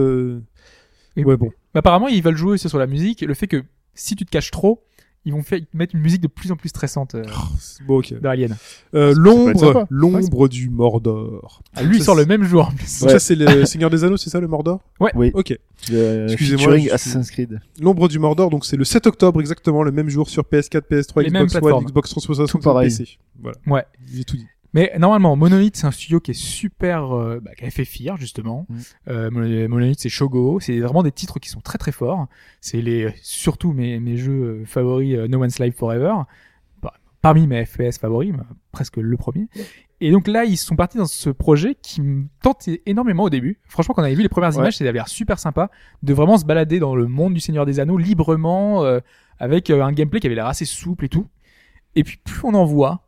Et- Ouais bon. Mais apparemment, ils veulent jouer aussi sur la musique et le fait que si tu te caches trop, ils vont te mettre une musique de plus en plus stressante Bon ok. dans Alien. peut être L'ombre, sympa. l'ombre du Mordor. Ah, lui, il Ça, sort le c'est- même jour en plus. Donc ça c'est le Seigneur des Anneaux, c'est ça le Mordor? Oui. Ok. Excusez-moi, Featuring je- Assassin's Creed. L'ombre du Mordor, donc c'est le 7 octobre exactement, le même jour sur PS4, PS3, Les mêmes Xbox One, plateformes. Xbox 360, Tout pareil. PC. Voilà. Ouais. J'ai tout dit. Mais normalement, Monolith, c'est un studio qui est super, qui a fait Fear justement. Monolith, c'est Shogo, c'est vraiment des titres qui sont très très forts. C'est surtout mes jeux favoris, No Man's Life Forever, parmi mes FPS favoris, presque le premier. Et donc là, ils sont partis dans ce projet qui me tentait énormément au début. Franchement, quand on avait vu les premières images, ça avait l'air super sympa de vraiment se balader dans le monde du Seigneur des Anneaux librement, avec un gameplay qui avait l'air assez souple et tout. Et puis plus on en voit,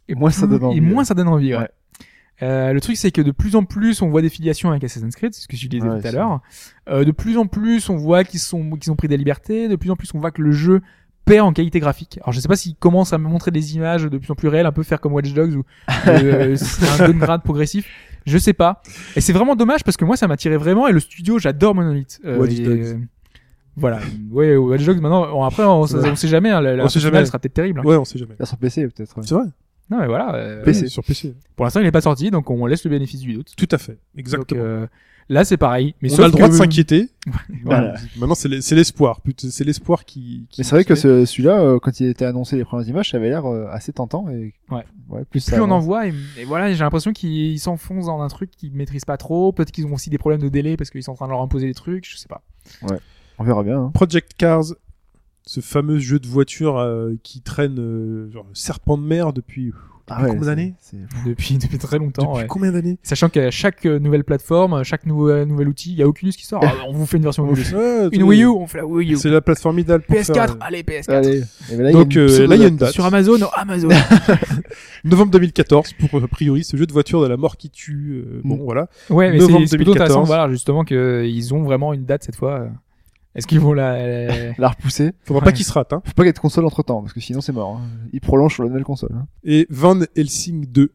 et Moins ça donne envie, et moins ouais. ça donne envie. Ouais. Ouais. Le truc, c'est que de plus en plus, on voit des filiations avec Assassin's Creed, c'est ce que je disais Ouais, tout à c'est- l'heure. De plus en plus, on voit qu'ils ont pris des libertés. De plus en plus, on voit que le jeu perd en qualité graphique. Alors, je sais pas s'ils commencent à me montrer des images de plus en plus réelles, un peu faire comme Watch Dogs, où c'est un downgrade progressif. Je sais pas. Et c'est vraiment dommage parce que moi, ça m'attirait vraiment. Et le studio, j'adore Monolith. Watch Et, Dogs. voilà. Ouais, Watch Dogs. Maintenant, après, on sait jamais. Hein, la On sait finale jamais. sera peut-être terrible. Hein. Ouais, on sait jamais. Là, sur PC, peut-être. Ouais. C'est vrai. Non, mais voilà. PC. Ouais, sur PC. Pour l'instant, il n'est pas sorti, donc on laisse le bénéfice du doute. Tout à fait. Exactement. Donc, là, c'est pareil. Mais on sauf a le droit que- de s'inquiéter. Voilà. Maintenant, c'est l'espoir. Putain, c'est l'espoir qui Mais c'est vrai que qui- celui-là, quand il était annoncé les premières images, ça avait l'air assez tentant. Et... Ouais. Plus ça Plus on en avance. voit, et voilà, j'ai l'impression qu'ils s'enfoncent dans un truc qu'ils maîtrisent pas trop. Peut-être qu'ils ont aussi des problèmes de délai parce qu'ils sont en train de leur imposer des trucs, je sais pas. On verra bien. Hein. Project Cars, ce fameux jeu de voiture qui traîne genre, le serpent de mer depuis combien d'années Depuis très longtemps. Depuis Ouais. combien d'années Sachant qu'à chaque nouvelle plateforme, chaque nouvel outil, il y a Oculus qui sort. Ah, on vous fait une version Oculus. Ouais, Une Wii U, on fait la Wii U. C'est la plateforme idéale pour PS4, faire, allez PS4. Allez. Et ben là, Donc, il y a là, il y a une date. Sur Amazon, Amazon. novembre 2014 pour a priori ce jeu de voiture de la mort qui tue. Bon voilà. Ouais, mais Novembre c'est plutôt 2014. intéressant, voilà, justement qu'ils ont vraiment une date cette fois. Est-ce qu'ils vont la... la repousser. Faudra pas qu'il se rate. Hein. Faut pas qu'il y ait de console entre temps, parce que sinon c'est mort. Hein. Il prolonge sur la nouvelle console. Hein. Et Van Helsing 2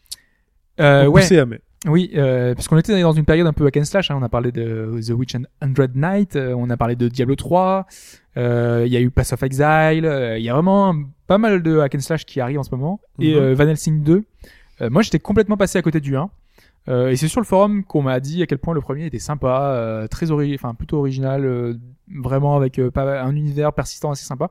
ouais. poussé à mai. Oui, parce qu'on était dans une période un peu hack and slash. Hein. On a parlé de The Witch and 100 Night, on a parlé de Diablo 3, il y a eu Pass of Exile, il y a vraiment pas mal de hack and slash qui arrivent en ce moment. Et Van Helsing 2, moi j'étais complètement passé à côté du 1. Et c'est sur le forum qu'on m'a dit à quel point le premier était sympa, plutôt original, vraiment avec pas un univers persistant assez sympa.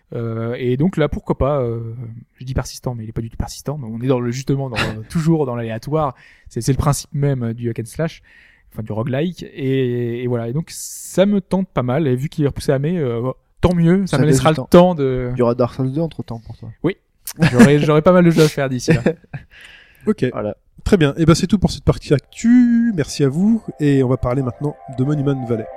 Et donc là, pourquoi pas je dis persistant, mais il est pas du tout persistant. Mais on est toujours dans l'aléatoire. C'est le principe même du hack and slash, enfin du roguelike. Et voilà. Et donc ça me tente pas mal. Et vu qu'il est repoussé à mai, tant mieux. Ça Ça me laisse laissera du le temps. temps de. Il y aura Dark Souls 2 entre temps pour toi. J'aurai pas mal de jeux à faire d'ici là. Ok. Voilà. Très bien. Et ben c'est tout pour cette partie actu. Merci à vous. Et on va parler maintenant de Monument Valley.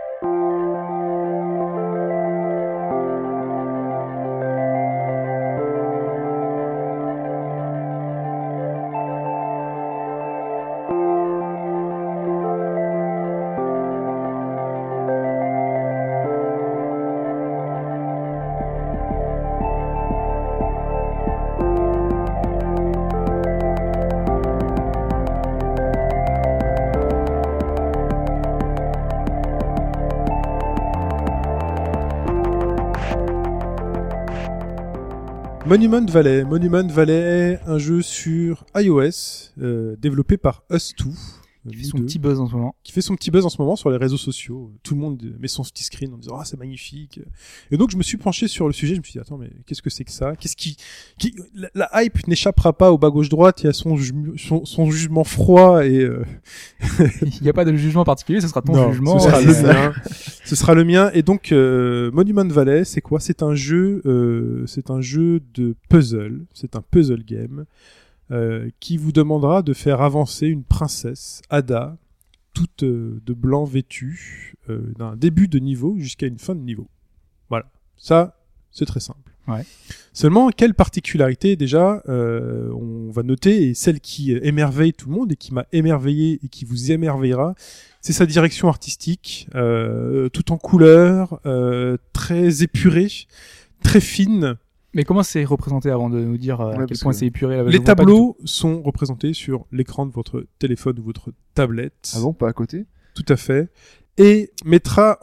Monument Valley, un jeu sur iOS développé par Us2, Qui fait son petit buzz en ce moment. qui fait son petit buzz en ce moment sur les réseaux sociaux. Tout le monde met son petit screen en disant ah c'est magnifique. Et donc je me suis penché sur le sujet, je me suis dit attends mais qu'est-ce que c'est que ça? Qu'est-ce qui la hype n'échappera pas au bas gauche droite, il y a son jugement froid et Il n'y a pas de jugement particulier, ce sera ton non, jugement. ce sera et- le mien. Ce sera le mien. Et donc, Monument Valley, c'est quoi? C'est un jeu de puzzle. C'est un puzzle game qui vous demandera de faire avancer une princesse, Ada, toute de blanc vêtue, d'un début de niveau jusqu'à une fin de niveau. Voilà. Ça, c'est très simple. Ouais. Seulement, quelle particularité déjà on va noter, et celle qui émerveille tout le monde et qui m'a émerveillé et qui vous émerveillera, c'est sa direction artistique, tout en couleurs, très épurée, très fine. Mais comment c'est représenté avant de nous dire à Ouais, quel parce point que c'est épuré là, je Les vois pas du tableaux sont représentés sur l'écran de votre téléphone ou votre tablette. Ah bon, pas à côté? Tout à fait. Et mettra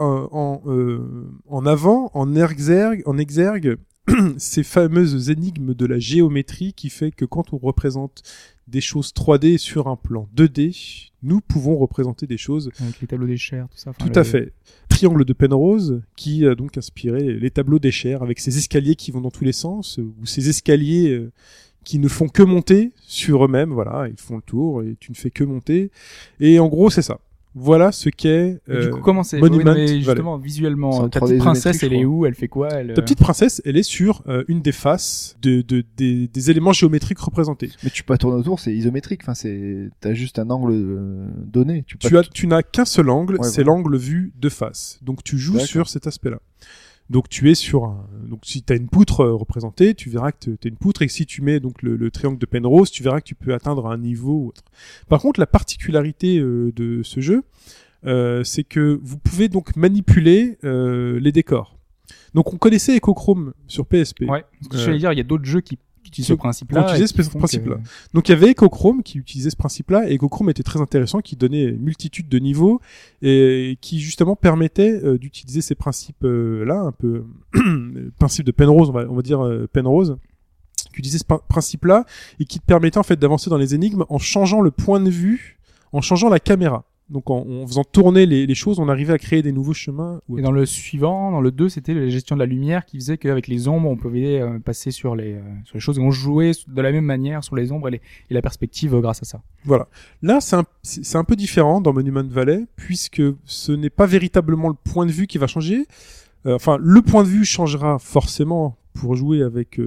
en avant, en exergue, ces fameuses énigmes de la géométrie qui fait que quand on représente des choses 3D sur un plan 2D, nous pouvons représenter des choses tout. Avec les tableaux des chairs, tout ça. Enfin, tout à fait. Triangle de Penrose qui a donc inspiré les tableaux des chairs avec ces escaliers qui vont dans tous les sens ou ces escaliers qui ne font que monter sur eux-mêmes, voilà, ils font le tour et tu ne fais que monter. Et en gros, c'est ça. Voilà ce qu'est Et du coup, comment c'est Monument mais Valley. justement, C'est visuellement, en ta 3D petite princesse, géométrique, elle je est crois. où? Elle fait quoi? Ta petite princesse, elle est sur une des faces des éléments géométriques représentés. Mais tu peux pas tourner autour, c'est isométrique. Enfin, t'as juste un angle donné. Tu peux pas Tu n'as qu'un seul angle, Ouais, c'est voilà. l'angle vu de face. Donc tu joues D'accord. sur cet aspect-là. Donc tu es donc si tu as une poutre représentée, tu verras que tu as une poutre, et que si tu mets donc le triangle de Penrose, tu verras que tu peux atteindre un niveau ou autre. Par contre, la particularité de ce jeu, c'est que vous pouvez donc manipuler les décors. Donc on connaissait Echochrome sur PSP. Ouais, ce que je voulais dire, il y a d'autres jeux qui utilisent ce principe-là. On utilisait ce principe-là. Donc il y avait Echochrome qui utilisait ce principe-là, et Echochrome était très intéressant, qui donnait une multitude de niveaux, et qui justement permettait d'utiliser ces principes-là, un peu principe de Penrose, on va dire Penrose, qui utilisait ce principe-là, et qui te permettait en fait d'avancer dans les énigmes en changeant le point de vue, en changeant la caméra. Donc en faisant tourner les choses, on arrivait à créer des nouveaux chemins. Et dans le suivant, dans le 2, c'était la gestion de la lumière qui faisait qu'avec les ombres, on pouvait passer sur les choses, et on jouait de la même manière sur les ombres et la perspective grâce à ça. Voilà. Là, c'est un peu différent dans Monument Valley, puisque ce n'est pas véritablement le point de vue qui va changer. Enfin, le point de vue changera forcément pour jouer avec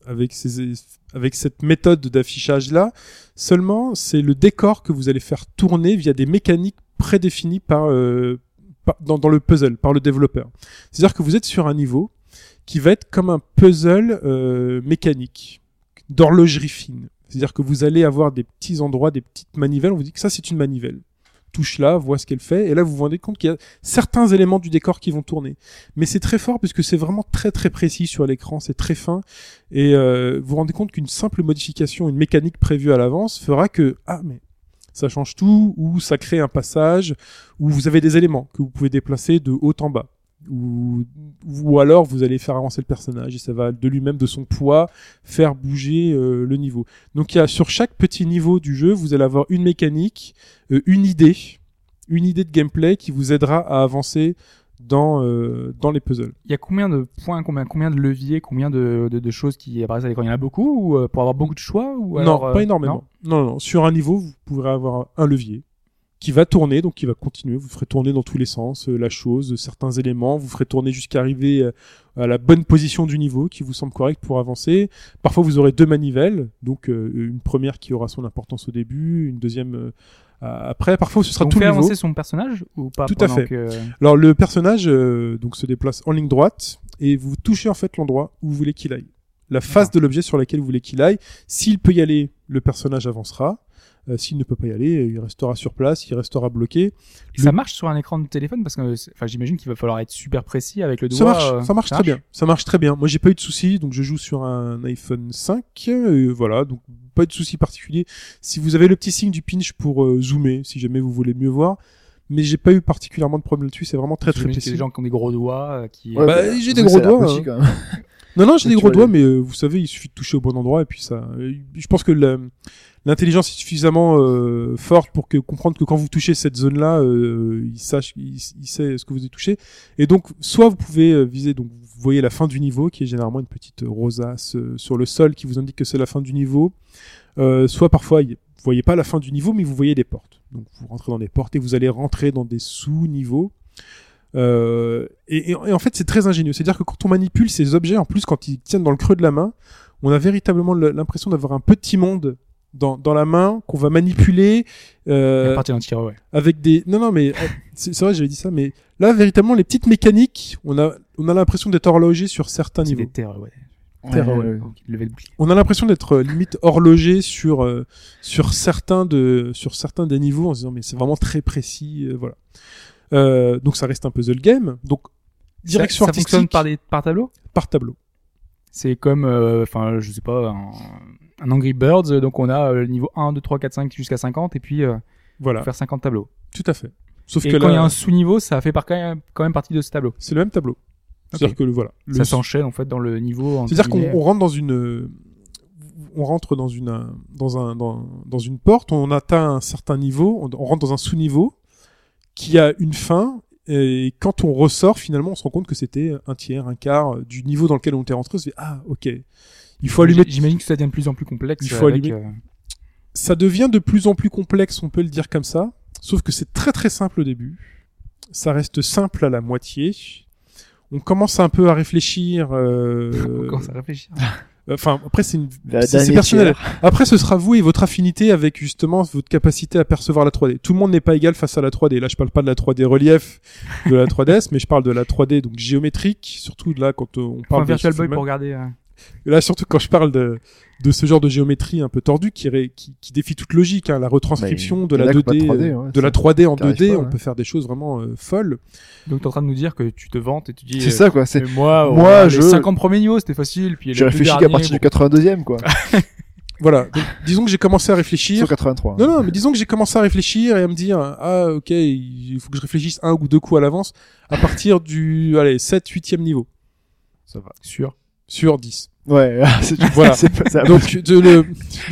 cette méthode d'affichage là. Seulement, c'est le décor que vous allez faire tourner via des mécaniques prédéfinies dans le puzzle par le développeur. C'est-à-dire que vous êtes sur un niveau qui va être comme un puzzle mécanique d'horlogerie fine. C'est-à-dire que vous allez avoir des petits endroits, des petites manivelles. On vous dit que ça c'est une manivelle. Touche là, vois ce qu'elle fait, et là vous vous rendez compte qu'il y a certains éléments du décor qui vont tourner. Mais c'est très fort puisque c'est vraiment très très précis sur l'écran, c'est très fin, et vous vous rendez compte qu'une simple modification, une mécanique prévue à l'avance fera que mais ça change tout, ou ça crée un passage, où vous avez des éléments que vous pouvez déplacer de haut en bas. Ou alors vous allez faire avancer le personnage et ça va de lui-même, de son poids, faire bouger le niveau. Donc il y a sur chaque petit niveau du jeu, vous allez avoir une mécanique, une idée de gameplay qui vous aidera à avancer dans les puzzles. Il y a combien de points, combien de leviers, combien de choses qui apparaissent à l'écran? Il y en a beaucoup, ou pour avoir beaucoup de choix, ou alors, non, pas énormément. Non. Sur un niveau, vous pourrez avoir un levier qui va tourner, donc qui va continuer. Vous ferez tourner dans tous les sens la chose, certains éléments. Vous ferez tourner jusqu'à arriver à la bonne position du niveau qui vous semble correcte pour avancer. Parfois, vous aurez deux manivelles, donc une première qui aura son importance au début, une deuxième après. Parfois, ce sera donc tout le niveau. On fait avancer son personnage ou pas? Tout à fait. Alors, le personnage donc se déplace en ligne droite et vous touchez en fait l'endroit où vous voulez qu'il aille. La face de l'objet sur laquelle vous voulez qu'il aille. S'il peut y aller, le personnage avancera. S'il ne peut pas y aller, il restera sur place, il restera bloqué. Ça marche sur un écran de téléphone parce que, j'imagine qu'il va falloir être super précis avec le doigt. Ça marche très bien. Ça marche très bien. Moi, j'ai pas eu de soucis, donc je joue sur un iPhone 5. Voilà, donc pas eu de soucis particuliers. Si vous avez le petit signe du pinch pour zoomer, si jamais vous voulez mieux voir. Mais j'ai pas eu particulièrement de problème là-dessus. C'est vraiment très très précis. Il y a des gens qui ont des gros doigts qui. Ouais, j'ai des gros doigts. Quand même. Non, j'ai des gros doigts, mais vous savez, il suffit de toucher au bon endroit et puis ça. Je pense que l'intelligence est suffisamment forte pour comprendre que quand vous touchez cette zone-là, il sait ce que vous avez touché. Et donc, soit vous pouvez viser, donc vous voyez la fin du niveau, qui est généralement une petite rosace sur le sol qui vous indique que c'est la fin du niveau. Soit parfois, vous voyez pas la fin du niveau, mais vous voyez des portes. Donc, vous rentrez dans des portes et vous allez rentrer dans des sous-niveaux. Et en fait, c'est très ingénieux. C'est-à-dire que quand on manipule ces objets, en plus, quand ils tiennent dans le creux de la main, on a véritablement l'impression d'avoir un petit monde dans la main qu'on va manipuler à partir d'un tireur, ouais. Avec des mais c'est vrai, j'avais dit ça, mais là véritablement les petites mécaniques, on a l'impression d'être horlogé sur certains niveaux. Des terres, ouais. On a l'impression d'être limite horlogé sur certains des niveaux en se disant mais c'est vraiment très précis, voilà. Donc ça reste un puzzle game. Donc direction artistique. Ça fonctionne par tableau. Par tableau. C'est comme, je sais pas, un Angry Birds. Donc on a le niveau 1, 2, 3, 4, 5 jusqu'à 50 et puis voilà. Faire 50 tableaux. Tout à fait. Sauf et que quand là, il y a un sous-niveau, ça fait quand même partie de ce tableau. C'est le même tableau. Okay. C'est-à-dire que voilà. Ça s'enchaîne en fait dans le niveau. C'est-à-dire qu'on rentre dans une porte, on atteint un certain niveau, on rentre dans un sous-niveau qui a une fin, et quand on ressort, finalement, on se rend compte que c'était un tiers, un quart du niveau dans lequel on était rentré. On se dit, ok. Il faut allumer. J'imagine que ça devient de plus en plus complexe. Il faut allumer. Ça devient de plus en plus complexe, on peut le dire comme ça. Sauf que c'est très très simple au début. Ça reste simple à la moitié. On commence un peu à réfléchir. On commence à réfléchir. Enfin, après, c'est Vers la c'est dernière personnel. tiers. Après, ce sera vous et votre affinité avec justement votre capacité à percevoir la 3D. Tout le monde n'est pas égal face à la 3D. Là, je parle pas de la 3D relief de la 3DS, mais je parle de la 3D donc géométrique, surtout là quand on Prends un parle de Virtual Boy Superman. pour regarder. Et là, surtout quand je parle de ce genre de géométrie un peu tordue qui défie toute logique, hein, la retranscription de il y la en a qui ont 2D, pas de 3D, ouais, de la ça. 3D en Qui arrive 2D, pas, on ouais. peut faire des choses vraiment folles. Donc t'es en train de nous dire que tu te vantes et tu dis. C'est ça, quoi. C'est, Moi, moi, les 50 premiers niveaux c'était facile, puis j'ai les deux réfléchi qu'à derniers, partir du bon. 82e, quoi. Voilà. Donc, disons que j'ai commencé à réfléchir. 183. Non, mais disons que j'ai commencé à réfléchir et à me dire, ah, ok, il faut que je réfléchisse un ou deux coups à l'avance à partir du, 7, 8e niveau. Ça va. Sûr. Sur 10. Ouais, c'est, Voilà. c'est pas ça. Donc, tu vois,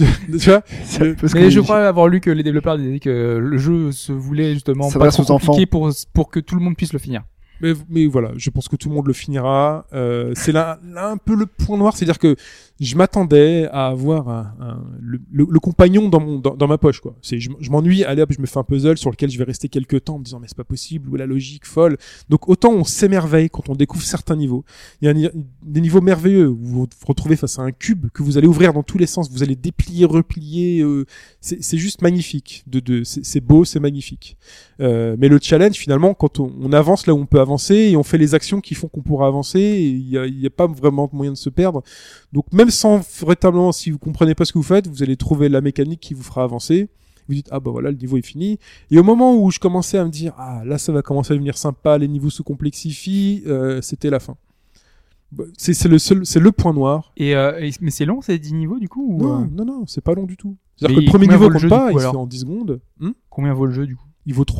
C'est un peu ce Mais que je j'ai crois avoir lu que les développeurs disaient que le jeu se voulait justement Ça pas s'adresse trop aux compliqué pour que tout le monde puisse le finir. mais voilà, je pense que tout le monde le finira. C'est là un peu le point noir, c'est-à-dire que je m'attendais à avoir le compagnon dans ma poche, quoi. Je m'ennuie, allez hop, je me fais un puzzle sur lequel je vais rester quelques temps en me disant mais c'est pas possible, ou la logique folle. Donc autant on s'émerveille quand on découvre certains niveaux. Il y a des niveaux merveilleux où vous vous retrouvez face à un cube que vous allez ouvrir dans tous les sens, vous allez déplier, replier, c'est juste magnifique. C'est beau, c'est magnifique. Mais le challenge finalement, quand on avance là où on peut avancer et on fait les actions qui font qu'on pourra avancer, il y a pas vraiment moyen de se perdre. Donc même sans véritablement, si vous comprenez pas ce que vous faites, vous allez trouver la mécanique qui vous fera avancer. Vous dites, ah bah voilà, le niveau est fini. Et au moment où je commençais à me dire, ah là ça va commencer à devenir sympa, les niveaux se complexifient, c'était la fin. C'est le point noir. Mais c'est long ces 10 niveaux du coup ou, Non, c'est pas long du tout. C'est-à-dire Mais que le premier combien niveau vaut le compte jeu, pas, du coup, il se alors fait en 10 secondes. Combien vaut le jeu du coup? Il vaut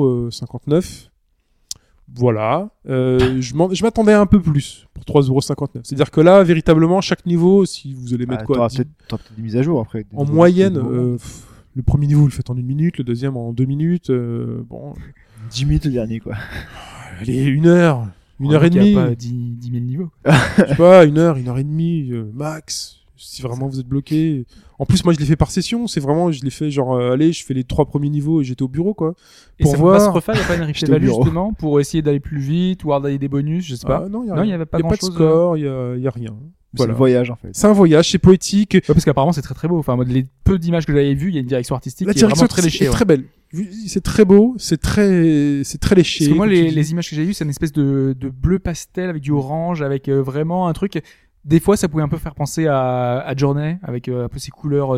3,59€. Voilà. Je m'attendais à un peu plus pour 3,59€. C'est-à-dire que là, véritablement, chaque niveau, si vous allez mettre t'auras quoi, peut-être des mises à jour après. en moyenne, le premier niveau, vous le faites en 1 minute, le deuxième en 2 minutes, bon, 10 minutes le dernier, quoi. allez, 1 heure, 1 heure et Il y demie, a pas 10 000 niveaux. je sais pas, 1 heure, 1 heure et demie, max, si vraiment vous êtes bloqué. En plus, moi, je l'ai fait par session, c'est vraiment, je l'ai fait genre, allez, je fais les 3 premiers niveaux et j'étais au bureau, quoi. Et Pour ça peut pas se voir. refaire, il n'y a pas une replay J'étais au value bureau. justement pour essayer d'aller plus vite ou avoir des bonus, je sais pas. Ah, non, Non, il y avait pas y a pas de grand-chose, score, il y a rien. C'est Voilà. le voyage, en fait. C'est un voyage, c'est poétique. Ouais, parce qu'apparemment c'est très très beau. Enfin, moi, les peu d'images que j'avais vues, il y a une direction artistique La qui est vraiment direction très léchée. est Ouais. très belle. C'est très beau, c'est très léché. Parce que moi, comme tu dis. les images que j'ai vues, c'est une espèce de bleu pastel avec du orange, avec vraiment un truc. Des fois, ça pouvait un peu faire penser à Journey, avec un peu ces couleurs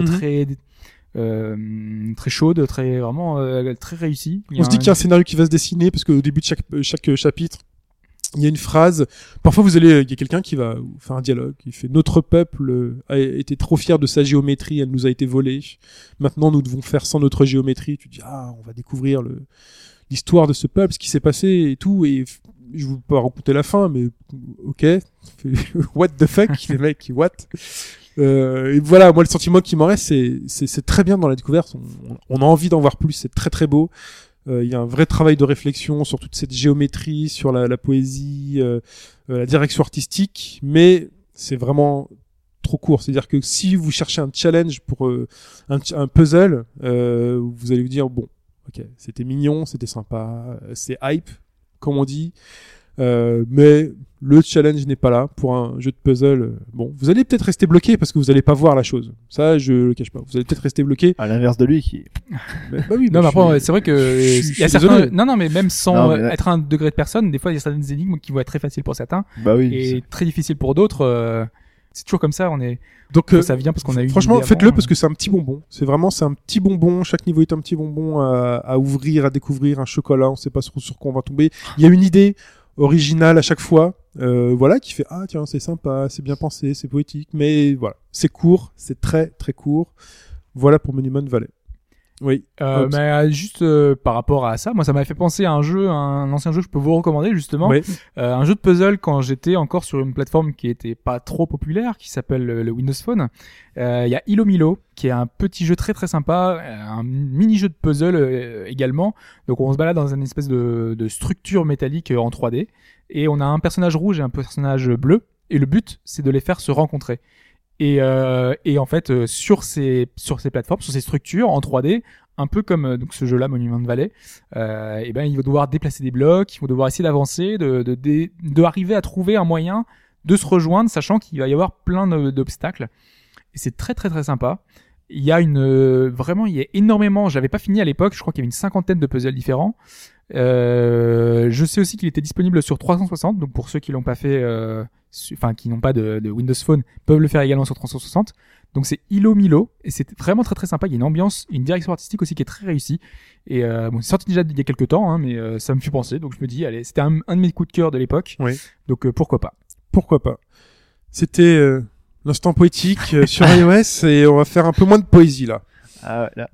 très chaudes, très vraiment très réussies. On se dit qu'il y a un scénario qui va se dessiner parce qu'au début de chaque chapitre, il y a une phrase. Parfois, il y a quelqu'un qui va faire un dialogue. Il fait: notre peuple a été trop fier de sa géométrie, elle nous a été volée. Maintenant, nous devons faire sans notre géométrie. Tu dis, ah, on va découvrir l'histoire de ce peuple, ce qui s'est passé et tout. Et je vous pas raconter la fin, mais ok. What the fuck, les mecs, what? Et voilà, moi, le sentiment qui m'en reste, c'est très bien dans la découverte. On a envie d'en voir plus. C'est très très beau. Il y a un vrai travail de réflexion sur toute cette géométrie, sur la poésie, la direction artistique, mais c'est vraiment trop court. C'est-à-dire que si vous cherchez un challenge pour un puzzle, vous allez vous dire, bon, ok, c'était mignon, c'était sympa, c'est hype, comme on dit, mais le challenge n'est pas là pour un jeu de puzzle. Bon, vous allez peut-être rester bloqué parce que vous allez pas voir la chose. Ça, je le cache pas. Vous allez peut-être rester bloqué. À l'inverse de lui, qui. Mais, bah oui, Non, mais je après, suis- c'est vrai que je il y a suis certains. désolé. Non, mais même sans Non, mais là- être un degré de personne, des fois, il y a certaines énigmes qui vont être très faciles pour certains Bah oui. et très difficiles pour d'autres. C'est toujours comme ça. Donc, Ça vient parce qu'on a eu. franchement, une idée faites-le avant, parce que c'est un petit bonbon. C'est un petit bonbon. Chaque niveau est un petit bonbon à ouvrir, à découvrir, un chocolat. On sait pas sur quoi on va tomber. Il y a une idée originale à chaque fois. Voilà, qui fait, ah, tiens, c'est sympa, c'est bien pensé, c'est poétique. Mais voilà. C'est court. C'est très, très court. Voilà pour Monument Valley. Oui. Mais juste par rapport à ça, moi ça m'avait fait penser à un ancien jeu que je peux vous recommander justement, Ouais. un jeu de puzzle quand j'étais encore sur une plateforme qui était pas trop populaire, qui s'appelle le Windows Phone. Il y a Ilo Milo, qui est un petit jeu très très sympa, un mini jeu de puzzle également. Donc on se balade dans une espèce de structure métallique en 3D, et on a un personnage rouge et un personnage bleu, et le but c'est de les faire se rencontrer. Et en fait, sur ces plateformes, sur ces structures en 3D, un peu comme donc ce jeu-là, Monument Valley, et ben ils vont devoir déplacer des blocs, ils vont devoir essayer d'avancer, de arriver à trouver un moyen de se rejoindre, sachant qu'il va y avoir plein d'obstacles. Et c'est très très très sympa. Il y a vraiment, il y a énormément. J'avais pas fini à l'époque. Je crois qu'il y avait une 50aine de puzzles différents. Je sais aussi qu'il était disponible sur 360. Donc pour ceux qui l'ont pas fait, qui n'ont pas de Windows Phone, peuvent le faire également sur 360. Donc c'est Ilo Milo et c'est vraiment très très sympa. Il y a une ambiance, une direction artistique aussi qui est très réussie. Et c'est sorti déjà il y a quelques temps, hein, mais ça me fait penser. Donc je me dis, allez, c'était un de mes coups de cœur de l'époque. Oui. Donc pourquoi pas. Pourquoi pas. C'était l'instant poétique sur iOS et on va faire un peu moins de poésie là. Ah ouais, là.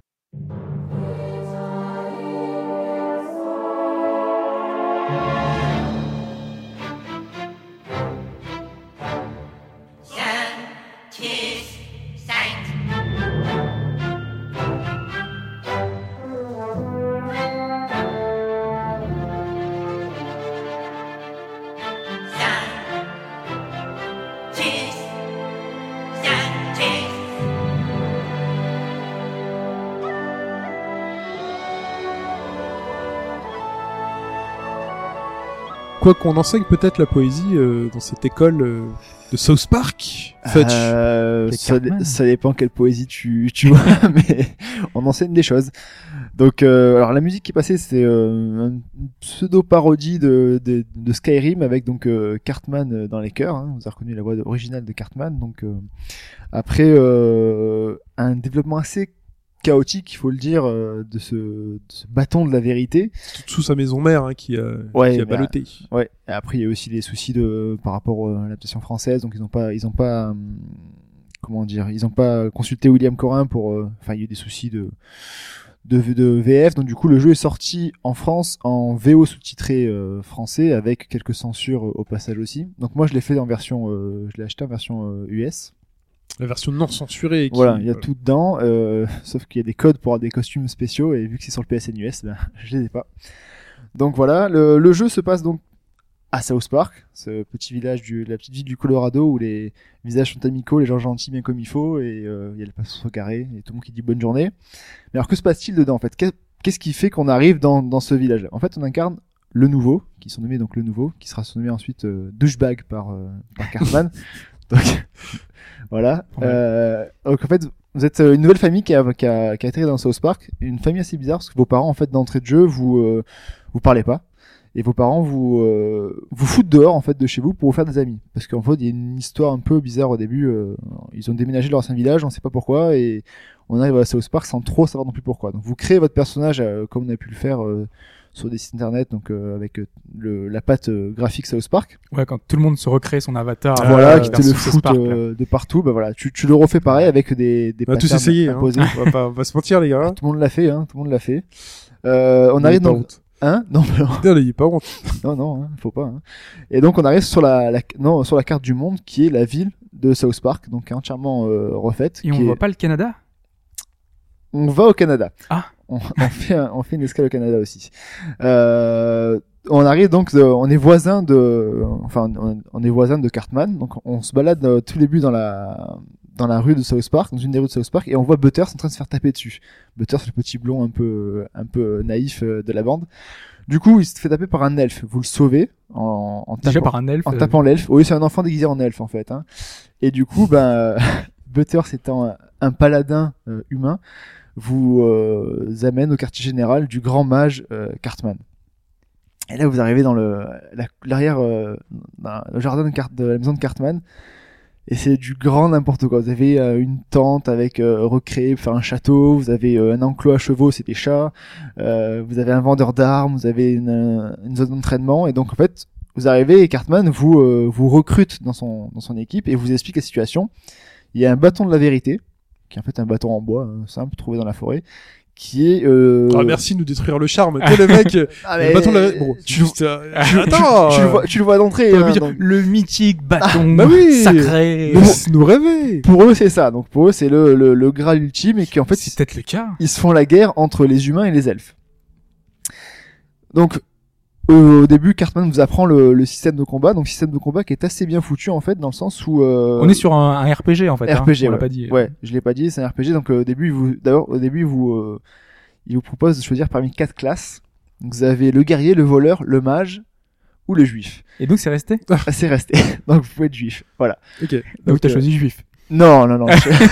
Quoi qu'on enseigne peut-être la poésie dans cette école de South Park, Fudge. Ça dépend quelle poésie tu vois, mais on enseigne des choses. Donc, alors la musique qui est passée, c'est une pseudo-parodie de Skyrim avec donc Cartman dans les chœurs. Hein. Vous avez reconnu la voix originale de Cartman. Donc après un développement assez chaotique, il faut le dire, de ce bâton de la vérité Sous sa maison mère hein, qui a ballotté. Ouais. Et après il y a aussi les soucis par rapport à l'adaptation française, donc ils ont pas comment dire, ils ont pas consulté William Corin pour il y a eu des soucis de VF, donc du coup le jeu est sorti en France en VO sous-titré français avec quelques censures au passage aussi. Donc moi je l'ai fait je l'ai acheté en version US. La version non censurée. Voilà, il y a tout dedans, sauf qu'il y a des codes pour avoir des costumes spéciaux, et vu que c'est sur le PSN US, je les ai pas. Donc voilà, le jeu se passe donc à South Park, ce petit village la petite ville du Colorado où les visages sont amicaux, les gens gentils bien comme il faut, et il y a le passage carré, et tout le monde qui dit bonne journée. Mais alors que se passe-t-il dedans en fait? Qu'est-ce qui fait qu'on arrive dans ce village-là? En fait, on incarne le nouveau, qui sont nommés donc le nouveau, qui sera nommé ensuite douchebag par Cartman. Donc voilà. Donc en fait, vous êtes une nouvelle famille qui a atterri dans South Park, une famille assez bizarre parce que vos parents en fait d'entrée de jeu vous parlez pas et vos parents vous foutent dehors en fait de chez vous pour vous faire des amis parce qu'en fait il y a une histoire un peu bizarre au début. Ils ont déménagé de leur ancien village, on sait pas pourquoi, et on arrive à South Park sans trop savoir non plus pourquoi. Donc vous créez votre personnage comme on a pu le faire sur des sites internet, donc avec la patte graphique South Park. Ouais, quand tout le monde se recrée son avatar. Voilà, qui te le fout de partout. Bah voilà, tu le refais pareil avec des on va tous essayer. imposés. On va se mentir les gars. Tout le monde l'a fait, tout le monde l'a fait. On arrive dans non, il pas honte. non, faut pas. Et donc on arrive sur sur la carte du monde qui est la ville de South Park, donc entièrement refaite. Et on voit pas le Canada? On va au Canada. Ah. On fait une escale au Canada aussi. On arrive donc, on est voisin de Cartman, donc on se balade tout début dans la rue de South Park, dans une des rues de South Park, et on voit Butters en train de se faire taper dessus. Butters, c'est le petit blond un peu naïf de la bande. Du coup, il se fait taper par un elfe. Vous le sauvez en tapant l'elfe. Oui, c'est un enfant déguisé en elfe en fait. Hein. Et du coup, Butters étant un paladin humain, vous amène au quartier général du grand mage Cartman. Et là, vous arrivez dans l'arrière, dans le jardin de la maison de Cartman, et c'est du grand n'importe quoi. Vous avez une tente avec recréé pour faire un château, vous avez un enclos à chevaux, c'est des chats, vous avez un vendeur d'armes, vous avez une zone d'entraînement, et donc en fait, vous arrivez et Cartman vous recrute dans son équipe et vous explique la situation. Il y a un bâton de la vérité, qui est en fait un bâton en bois simple trouvé dans la forêt, qui est merci de nous détruire le charme. Toi le mec le bâton de la bon, tu le vois d'entrée le mythique bâton oui, sacré. Nous rêver. Pour eux c'est ça. Donc pour eux c'est le graal ultime, et qui en fait c'est peut-être le cas. Ils se font la guerre entre les humains et les elfes. Donc au début, Cartman vous apprend le système de combat, donc système de combat qui est assez bien foutu en fait, dans le sens où on est sur un RPG en fait. RPG, on l'a pas dit. Ouais, je l'ai pas dit, c'est un RPG. Donc au début, il vous propose de choisir parmi 4 classes. Donc, vous avez le guerrier, le voleur, le mage ou le juif. Et donc c'est resté. C'est resté. Donc vous pouvez être juif. Voilà. Ok. Donc t'as euh, choisi juif. Non. non,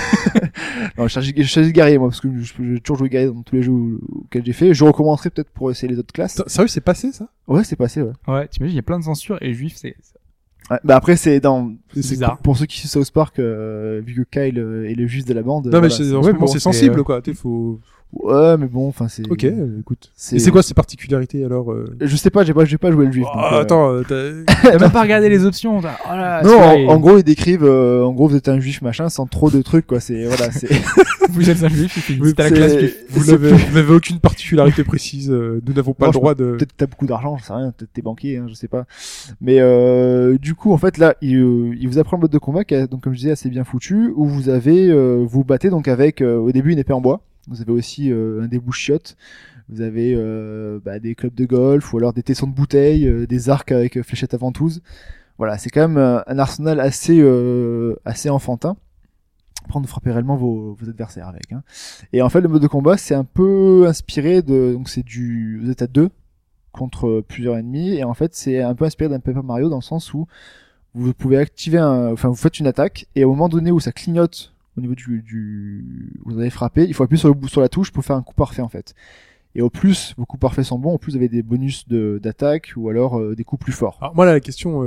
je choisis guerrier moi parce que j'ai toujours joué guerrier dans tous les jeux auxquels j'ai fait. Je recommencerai peut-être pour essayer les autres classes. Sérieux, c'est passé ça? Ouais, c'est passé. Ouais. Ouais, t'imagines, il y a plein de censure et juif c'est. Ouais, bah après c'est dans C'est bizarre. pour ceux qui suivent South Park, vu que Kyle est le juif de la bande. Non mais voilà, en ce ouais, moment bon, c'est c'est, sensible quoi. T'es faut. ouais, mais bon, enfin c'est. Ok, écoute. C'est- Et c'est quoi ces particularités alors Je sais pas, j'ai pas joué le juif. Oh, donc, attends, T'as même pas regardé les options. T'as- Oh là, Non, celui-là, il- en gros ils décrivent, en gros vous êtes un juif machin sans trop de trucs quoi. C'est voilà, c'est. vous êtes un juif, et puis Oui, c'est à la classe juif. vous n'avez aucune particularité précise. Nous n'avons pas Non, le droit de. Peut-être que t'as beaucoup d'argent, je sais rien, peut-être t'es banquier, hein, je sais pas. Mais du coup, en fait, là, il vous apprend le mode de combat qui est, donc comme je disais, assez bien foutu, où vous avez, vous battez donc avec, au début, une épée en bois. Vous avez aussi un débouche-chiottes. Vous avez des clubs de golf ou alors des tessons de bouteilles, des arcs avec fléchettes à ventouse. Voilà, c'est quand même un arsenal assez enfantin. Prendre de frapper réellement vos adversaires avec. Hein. Et en fait, le mode de combat, c'est un peu inspiré de, donc vous êtes à 2 contre plusieurs ennemis, et en fait, c'est un peu inspiré d'un Paper Mario dans le sens où vous pouvez activer vous faites une attaque, et au moment donné où ça clignote au niveau vous avez frappé, il faut appuyer sur la touche pour faire un coup parfait en fait. Et au plus vos coups parfaits sont bons, au plus vous avez des bonus d'attaque ou alors des coups plus forts. Alors moi là, la question,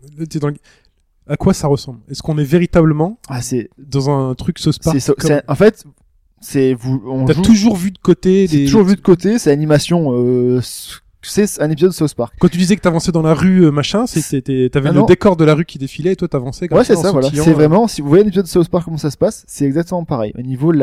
à quoi ça ressemble? Est-ce qu'on est véritablement C'est dans un truc South Park en fait c'est on T'as joue- toujours vu de côté c'est des. toujours vu de côté, c'est animation c'est un épisode de South Park. Quand tu disais que t'avançais dans la rue, machin, t'avais Ah le non. décor de la rue qui défilait et toi t'avançais comme Ouais, ça c'est en ça, voilà. sautillant, C'est vraiment, si vous voyez un épisode de South Park, comment ça se passe, c'est exactement pareil. Au niveau de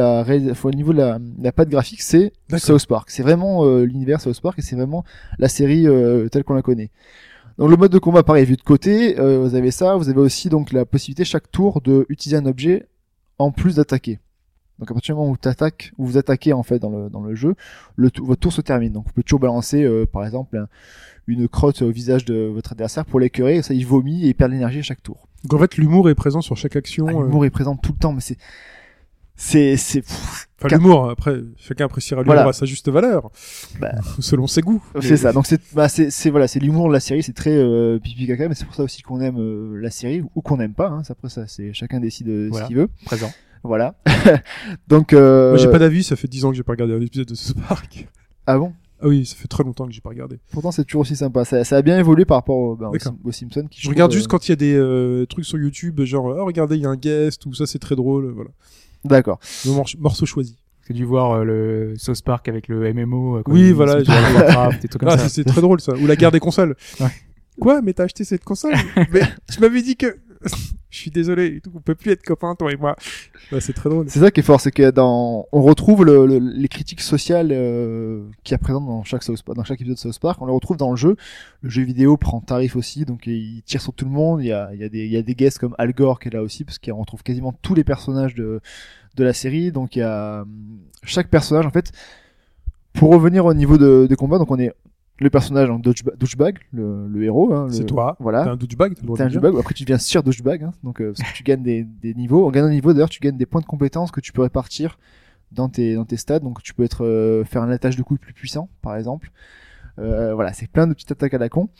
la patte graphique, c'est D'accord. South Park. C'est vraiment l'univers South Park et c'est vraiment la série telle qu'on la connaît. Donc le mode de combat, pareil, vu de côté, vous avez ça. Vous avez aussi donc la possibilité chaque tour de utiliser un objet en plus d'attaquer. Donc à partir du moment où vous attaquez en fait dans le jeu, votre tour se termine. Donc vous pouvez toujours balancer par exemple une crotte au visage de votre adversaire pour l'écœurer, et ça il vomit et il perd de l'énergie à chaque tour. Donc en fait, l'humour est présent sur chaque action. L'humour est présent tout le temps, mais c'est Enfin, l'humour, après, chacun appréciera l'humour Voilà. à sa juste valeur, Bah. selon ses goûts. c'est ça. Donc c'est l'humour de la série, c'est très pipi caca, mais c'est pour ça aussi qu'on aime la série ou qu'on n'aime pas. Hein. Après ça, c'est chacun décide Voilà. ce qu'il veut. Présent. Voilà. Donc Moi, j'ai pas d'avis, ça fait 10 ans que j'ai pas regardé un épisode de South Park. ah bon. Ah oui, ça fait très longtemps que j'ai pas regardé. Pourtant c'est toujours aussi sympa. Ça a bien évolué par rapport D'accord. aux Simpsons. Qui Je regarde juste quand il y a des trucs sur YouTube, genre, oh, regardez, il y a un guest, ou ça c'est très drôle, voilà. D'accord. Le morceau choisi. J'ai dû voir le South Park avec le MMO. Quand Oui, ils voilà, sont sur Warcraft, des trucs comme Ah, ça. c'est très drôle ça. Ou la guerre des consoles. Ouais. Quoi? Mais t'as acheté cette console? Mais tu m'avais dit que... Je suis désolé, et tout, on peut plus être copains, toi et moi. Ouais, c'est très drôle. C'est ça qui est fort, c'est que on retrouve les critiques sociales qu'il y a présentes dans chaque épisode de South Park. On les retrouve dans le jeu. Le jeu vidéo prend tarif aussi, donc il tire sur tout le monde. Il y a des guests comme Al Gore qui est là aussi, parce qu'on retrouve quasiment tous les personnages de la série. Donc il y a chaque personnage en fait. Pour revenir au niveau des combats, donc on est le personnage en douchebag, le héros. Hein, C'est toi. Voilà. T'es un douchebag, t'as le droit T'es de un le dire. douchebag. Après, tu deviens sur douchebag, hein, donc parce que tu gagnes des niveaux. En gagnant des niveaux, d'ailleurs, tu gagnes des points de compétences que tu peux répartir dans tes stats. Donc, tu peux faire un attache de coups plus puissant, par exemple. Voilà, c'est plein de petites attaques à la con.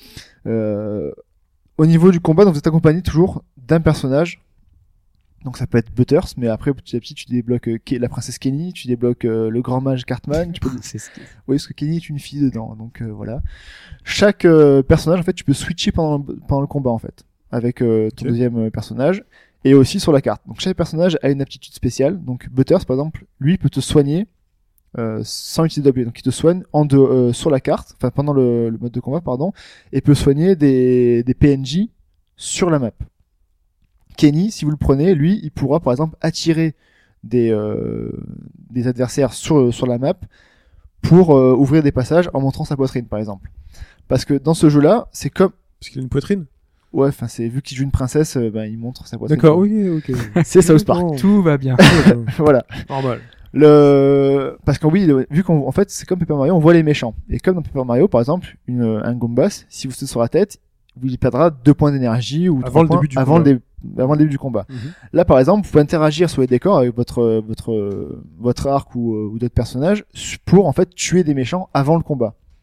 Au niveau du combat, donc vous êtes accompagné toujours d'un personnage. Donc ça peut être Butters, mais après petit à petit tu débloques la princesse Kenny, tu débloques le grand mage Cartman. Tu peux... C'est ce qui- Oui, parce que Kenny est une fille dedans, donc voilà. Chaque personnage, en fait, tu peux switcher pendant le combat, en fait, avec ton Ok. deuxième personnage, et aussi sur la carte. Donc chaque personnage a une aptitude spéciale. Donc Butters, par exemple, lui peut te soigner sans utiliser d'objet. Donc il te soigne sur la carte, enfin pendant le mode de combat, pardon, et peut soigner des PNJ sur la map. Kenny, si vous le prenez, lui, il pourra par exemple attirer des adversaires sur la map pour ouvrir des passages en montrant sa poitrine, par exemple. Parce que dans ce jeu-là, c'est comme... Parce qu'il a une poitrine. Ouais, enfin, c'est vu qu'il joue une princesse, il montre sa poitrine. D'accord, oui, ok. C'est South Park. Non. Tout va bien. Voilà. Normal. Parce que oui, vu qu'en fait, c'est comme Paper Mario, on voit les méchants. Et comme dans Paper Mario, par exemple, un Goombas, si vous sautez sur la tête, il perdra 2 points d'énergie ou Avant 3 le points début du avant combat. avant le début du combat. Mhm. Là, par exemple, vous pouvez interagir sur les décors avec votre arc ou d'autres personnages pour en fait tuer des méchants avant le combat.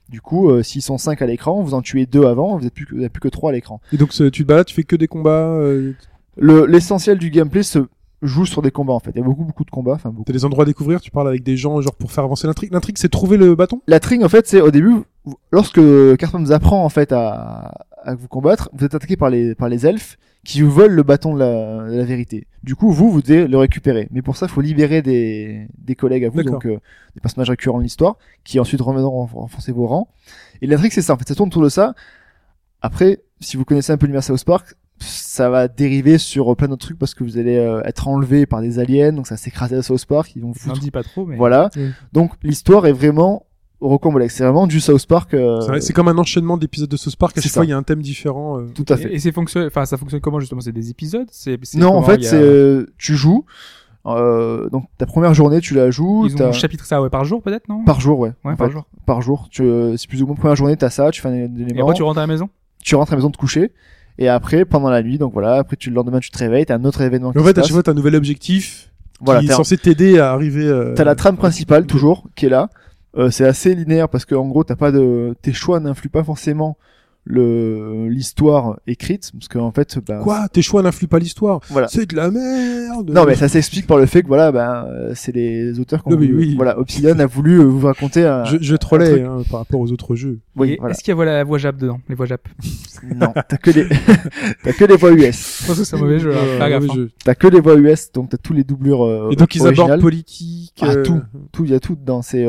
Du coup, s'ils sont 5 à l'écran, vous en tuez 2 avant, vous n'avez plus que 3 à l'écran. Et donc tu te balades, tu fais que des combats. L'essentiel du gameplay se joue sur des combats en fait. Il y a beaucoup de combats. Enfin, beaucoup. T'as des endroits à découvrir, tu parles avec des gens genre pour faire avancer l'intrigue. L'intrigue, c'est trouver le bâton. La trick en fait, c'est au début, lorsque Cartman vous apprend en fait à vous combattre, vous êtes attaqué par les elfes qui vous volent le bâton de la vérité. Du coup, vous devez le récupérer. Mais pour ça, il faut libérer des collègues à vous, D'accord. donc des personnages récurrents de l'histoire, qui ensuite reviendront renforcer vos rangs. Et la trick, c'est ça. En fait, ça tourne autour de ça. Après, si vous connaissez un peu l'univers South Park, ça va dériver sur plein d'autres trucs parce que vous allez être enlevé par des aliens, donc ça va s'écraser à South Park, ils vont vous N'en foutre. dis pas trop, mais. Voilà. Mm. Donc l'histoire est vraiment rocambolesque. C'est vraiment du South Park. C'est comme un enchaînement d'épisodes de South Park. À c'est chaque ça. fois, il y a un thème différent. Tout à fait. Et ça fonctionne comment justement? C'est des épisodes? Non, en fait, tu joues. Donc ta première journée, tu la joues. Ils ont chapitré ça par jour peut-être, non? Par jour, ouais. Ouais, En par fait, jour. Par jour. C'est plus ou moins première journée, t'as ça, tu fais un Et élément. après tu rentres à la maison? Tu rentres à la maison te coucher. Et après, pendant la nuit, donc voilà, après le lendemain, tu te réveilles, t'as un autre événement qui En se fait, à passe. chaque fois, t'as un nouvel objectif Voilà, qui est t'as censé t'aider à arriver. t'as la trame principale toujours qui est là. C'est assez linéaire parce que en gros tes choix n'influent pas forcément l'histoire écrite parce qu'en fait Quoi? Tes choix n'influent pas l'histoire. voilà. C'est de la merde. Non mais ça s'explique par le fait que voilà c'est les auteurs qui ont Non, mais voulu, oui. voilà Obsidian a voulu vous raconter un Je un trollais truc. hein, par rapport aux autres jeux. Oui, Et voilà. Est-ce qu'il y a la voix Jap dedans? Les voix Jap? Non, t'as que les voix US. Je pense que c'est un mauvais jeu. Faire mauvais gaffe, hein. jeu. T'as que les voix US, donc t'as tous les doublures Et donc ils originales. abordent politique. Tout, il y a tout dedans. C'est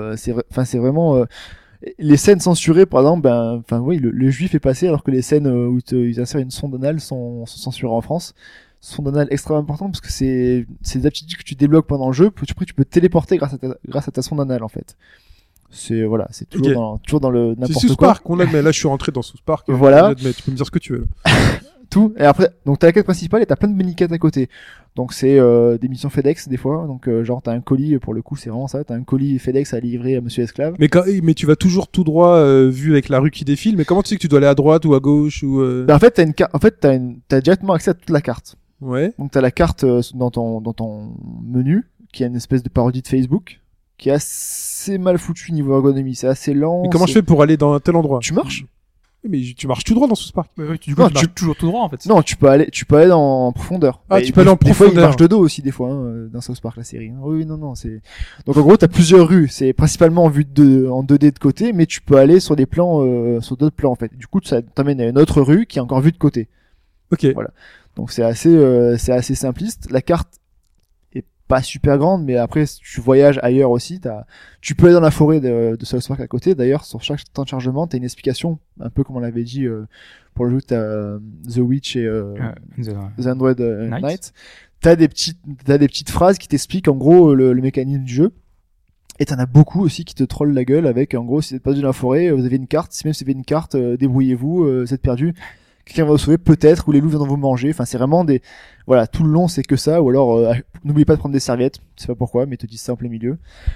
vraiment les scènes censurées, par exemple, le juif est passé alors que les scènes où ils insèrent une sonde anale sont censurées en France. Sonde anale extrêmement importante parce que c'est des aptitudes que tu débloques pendant le jeu. Après, tu peux te téléporter grâce à ta sonde anale en fait. C'est toujours Ok. toujours dans le C'est n'importe South quoi. Park, on admet. Là, je suis rentré dans South Park. Voilà. J'admets. Tu peux me dire ce que tu veux. Là. Tout. Et après, donc t'as la quête principale et t'as plein de mini-quêtes à côté. Donc c'est des missions FedEx des fois. Donc genre t'as un colis, pour le coup c'est vraiment ça. T'as un colis FedEx à livrer à Monsieur Esclave. Mais tu vas toujours tout droit vu avec la rue qui défile. Mais comment tu sais que tu dois aller à droite ou à gauche ou En fait t'as directement accès à toute la carte. Ouais. Donc t'as la carte dans ton menu qui est une espèce de parodie de Facebook qui est assez mal foutu niveau ergonomie. C'est assez lent. Mais comment je fais pour aller dans un tel endroit? Tu marches? Mais tu marches tout droit dans South Park. Ouais, du coup, Non, tu marches toujours tout droit en fait. Non, tu peux aller en profondeur. Ah, Et tu peux aller en des fois, il profondeur. marche de dos aussi, des fois, dans South Park, la série. Oui, non, c'est... Donc, en gros, t'as plusieurs rues. C'est principalement en vue en 2D de côté, mais tu peux aller sur des plans, sur d'autres plans, en fait. Du coup, ça t'amène à une autre rue qui est encore vue de côté. Ok. Voilà. Donc, c'est assez simpliste. La carte est pas super grande, mais après, si tu voyages ailleurs aussi, tu peux aller dans la forêt de South Park à côté. D'ailleurs, sur chaque temps de chargement, t'as une explication, un peu comme on l'avait dit, pour le jeu, t'as The Witch et The Android Knight. T'as des petites phrases qui t'expliquent en gros le mécanisme du jeu. Et t'en as beaucoup aussi qui te trollent la gueule avec, en gros, si vous êtes perdu dans la forêt, vous avez une carte, si même vous avez une carte, débrouillez-vous, vous êtes perdu, quelqu'un va vous sauver peut-être, ou les loups viendront vous manger. Enfin, c'est vraiment voilà, tout le long c'est que ça, ou alors n'oubliez pas de prendre des serviettes, je sais pas pourquoi, mais ils te disent ça en plein milieu.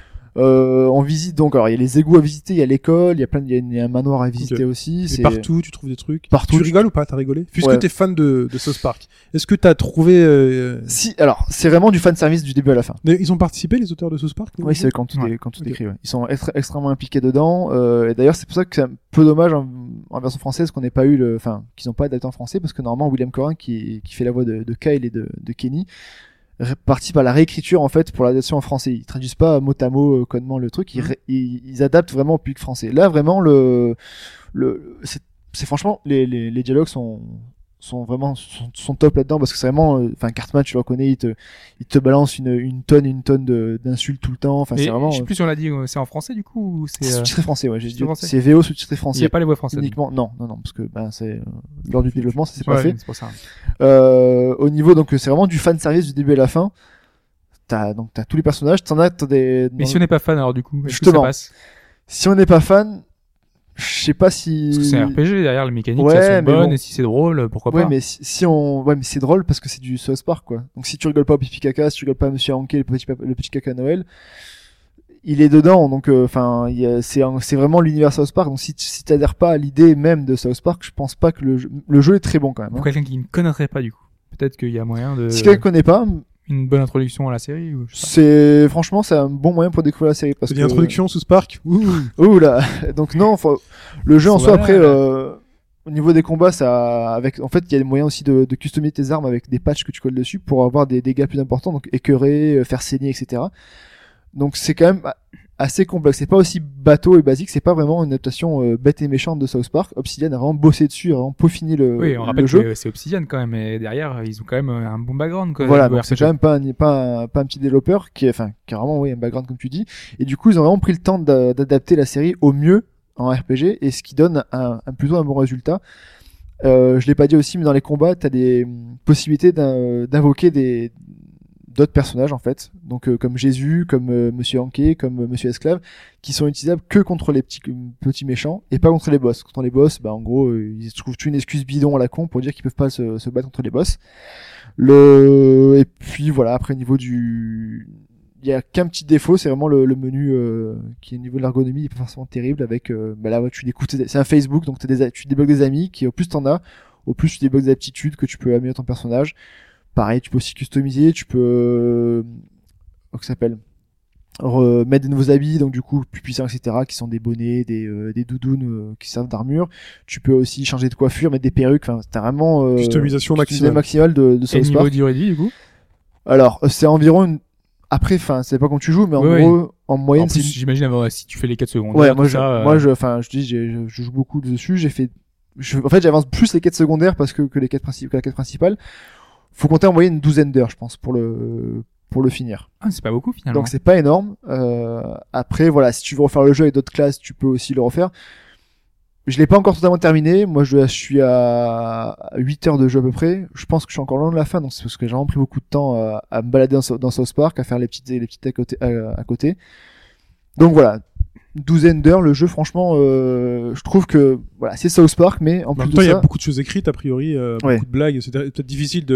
On visite donc, alors il y a les égouts à visiter, il y a l'école, il y a un manoir à visiter aussi. Et partout, tu trouves des trucs. Partout, Tu rigoles ou pas? T'as rigolé? Puisque Ouais. t'es fan de South Park, est-ce que t'as trouvé Si, alors c'est vraiment du fan service du début à la fin. Ils ont participé, les auteurs de South Park? Oui, c'est quand tout Ouais. est Ok. écrit. Ouais. Ils sont extrêmement impliqués dedans. Et d'ailleurs, c'est pour ça que c'est un peu dommage en version française qu'on n'ait pas eu qu'ils n'ont pas adapté en français, parce que normalement William Corrin qui fait la voix de Kyle et de Kenny participe à la réécriture en fait pour l'adaptation en français. Ils traduisent pas mot à mot codement le truc. Ils adaptent vraiment au public français. Là, vraiment c'est franchement les dialogues sont vraiment top là-dedans parce que c'est vraiment Cartman, tu le reconnais, il te balance une tonne d'insultes tout le temps. Enfin, c'est vraiment Je sais plus si on l'a dit, c'est en français du coup ou c'est. c'est sous-titré français, ouais, j'ai dit. sous-titré français. C'est VO sous-titré Il français. n'y a pas les voix françaises. Uniquement, non, parce que c'est lors du développement, ça s'est pas Ouais, fait. c'est pour ça. Au niveau donc c'est vraiment du fan service du début à la fin. T'as tous les personnages, t'as des. Mais si on n'est pas fan alors du coup, est-ce que ça Justement. passe? Si on n'est pas fan, je sais pas si. Parce que c'est un RPG derrière, les mécaniques Ouais, ça sont mais bonnes bon. et si c'est drôle, pourquoi Ouais, pas. mais mais c'est drôle parce que c'est du South Park, quoi. Donc si tu rigoles pas au pipi caca, si tu rigoles pas à Monsieur Hanké, le petit caca Noël, il est dedans. Donc, c'est vraiment l'univers South Park. Donc si t'adhères pas à l'idée même de South Park, je pense pas que le jeu est très bon quand même. Pour Hein. quelqu'un qui ne connaîtrait pas du coup, peut-être qu'il y a moyen de. Si quelqu'un connaît pas, une bonne introduction à la série ou je sais Franchement, c'est un bon moyen pour découvrir la série parce C'est que une introduction sous Spark. Ouh. Ouh là. Donc non, le jeu en soi Voilà. après au niveau des combats, en fait, il y a des moyens aussi de customiser tes armes avec des patchs que tu colles dessus pour avoir des dégâts plus importants, donc écœurer, faire saigner, etc. Donc c'est quand même assez complexe. C'est pas aussi bateau et basique. C'est pas vraiment une adaptation bête et méchante de South Park. Obsidian a vraiment bossé dessus, a vraiment peaufiné pas. Oui, on le rappelle jeu. que c'est Obsidian quand même, et derrière ils ont quand même un bon background. Quoi, Voilà, niveau donc c'est RPG. quand même pas un petit développeur qui a vraiment un background comme tu dis. Et du coup, ils ont vraiment pris le temps d'adapter la série au mieux en RPG, et ce qui donne plutôt un bon résultat. Je l'ai pas dit aussi, mais dans les combats, t'as des possibilités d'invoquer d'autres personnages en fait, donc comme Jésus, comme Monsieur Hanké, comme Monsieur Esclave, qui sont utilisables que contre les petits méchants et pas contre les boss. Contre les boss, bah en gros, ils trouvent une excuse bidon à la con pour dire qu'ils peuvent pas se battre contre les boss. Et puis voilà, après niveau il y a qu'un petit défaut, c'est vraiment le menu qui est au niveau de l'ergonomie, il est pas forcément terrible avec là ouais, c'est un Facebook, donc tu débloques des amis qui au plus t'en as, au plus tu débloques des aptitudes que tu peux améliorer ton personnage. Pareil, tu peux aussi customiser, tu peux comment ça s'appelle, mettre des nouveaux habits, donc du coup plus puissants, etc., qui sont des bonnets, des doudounes qui servent d'armure. Tu peux aussi changer de coiffure, mettre des perruques, enfin t'as vraiment Customisation maximale de Et South niveau Park. durée de vie du coup. Alors c'est environ après, enfin, c'est pas quand tu joues, mais en Oui, gros, en moyenne, En plus, c'est j'imagine si tu fais les 4 secondes. ouais, moi, je dis, je joue beaucoup dessus. En fait, j'avance plus les quêtes secondaires parce que la quête principale. Faut compter en moyenne une douzaine d'heures, je pense, pour le finir. Ah, c'est pas beaucoup finalement. Donc c'est pas énorme. Après, voilà, si tu veux refaire le jeu avec d'autres classes, tu peux aussi le refaire. Je l'ai pas encore totalement terminé. Moi, je suis à 8 heures de jeu à peu près. Je pense que je suis encore loin de la fin, donc c'est parce que j'ai vraiment pris beaucoup de temps à me balader dans South Park, à faire les petites à côté. Donc voilà, une douzaine d'heures le jeu. Franchement, je trouve que voilà, c'est South Park, mais en En plus même de temps, il y a ça, beaucoup de choses écrites, a priori, Ouais. beaucoup de blagues. C'est peut-être difficile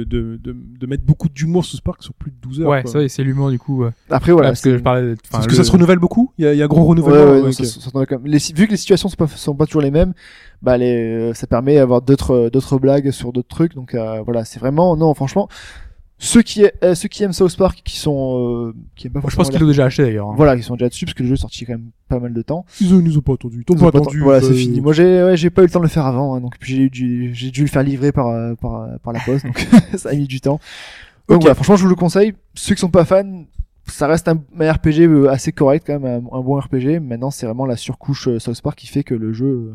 de mettre beaucoup d'humour sous Spark sur plus de 12 heures. Ouais, quoi. ça, c'est l'humour du coup. après voilà, Parce que je parlais. Parce que ça se renouvelle beaucoup. Il y a gros renouvellement. Ouais, non, ok. ça doit quand même- vu que les situations sont pas toujours les mêmes, bah ça permet d'avoir d'autres blagues sur d'autres trucs. Donc voilà, c'est vraiment non, franchement, ceux qui aiment South Park, qui aiment pas Je forcément pense qu'ils l'ont déjà acheté d'ailleurs. Hein. voilà, qui sont déjà dessus parce que le jeu est sorti quand même pas mal de temps. Ils nous ont pas attendu. Ils Ils t'ont ont pas pas attendu. voilà, c'est fini. Moi j'ai pas eu le temps de le faire avant, hein, donc puis j'ai dû le faire livrer par la poste, donc ça a mis du temps. Donc Ok. voilà, franchement je vous le conseille. Ceux qui sont pas fans, ça reste un RPG assez correct quand même, un bon RPG. Maintenant c'est vraiment la surcouche South Park qui fait que le jeu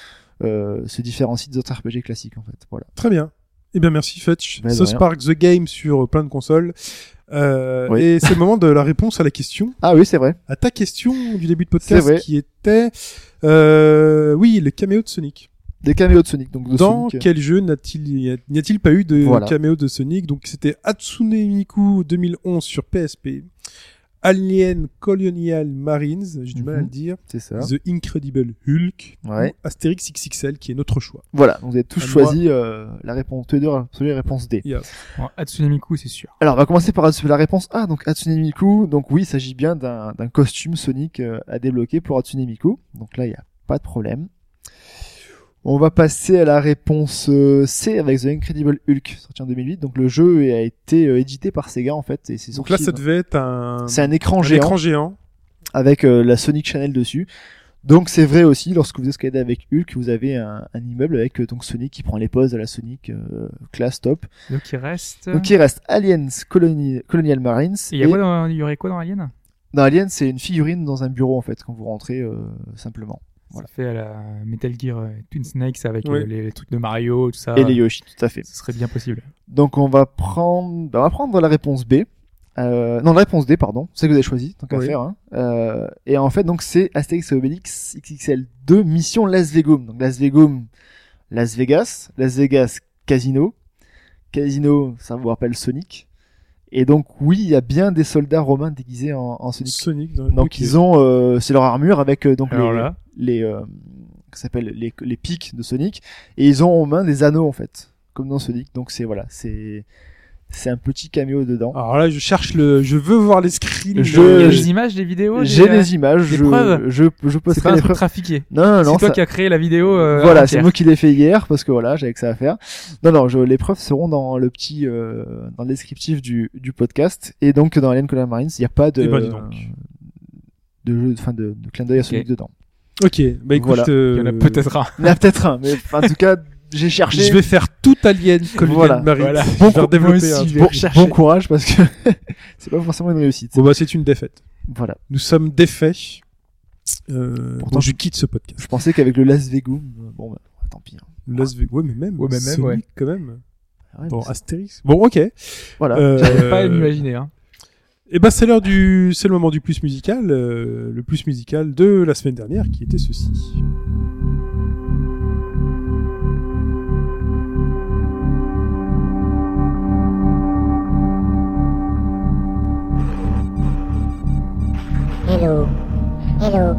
se différencie des autres RPG classiques en fait. Voilà. Très bien. Eh bien, merci Fetch. Mais de South rien. Park The Game sur plein de consoles. Oui. Et c'est le moment de la réponse à la question. Ah oui, c'est vrai. À ta question du début de C'est podcast vrai. qui était, oui, le caméo de Sonic. Des caméos de Sonic. Donc de Dans Sonic. quel jeu n'y a-t-il pas eu de Voilà. caméo de Sonic? Donc c'était Hatsune Miku 2011 sur PSP, Alien Colonial Marines, j'ai du mal à le dire, C'est ça. The Incredible Hulk, Ouais. ou Astérix XXL qui est notre choix. Voilà. Vous avez tous À choisi la réponse. Tous les deux choisi la réponse D. Yeah. Bon, Hatsune Miku, c'est sûr. Alors, on va commencer par la réponse A, donc Hatsune Miku. Donc oui, il s'agit bien d'un costume Sonic à débloquer pour Hatsune Miku. Donc là, il n'y a pas de problème. On va passer à la réponse C avec The Incredible Hulk, sorti en 2008. Donc le jeu a été édité par Sega en fait. Et c'est Donc sorti là, ça devait être un c'est un écran un géant écran géant. avec la Sonic Channel dessus. Donc c'est vrai aussi, lorsque vous escaladez avec Hulk, vous avez un immeuble avec donc Sonic qui prend les poses de la Sonic classe top. Donc il reste. Donc il reste Aliens Colonial Marines. Et il y aurait quoi dans Alien? Dans Alien, c'est une figurine dans un bureau en fait quand vous rentrez simplement. Voilà. Ça fait à la Metal Gear Twin Snakes avec Ouais. les trucs de Mario, tout ça. Et les Yoshi, tout à fait. Ce serait bien possible. Donc on va prendre la réponse B. Non, la réponse D, pardon. C'est ce que vous avez choisi, tant qu'à Oui. faire. Hein. Et en fait, donc c'est Astérix et Obélix XXL 2 Mission Las Vegas. Donc Las Vegas, Las Vegas Casino. Casino, ça vous rappelle Sonic. Et donc oui, il y a bien des soldats romains déguisés en Sonic. Sonic. Donc ok. ils ont, c'est leur armure avec donc Alors là, les ça s'appelle les pics de Sonic, et ils ont en main des anneaux en fait, comme dans Sonic. Donc c'est C'est un petit caméo dedans. Alors là, je veux voir les screens. Il y a des images, des vidéos. J'ai les images, des preuves. je C'est posterai pas un les truc preuves. trafiqué. Non, C'est toi ça- qui as créé la vidéo. Voilà, entière. c'est moi qui l'ai fait hier parce que voilà, j'avais que ça à faire. Non, les preuves seront dans le petit, dans le descriptif du podcast. Et donc, dans Alien Colonial Marines, il n'y a pas de, Eh ben, dis donc. de clin d'œil à Sonic dedans. Ok, bah écoute, Voilà. Il y en a peut-être un. Il y en a peut-être un, mais en tout cas, j'ai cherché. je vais faire tout Alien Colonial Voilà. Marines. Voilà. Je vais redévelopper moi aussi, un je truc. vais rechercher. Bon courage parce que c'est pas forcément une réussite. Bon bah c'est une défaite. Voilà. Nous sommes défaits. Pourtant, Bon, je quitte ce podcast. Je pensais qu'avec le Las Vegas, bon, bah, tant pis. hein. Las Vegas, ouais, mais même. Ouais, mais même, Sonic, ouais. quand même. Ouais, Bon, mais c'est- Astérix. Bon, ok. voilà. J'arrive pas à m'imaginer. Hein. Et ben c'est le moment du plus musical, le plus musical de la semaine dernière, qui était ceci. Hello. Hello.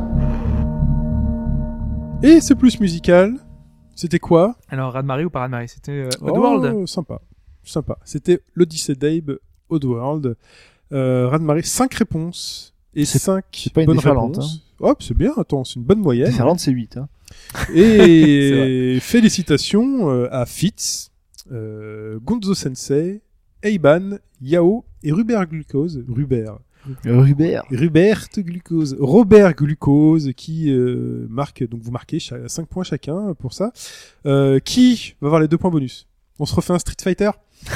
Et ce plus musical, c'était quoi? Alors, Radmarie ou pas Radmarie? C'était Oh, Oddworld. sympa. C'était l'Odyssée d'Abe, Oddworld. Radmarie, 5 réponses et C'est- 5 pas une bonnes déferlante, réponses. Hop, c'est bien, attends, c'est une bonne moyenne. Déferlante, c'est 8. Hein. Et félicitations à Fitz, Gonzo Sensei, Eiban, Yao et Robert Glucose qui marque, donc vous marquez 5 points chacun pour ça. Qui va avoir les 2 points bonus? On se refait un Street Fighter?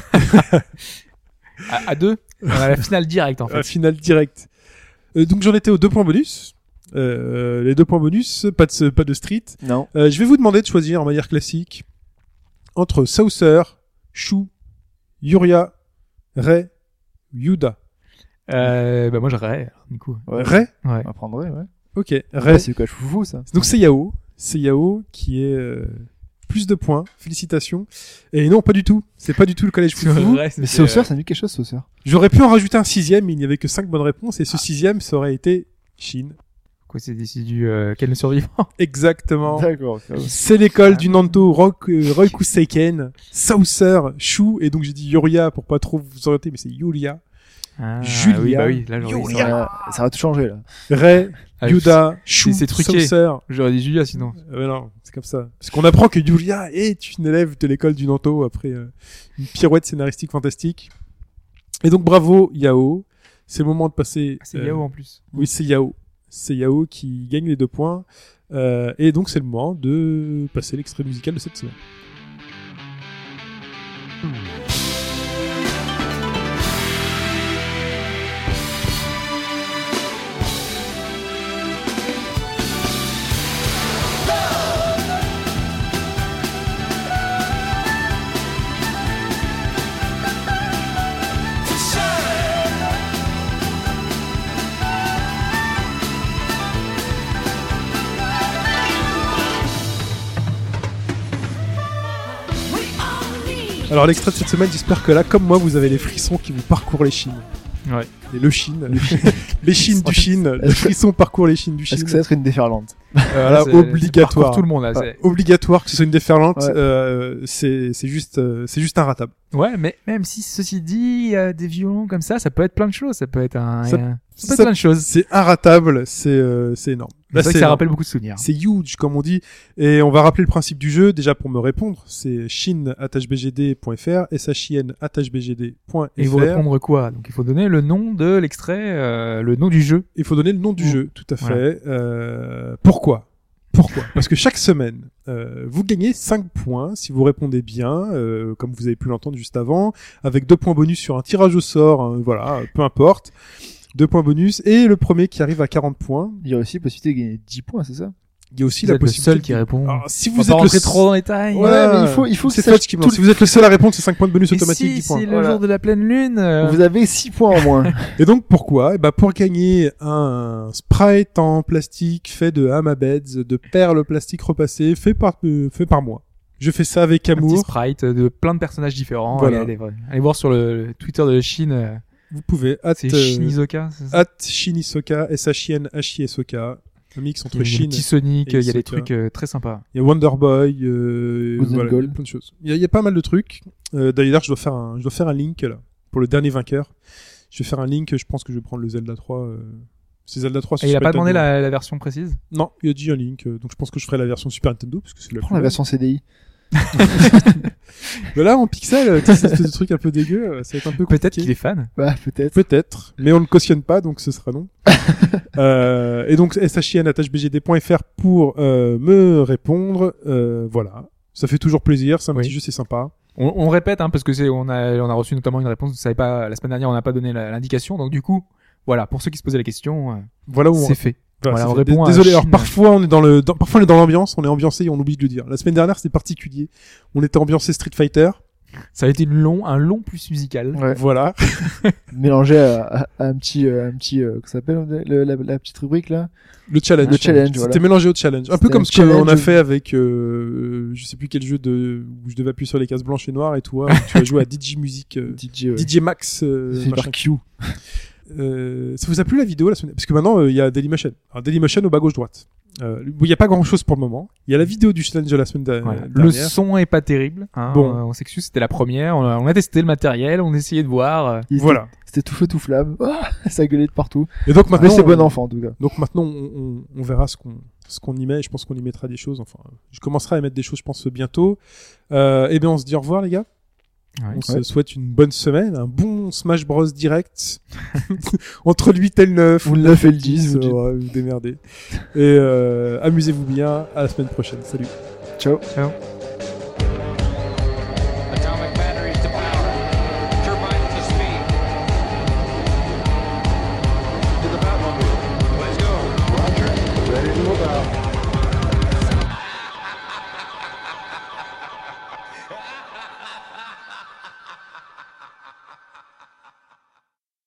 À 2. On a la finale directe, en fait. Finale directe. Donc j'en étais aux 2 points bonus. Les 2 points bonus, pas de Street. Non. Je vais vous demander de choisir en manière classique entre Saucer, Shu, Yuria, Rei, Yuda. Bah, moi, j'aurais, du coup. Ouais. Rei? Ouais. On va prendre, ouais. Ok, Ouais, Rei. c'est quoi, foufou, ça. Donc c'est Yao. C'est Yao qui est plus de points. Félicitations. Et non, pas du tout. C'est pas du tout le collège foufou. Ouais, Mais c'était, Saucer, ça me dit quelque chose, Saucer. J'aurais pu en rajouter un 6ème, mais il n'y avait que 5 bonnes réponses. Et ce 6ème, ça aurait été Shin. Quoi, c'est du Quel survivant? Exactement. D'accord. C'est l'école du Nanto Roikuseiken, Saucer, Shu, et donc j'ai dit Yuria pour pas trop vous orienter, mais c'est Yuria, Ah, Julia. oui, bah oui, là, j'aurais dit ça. Ça va tout changer, là. Rei, Ah, Yuda, Shu, c'est truqué. Saucer. J'aurais dit Julia, sinon. Non, c'est comme ça. Parce qu'on apprend que Yuria est une élève de l'école du Nanto après une pirouette scénaristique fantastique. Et donc bravo Yao. C'est le moment de passer. Ah, c'est Yao en plus. Oui, c'est Yao. C'est Yao qui gagne les 2 points. Et donc c'est le moment de passer l'extrait musical de cette semaine. Alors l'extrait de cette semaine, j'espère que là, comme moi, vous avez les frissons qui vous parcourent les chines. Ouais. Et le Chine, les chines du Chine, les frissons parcourent les chines du Chine. Est-ce que ça va être une déferlante? Là, C'est- obligatoire. c'est tout le monde, là. Ah, obligatoire que ce soit une déferlante, Ouais. c'est juste inratable. Ouais, mais même si, ceci dit, des violons comme ça peut être plein de choses. Ça peut être Ça- ça peut être ça- plein de choses. C'est inratable, c'est énorme. C'est vrai que ça énorme. rappelle beaucoup de souvenirs. C'est huge, comme on dit. Et on va rappeler le principe du jeu, déjà pour me répondre. C'est shin@bgd.fr, shin@bgd.fr. Et vous répondre quoi? Donc il faut donner le nom de l'extrait, le nom du jeu. Il faut donner le nom du Mm. jeu, tout à Voilà. fait. Pourquoi? Parce que chaque semaine, vous gagnez 5 points si vous répondez bien, comme vous avez pu l'entendre juste avant, avec 2 points bonus sur un tirage au sort, hein, voilà, peu importe. 2 points bonus, et le premier qui arrive à 40 points. Il y a aussi la possibilité de gagner 10 points, c'est ça? Il y a aussi Vous la êtes le possibilité. seul qui répond. Alors, si On vous va pas êtes rentrer trop dans les détails. Voilà. mais il faut que c'est ça- Fudge qui me tout lance. Si vous êtes le seul à répondre, c'est 5 points de bonus Et automatiques, si 10 points. c'est le Voilà. jour de la pleine lune, Vous avez 6 points en moins. Et donc pourquoi? Eh ben pour gagner un sprite en plastique fait de hamabeds, de perles plastiques repassées, fait par moi. Je fais ça avec un petit amour. sprite de plein de personnages différents. Voilà. Allez voir sur le Twitter de Chine. Vous pouvez C'est Shinizoka, c'est ça? @shinisoka, SHINHISOKA. Un mix entre Il y a des Shin. petits Sonic, et il y a des Soccer. trucs très sympas. Il y a Wonder Boy, Golden voilà, il y a Goal. plein de choses. Il y a pas mal de trucs. D'ailleurs, je dois faire un link là pour le dernier vainqueur. Je vais faire un link. Je pense que je vais prendre le Zelda 3. C'est Zelda 3. sur Et il a Super pas demandé Nintendo. la version précise? Non, il a dit un link. Donc je pense que je ferai la version Super Nintendo parce que c'est la Prends plus la belle. version CDI. Mais là, en pixel, tu sais, cette espèce de truc un peu dégueu, ça va être un peu compliqué. Peut-être qu'il est fan. Bah, peut-être. Peut-être, mais on ne cautionne pas, donc ce sera non. Et donc shin@bgd.fr pour me répondre. Voilà, ça fait toujours plaisir, c'est un Oui. petit jeu, c'est sympa. On répète, hein, parce que on a reçu notamment une réponse. Vous savez pas, la semaine dernière, on n'a pas donné l'indication. Donc du coup, voilà, pour ceux qui se posaient la question, Voilà où on c'est fait. Voilà, Voilà, c'est on fait. répond à Désolé, alors Chine. parfois on est parfois on est dans l'ambiance, on est ambiancé et on oublie de le dire. La semaine dernière c'était particulier, on était ambiancé Street Fighter, Ça a été un long plus musical. Ouais. voilà. Mélangé à un petit, comment ça s'appelle, la petite rubrique, là? Le challenge. Le challenge, C'était voilà. mélangé au challenge. Un peu C'était comme un ce qu'on a challenge. fait avec, je sais plus quel jeu où je devais appuyer sur les cases blanches et noires et toi, où tu as joué à DJ Music, DJ, ouais. DJ Max, C'est machin. par Q. Ça vous a plu la vidéo la semaine? Parce que maintenant, il y a Dailymotion. Alors, Dailymotion au bas gauche-droite. Il y a pas grand chose pour le moment. Il y a la vidéo du challenge de la semaine Voilà. dernière. Le son est pas terrible. Hein. Bon. On s'excuse, c'était la première. On a testé le matériel, on essayait de voir. Voilà. C'était tout feu tout flamme. Ah, ça gueulait de partout. Et donc Mais maintenant, c'est bon enfant, en tout cas. Donc maintenant, on verra ce qu'on y met. Je pense qu'on y mettra des choses. Enfin, je commencerai à mettre des choses, je pense, bientôt. Eh bien, on se dit au revoir, les gars. Ouais. On se souhaite une bonne semaine, un bon Smash Bros direct entre le 8 et le 9. Ou le 9 et le 10, vous dites. vous démerdez. Et amusez-vous bien. À la semaine prochaine. Salut. Ciao. Ciao.